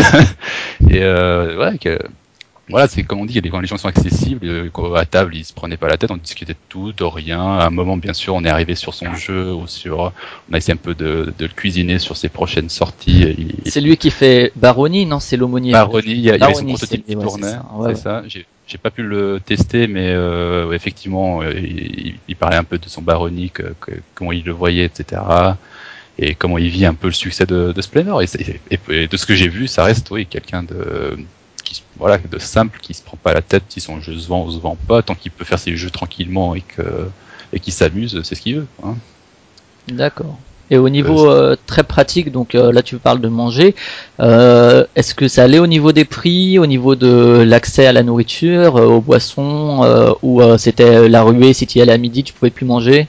et euh, ouais, que, voilà, c'est comme on dit, quand les gens sont accessibles, euh, à table ils se prenaient pas la tête, on discutait de tout, de rien. À un moment, bien sûr, on est arrivé sur son jeu ou sur, on a essayé un peu de, de le cuisiner sur ses prochaines sorties. Il, c'est lui qui fait Baroni, non? C'est l'aumônier. Baroni, il y, a, il y avait son Baroni, prototype c'est- qui ouais, tournait, c'est ça, ouais, c'est ça. J'ai, j'ai pas pu le tester, mais euh, ouais, effectivement, euh, il, il parlait un peu de son Baroni, que, que, comment il le voyait, et cetera. Et comment il vit un peu le succès de, de Splendor. Et, c'est- et, et de ce que j'ai vu, ça reste, oui, quelqu'un de, qui, se- voilà, de simple, qui se prend pas la tête si son jeu se vend ou se vend pas, tant qu'il peut faire ses jeux tranquillement et que et qu'il s'amuse, c'est ce qu'il veut. Hein. D'accord. Et au niveau euh, très pratique, donc euh, là tu parles de manger, euh, est-ce que ça allait au niveau des prix, au niveau de l'accès à la nourriture, euh, aux boissons, euh, ou euh, c'était la ruée, si tu y allais à midi tu pouvais plus manger?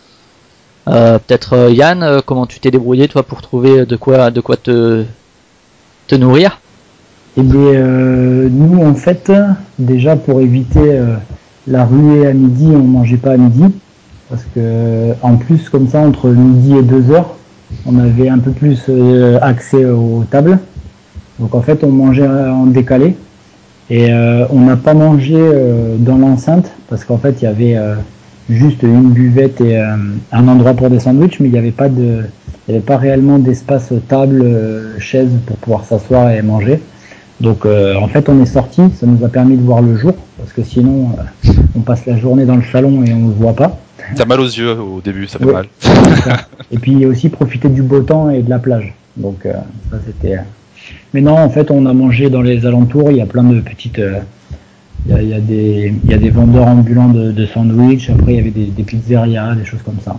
euh, Peut-être euh, Yann, euh, comment tu t'es débrouillé toi pour trouver de quoi, de quoi te, te nourrir? Eh bien, euh, nous, en fait, déjà pour éviter euh, la ruée à midi, on mangeait pas à midi. Parce que, en plus, comme ça, entre midi et deux heures, on avait un peu plus euh, accès aux tables. Donc, en fait, on mangeait en décalé. Et euh, on n'a pas mangé euh, dans l'enceinte, parce qu'en fait, il y avait euh, juste une buvette et euh, un endroit pour des sandwichs, mais il n'y avait pas de, il n'y avait pas réellement d'espace table, euh, chaise pour pouvoir s'asseoir et manger. Donc euh, en fait on est sorti, ça nous a permis de voir le jour, parce que sinon euh, on passe la journée dans le salon et on le voit pas. T'as mal aux yeux au début, ça fait Ouais. mal. Et puis aussi profiter du beau temps et de la plage. Donc euh, ça c'était. Mais non, en fait on a mangé dans les alentours, il y a plein de petites. Euh... Il, y a, il, y a des, il y a des vendeurs ambulants de, de sandwich, après il y avait des, des pizzerias, des choses comme ça.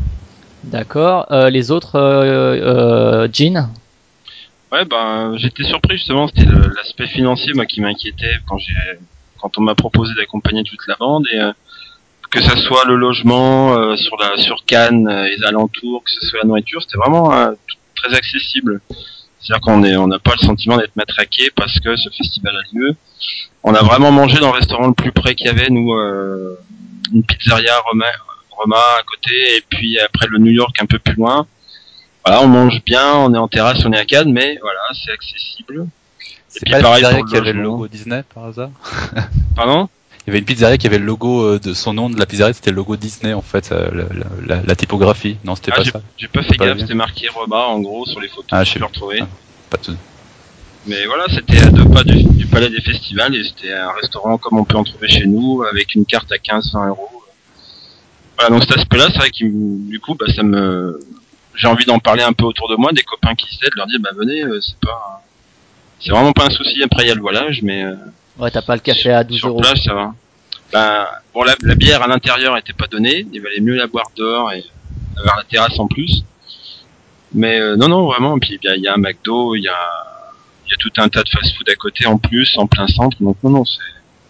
D'accord. Euh, les autres, euh, euh, Jean? Ouais, ben j'étais surpris justement, c'était le- l'aspect financier moi qui m'inquiétait quand j'ai quand on m'a proposé d'accompagner toute la bande et euh, que ça soit le logement euh, sur la sur Cannes euh, et les alentours, que ce soit la nourriture, c'était vraiment euh, tout- très accessible. C'est-à-dire qu'on est on n'a pas le sentiment d'être matraqué parce que ce festival a lieu. On a vraiment mangé dans le restaurant le plus près qu'il y avait, nous, euh, une pizzeria Roma- Roma à côté, et puis après le New York un peu plus loin. Voilà, on mange bien, on est en terrasse, on est à Cannes, mais voilà, c'est accessible. C'est pas la pizzeria qui avait le logo Disney par hasard? Pardon? Il y avait une pizzeria qui avait le logo de son nom de la pizzeria, c'était le logo Disney en fait, la, la, la, la typographie. Non, c'était ah, pas j'ai, ça. J'ai pas fait gaffe, c'était marqué Roma en gros sur les photos. Ah, je sais pas retrouver. Ah, pas de soucis. Mais voilà, c'était à deux pas du, du Palais des Festivals et c'était un restaurant comme on peut en trouver chez nous, avec une carte à quinze à vingt euros. Voilà, donc cet aspect-là, c'est vrai que du coup, bah, ça me, j'ai envie d'en parler un peu autour de moi, des copains qui s'aident, leur dire, bah venez, euh, c'est pas, c'est vraiment pas un souci. Après, il y a le voilage, mais euh, ouais, t'as pas le café à douze euros. Sur place, ça va. Bah, bon, la, la bière à l'intérieur était pas donnée, il valait mieux la boire dehors et avoir la terrasse en plus. Mais euh, non, non, vraiment. Et puis il y, y a un McDo, il y a, il y a tout un tas de fast-food à côté en plus, en plein centre. Donc non, non, c'est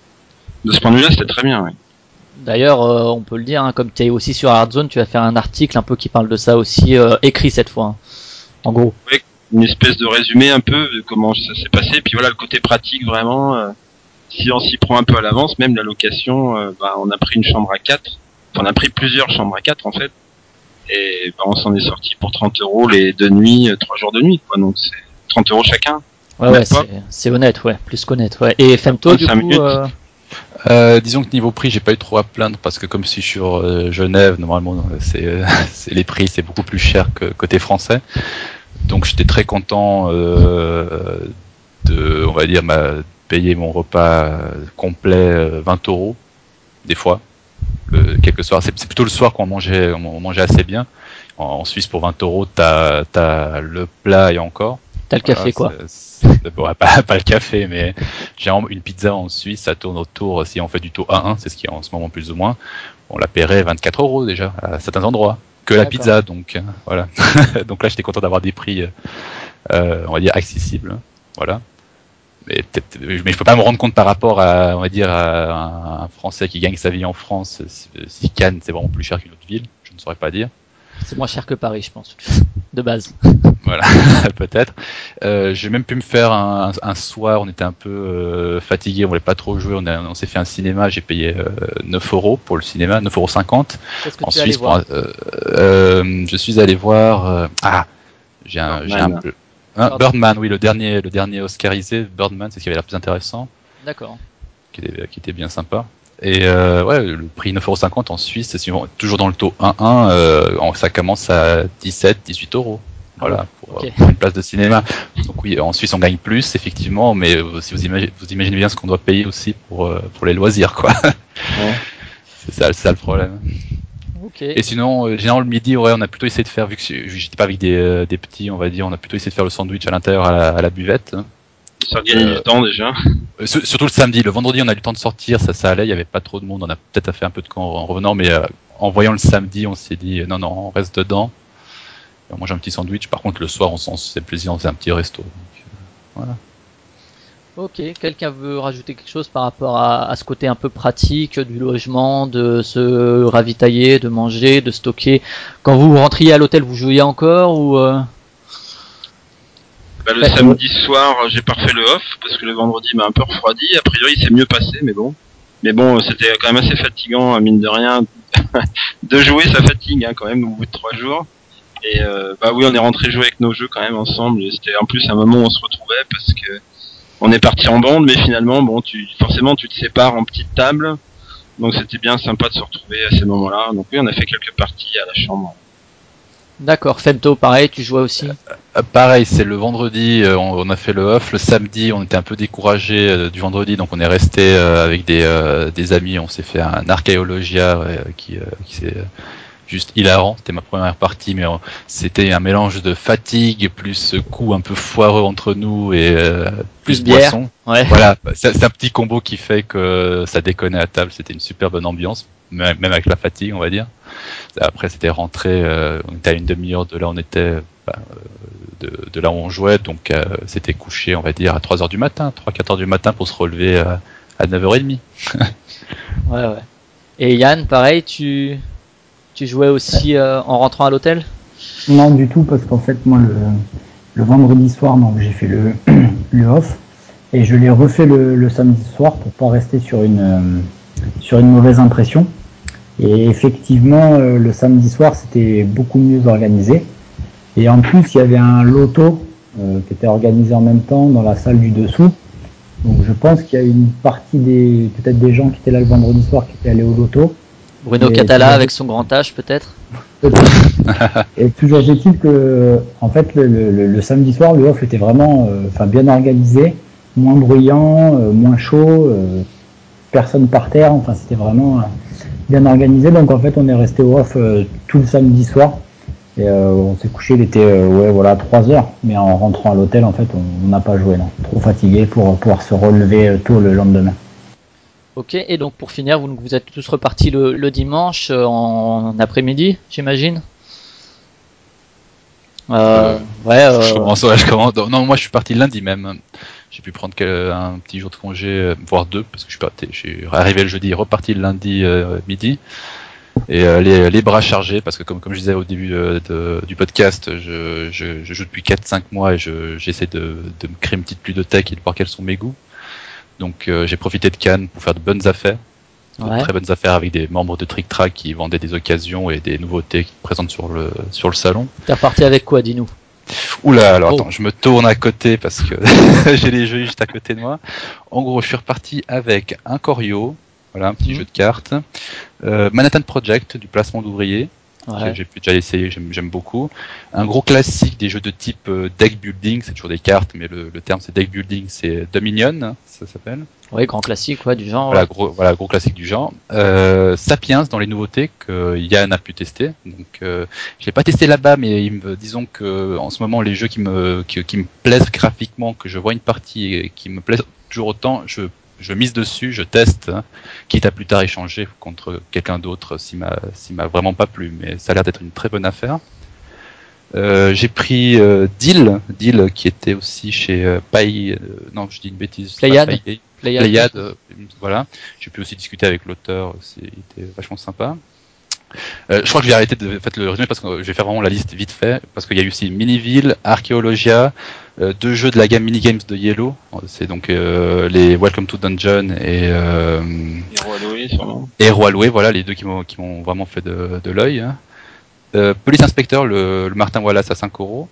de ce point de vue-là, c'était très bien. Oui. D'ailleurs, euh, on peut le dire, hein, comme tu es aussi sur Hardzone, tu vas faire un article un peu qui parle de ça aussi, euh, écrit cette fois, hein, en gros. Oui, une espèce de résumé un peu de comment ça s'est passé. Et puis voilà, le côté pratique vraiment. Euh, si on s'y prend un peu à l'avance, même la location, euh, bah, on a pris une chambre à quatre. Enfin, on a pris plusieurs chambres à quatre en fait. Et bah, on s'en est sorti pour trente euros les deux nuits, trois jours de nuit, quoi. Donc c'est trente euros chacun. Ouais, ouais, c'est, c'est honnête, ouais, plus qu'honnête, ouais. Et Femto, du coup, euh... Euh, disons que niveau prix, j'ai pas eu trop à plaindre parce que comme si je suis sur euh, Genève, normalement, c'est, euh, c'est les prix, c'est beaucoup plus cher que côté français. Donc j'étais très content euh, de, on va dire, ma, payer mon repas complet euh, vingt euros des fois. Le, quelques soirs, c'est, c'est plutôt le soir qu'on mangeait, on mangeait assez bien. En, en Suisse, pour vingt euros, t'as, t'as le plat et encore. T'as le voilà, café, quoi. C'est, c'est, bon, pas, pas le café, mais j'ai une pizza en Suisse, ça tourne autour, si on fait du taux un un, c'est ce qui est en ce moment plus ou moins, on la paierait vingt-quatre euros déjà, à certains endroits. Que la D'accord. pizza, donc, voilà. Donc là, j'étais content d'avoir des prix, euh, on va dire, accessibles. Voilà. Mais, peut-être, mais je peux pas me rendre compte par rapport à, on va dire, à un Français qui gagne sa vie en France, si Cannes, c'est vraiment plus cher qu'une autre ville, je ne saurais pas dire. C'est moins cher que Paris, je pense, de base. Voilà, peut-être. Euh, j'ai même pu me faire un, un soir, on était un peu euh, fatigué, on voulait pas trop jouer, on, a, on s'est fait un cinéma, j'ai payé euh, neuf euros pour le cinéma, neuf euros cinquante. Qu'est-ce que en tu Suisse, pour un, euh, euh, je suis allé voir, euh, ah, j'ai un, j'ai un, un Birdman, oui, le dernier, le dernier Oscarisé, Birdman, c'est ce qui avait l'air plus intéressant. D'accord. Qui était, qui était bien sympa. Et euh, ouais, le prix neuf euros cinquante en Suisse, c'est toujours dans le taux un un, euh, ça commence à dix-sept, dix-huit euros. Voilà, pour, okay. pour une place de cinéma. Donc oui, en Suisse on gagne plus, effectivement, mais euh, si vous imaginez, vous imaginez bien ce qu'on doit payer aussi pour euh, pour les loisirs, quoi. Ouais. c'est ça, c'est ça le problème. Okay. Et sinon, euh, généralement le midi, ouais, on a plutôt essayé de faire, vu que j'étais pas avec des euh, des petits, on va dire, on a plutôt essayé de faire le sandwich à l'intérieur à la, à la buvette. Ça gagne euh, du temps déjà. Euh, surtout le samedi, le vendredi on a eu le temps de sortir, ça ça allait, il y avait pas trop de monde, on a peut-être fait un peu de camp en revenant, mais euh, en voyant le samedi, on s'est dit non non, on reste dedans. Et on mange un petit sandwich. Par contre le soir, on s'en fait plaisir, on fait un petit resto. Donc, euh, voilà. Ok, quelqu'un veut rajouter quelque chose par rapport à, à ce côté un peu pratique du logement, de se ravitailler, de manger, de stocker. Quand vous rentriez à l'hôtel, vous jouiez encore ou euh... Bah, le ouais, samedi ouais. soir, j'ai pas refait le off parce que le vendredi m'a un peu refroidi. A priori, c'est mieux passé, mais bon. Mais bon, c'était quand même assez fatigant, mine de rien. De jouer, ça fatigue hein, quand même au bout de trois jours. Et euh, bah oui, on est rentré jouer avec nos jeux quand même ensemble. Et c'était en plus un moment où on se retrouvait parce que on est parti en bande, mais finalement, bon, tu forcément tu te sépares en petites tables. Donc c'était bien sympa de se retrouver à ces moments-là. Donc oui, on a fait quelques parties à la chambre. D'accord, Femto, pareil, tu jouais aussi euh, Pareil, c'est le vendredi, euh, on, on a fait le off. Le samedi, on était un peu découragé euh, du vendredi, donc on est resté euh, avec des, euh, des amis. On s'est fait un archéologia ouais, qui, euh, qui s'est juste hilarant. C'était ma première partie, mais euh, c'était un mélange de fatigue plus coup un peu foireux entre nous et euh, plus, plus boisson. Ouais. Voilà, c'est, c'est un petit combo qui fait que ça déconnait à table. C'était une super bonne ambiance, même avec la fatigue, on va dire. Après, c'était rentré, euh, on était à une demi-heure de là où on était, bah, de, de là où on jouait, donc euh, c'était couché, on va dire, à trois heures du matin, trois quatre heures du matin pour se relever à, à neuf heures trente. Ouais, ouais. Et Yann, pareil, tu, tu jouais aussi euh, en rentrant à l'hôtel ? Non, du tout, parce qu'en fait, moi, le, le vendredi soir, donc, j'ai fait le, le off, et je l'ai refait le, le samedi soir pour pas rester sur une, euh, sur une mauvaise impression. Et effectivement, euh, le samedi soir, c'était beaucoup mieux organisé. Et en plus, il y avait un loto euh, qui était organisé en même temps dans la salle du dessous. Donc je pense qu'il y a une partie des peut-être des gens qui étaient là le vendredi soir qui étaient allés au loto. Bruno Et Catala toujours- avec son grand âge peut-être. Et toujours est-il que, en fait, le, le, le samedi soir, le off était vraiment, euh, enfin, bien organisé, moins bruyant, euh, moins chaud, euh, personne par terre. Enfin, c'était vraiment euh, bien organisé. Donc, en fait, on est resté au off euh, tout le samedi soir. Et euh, on s'est couché, il était, euh, ouais, voilà, trois heures. Mais en rentrant à l'hôtel, en fait, on n'a pas joué, non. Trop fatigué pour pouvoir se relever euh, tôt le lendemain. Ok, et donc pour finir, vous, vous êtes tous repartis le, le dimanche euh, en, en après-midi, j'imagine. Euh, Euh, ouais. Euh, Je commence, ouais, je commence. Non, moi je suis parti lundi même. J'ai pu prendre quel- un petit jour de congé, euh, voire deux, parce que je suis, parti, je suis arrivé le jeudi, reparti le lundi euh, midi. Et euh, les, les bras chargés, parce que comme, comme je disais au début euh, de, du podcast, je, je, je joue depuis quatre cinq mois et je, j'essaie de, de me créer une petite bibliothèque et de voir quels sont mes goûts. Donc euh, j'ai profité de Cannes pour faire de bonnes affaires, de ouais. très bonnes affaires avec des membres de Trick Track qui vendaient des occasions et des nouveautés qui présentent sur le, sur le salon. T'es reparti avec quoi, dis-nous? Oula, alors Oh. attends, je me tourne à côté parce que j'ai les jeux juste à côté de moi. En gros, je suis reparti avec un Corio, voilà, un petit Mhm. jeu de cartes, euh, Manhattan Project, du placement d'ouvriers, Ouais. que j'ai pu déjà essayer, j'aime, j'aime beaucoup. Un gros classique des jeux de type euh, deck building, c'est toujours des cartes, mais le, le terme c'est deck building, c'est Dominion, ça s'appelle. Oui, grand classique, quoi, du genre. Voilà, Ouais. gros, voilà, gros classique du genre. Euh, Sapiens dans les nouveautés que Yann a pu tester. Donc, euh, je l'ai pas testé là-bas, mais il me, disons que en ce moment, les jeux qui me, qui, qui me plaisent graphiquement, que je vois une partie et qui me plaisent toujours autant, je, je mise dessus, je teste, hein, quitte à plus tard échanger contre quelqu'un d'autre s'il m'a, s'il m'a vraiment pas plu. Mais ça a l'air d'être une très bonne affaire. Euh, j'ai pris euh, Deal, Deal qui était aussi chez euh, Pay, euh, non, je dis une bêtise. Pléiade. Pas Pay- Pléiade. Pléiade, euh, voilà. J'ai pu aussi discuter avec l'auteur, c'est, il était vachement sympa. Euh, je crois que je vais arrêter de faire le résumé parce que je vais faire vraiment la liste vite fait, parce qu'il y a eu aussi Miniville, Archaeologia, euh, deux jeux de la gamme Minigames de Yellow, c'est donc euh, les Welcome to Dungeon et euh, Et Roi Louis, sûrement. et Roi Loué, voilà les deux qui m'ont qui m'ont vraiment fait de, de l'œil. Hein. Euh, Police Inspector, le, le Martin Wallace à cinq euros.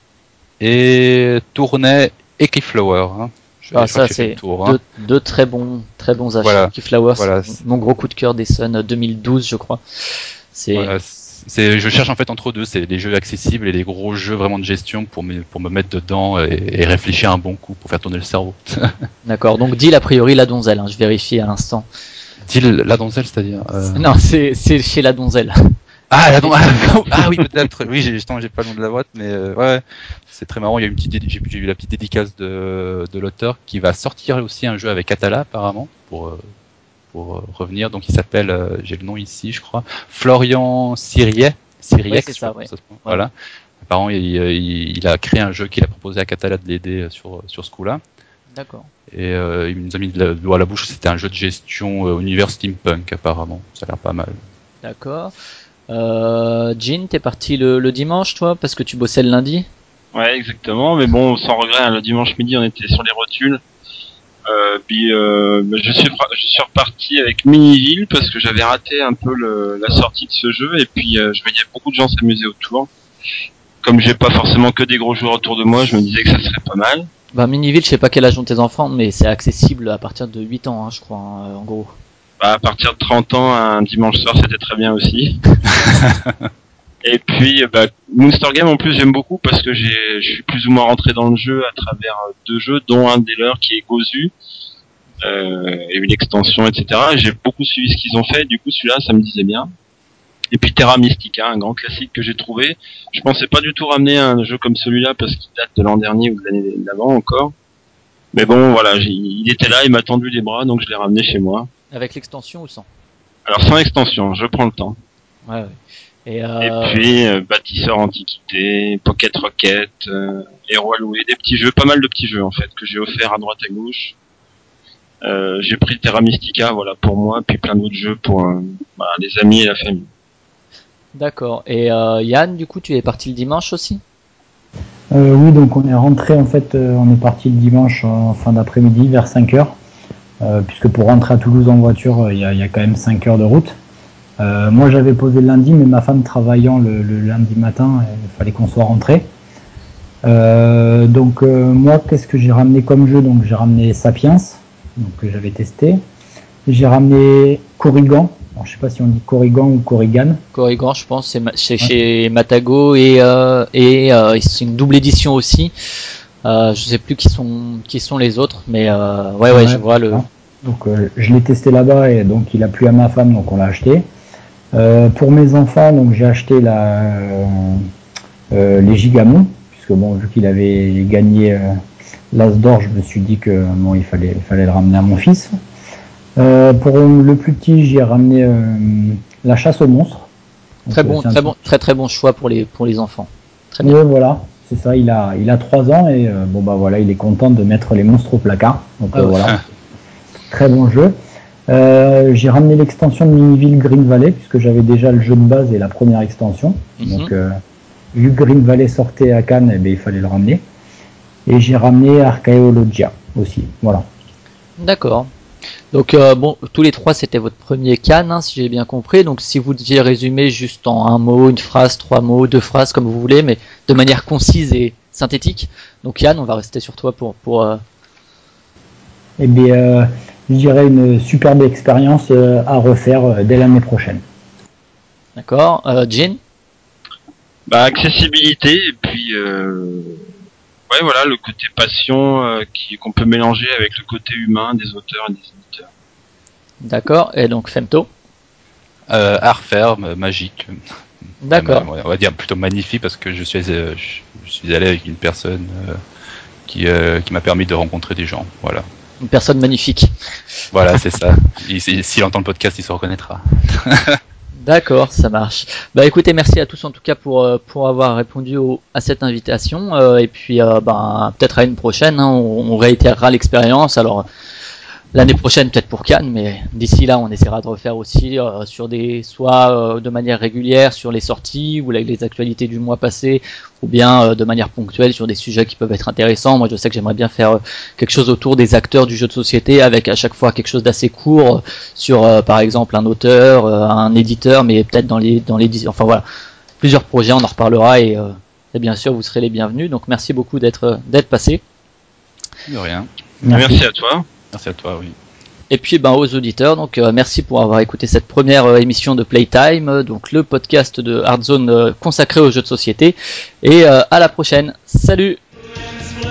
Et Tournai et Keyflower. Hein. Je, Ah, je crois ça, que j'ai fait c'est le tour. deux, Hein. deux très bons, très bons achats. Voilà. Keyflower, Voilà. c'est mon gros coup de cœur des Suns deux mille douze, je crois. C'est. Voilà. C'est, je cherche en fait entre deux, c'est les jeux accessibles et les gros jeux vraiment de gestion pour me, pour me mettre dedans et, et réfléchir un bon coup pour faire tourner le cerveau. D'accord. Donc, Deal, a priori, la donzelle. Hein, je vérifie à l'instant. Deal, la donzelle, c'est-à-dire euh... Non, c'est, c'est chez la donzelle. Ah, la don... ah, ah oui, peut-être. Oui, j'ai, justement, j'ai pas le nom de la boîte, mais euh, ouais, c'est très marrant. Il y a une petite, dédi... j'ai, j'ai eu la petite dédicace de, de l'auteur qui va sortir aussi un jeu avec Atala apparemment pour euh, pour revenir. Donc il s'appelle, euh, j'ai le nom ici, je crois, Florian Siriet, Siriex, Ouais, c'est ça, ouais. ça se prend. Voilà. Apparemment, il, il, il a créé un jeu qu'il a proposé à Catala de l'aider sur sur ce coup-là. D'accord. Et euh, il nous a mis le doigt à la bouche. C'était un jeu de gestion euh, univers steampunk apparemment. Ça a l'air pas mal. D'accord. Euh, Jean, t'es parti le, le dimanche, toi, parce que tu bossais le lundi. Ouais, exactement. Mais bon, sans regret, hein, le dimanche midi, on était sur les rotules. Euh, puis euh, je suis je suis reparti avec Miniville parce que j'avais raté un peu le, la sortie de ce jeu et puis euh, je voyais beaucoup de gens s'amuser autour. Comme j'ai pas forcément que des gros joueurs autour de moi, je me disais que ça serait pas mal. Bah, Miniville, je sais pas quel âge ont tes enfants, mais c'est accessible à partir de huit ans, hein, je crois, hein, en gros. Bah, à partir de trente ans, un dimanche soir, c'était très bien aussi. Et puis, bah, Monster Game, en plus, j'aime beaucoup parce que j'ai, je suis plus ou moins rentré dans le jeu à travers deux jeux, dont un des leurs qui est Gozu, euh, et une extension, et cetera. Et j'ai beaucoup suivi ce qu'ils ont fait, du coup, celui-là, ça me disait bien. Et puis Terra Mystica, un grand classique que j'ai trouvé. Je pensais pas du tout ramener un jeu comme celui-là parce qu'il date de l'an dernier ou de l'année d'avant encore. Mais bon, voilà, j'ai, il était là, il m'a tendu les bras, donc je l'ai ramené chez moi. Avec l'extension ou sans? Alors sans extension, je prends le temps. Ouais, ouais. Et, euh... Et puis euh, Bâtisseur Antiquité, Pocket Rocket, euh, Héros Alloué, des petits jeux, pas mal de petits jeux en fait que j'ai offert à droite à gauche. Euh, j'ai pris Terra Mystica, voilà, pour moi, puis plein d'autres jeux pour euh, bah, les amis et la famille. D'accord. Et euh, Yann, du coup, tu es parti le dimanche aussi? euh, Oui, donc on est rentré en fait, euh, on est parti le dimanche en fin d'après-midi vers cinq heures, euh, puisque pour rentrer à Toulouse en voiture, il euh, y, y a quand même cinq heures de route. Euh, moi j'avais posé le lundi, mais ma femme travaillant le, le lundi matin, il fallait qu'on soit rentré. Euh, donc euh, moi qu'est-ce que j'ai ramené comme jeu? Donc j'ai ramené Sapiens, donc que j'avais testé. J'ai ramené Corrigan. Alors, je sais pas si on dit Corrigan ou Corrigan. Corrigan, je pense, c'est, ma- c'est ouais. Chez Matago et euh, et euh, c'est une double édition aussi. Euh, je sais plus qui sont qui sont les autres, mais euh, ouais, ouais ouais je vois le. Donc euh, je l'ai testé là-bas et donc il a plu à ma femme, donc on l'a acheté. Euh, pour mes enfants, donc j'ai acheté la euh, euh, les Gigamon, puisque bon vu qu'il avait gagné euh, l'As d'or, je me suis dit que bon il fallait il fallait le ramener à mon fils. Euh, pour le plus petit, j'ai ramené euh, La Chasse aux monstres. Donc, très bon, très bon, très très bon choix pour les pour les enfants. Très bien. Ouais, voilà, c'est ça. Il a il a trois ans et euh, bon bah voilà, il est content de mettre les monstres au placard. Donc euh, oh. voilà, très bon jeu. Euh, j'ai ramené l'extension de Miniville Green Valley puisque j'avais déjà le jeu de base et la première extension. Mm-hmm. Donc euh, vu que Green Valley sortait à Cannes, eh bien, il fallait le ramener. Et j'ai ramené Archaeologia aussi. Voilà. D'accord. Donc euh, bon, tous les trois c'était votre premier Cannes, hein, si j'ai bien compris. Donc si vous deviez résumer juste en un mot, une phrase, trois mots, deux phrases comme vous voulez, mais de manière concise et synthétique. Donc Yann, on va rester sur toi pour pour. Euh... Eh bien, euh, je dirais une superbe expérience euh, à refaire euh, dès l'année prochaine. D'accord. Euh, Jean. Bah accessibilité et puis. Euh... Ouais, voilà, le côté passion euh, qui, qu'on peut mélanger avec le côté humain des auteurs et des éditeurs. D'accord, et donc Femto euh, Art ferme, magique. D'accord. Même, on va dire plutôt magnifique parce que je suis, euh, je suis allé avec une personne euh, qui, euh, qui m'a permis de rencontrer des gens. Voilà. Une personne magnifique. Voilà, c'est ça. S'il si entend le podcast, il se reconnaîtra. D'accord, ça marche. Bah écoutez, merci à tous en tout cas pour pour avoir répondu au, à cette invitation euh, et puis euh, bah, peut-être à une prochaine. Hein, on, on réitérera l'expérience. Alors l'année prochaine peut-être pour Cannes, mais d'ici là on essaiera de refaire aussi euh, sur des soit euh, de manière régulière sur les sorties ou les actualités du mois passé, ou bien euh, de manière ponctuelle sur des sujets qui peuvent être intéressants. Moi je sais que j'aimerais bien faire euh, quelque chose autour des acteurs du jeu de société avec à chaque fois quelque chose d'assez court euh, sur euh, par exemple un auteur, euh, un éditeur, mais peut-être dans les dans les enfin voilà, plusieurs projets, on en reparlera et, euh, et bien sûr vous serez les bienvenus. Donc merci beaucoup d'être d'être passé. De rien. Merci, merci à toi. Merci à toi, oui. Et puis ben, aux auditeurs, donc euh, merci pour avoir écouté cette première euh, émission de Playtime, euh, donc le podcast de Hardzone euh, consacré aux jeux de société. Et euh, à la prochaine. Salut!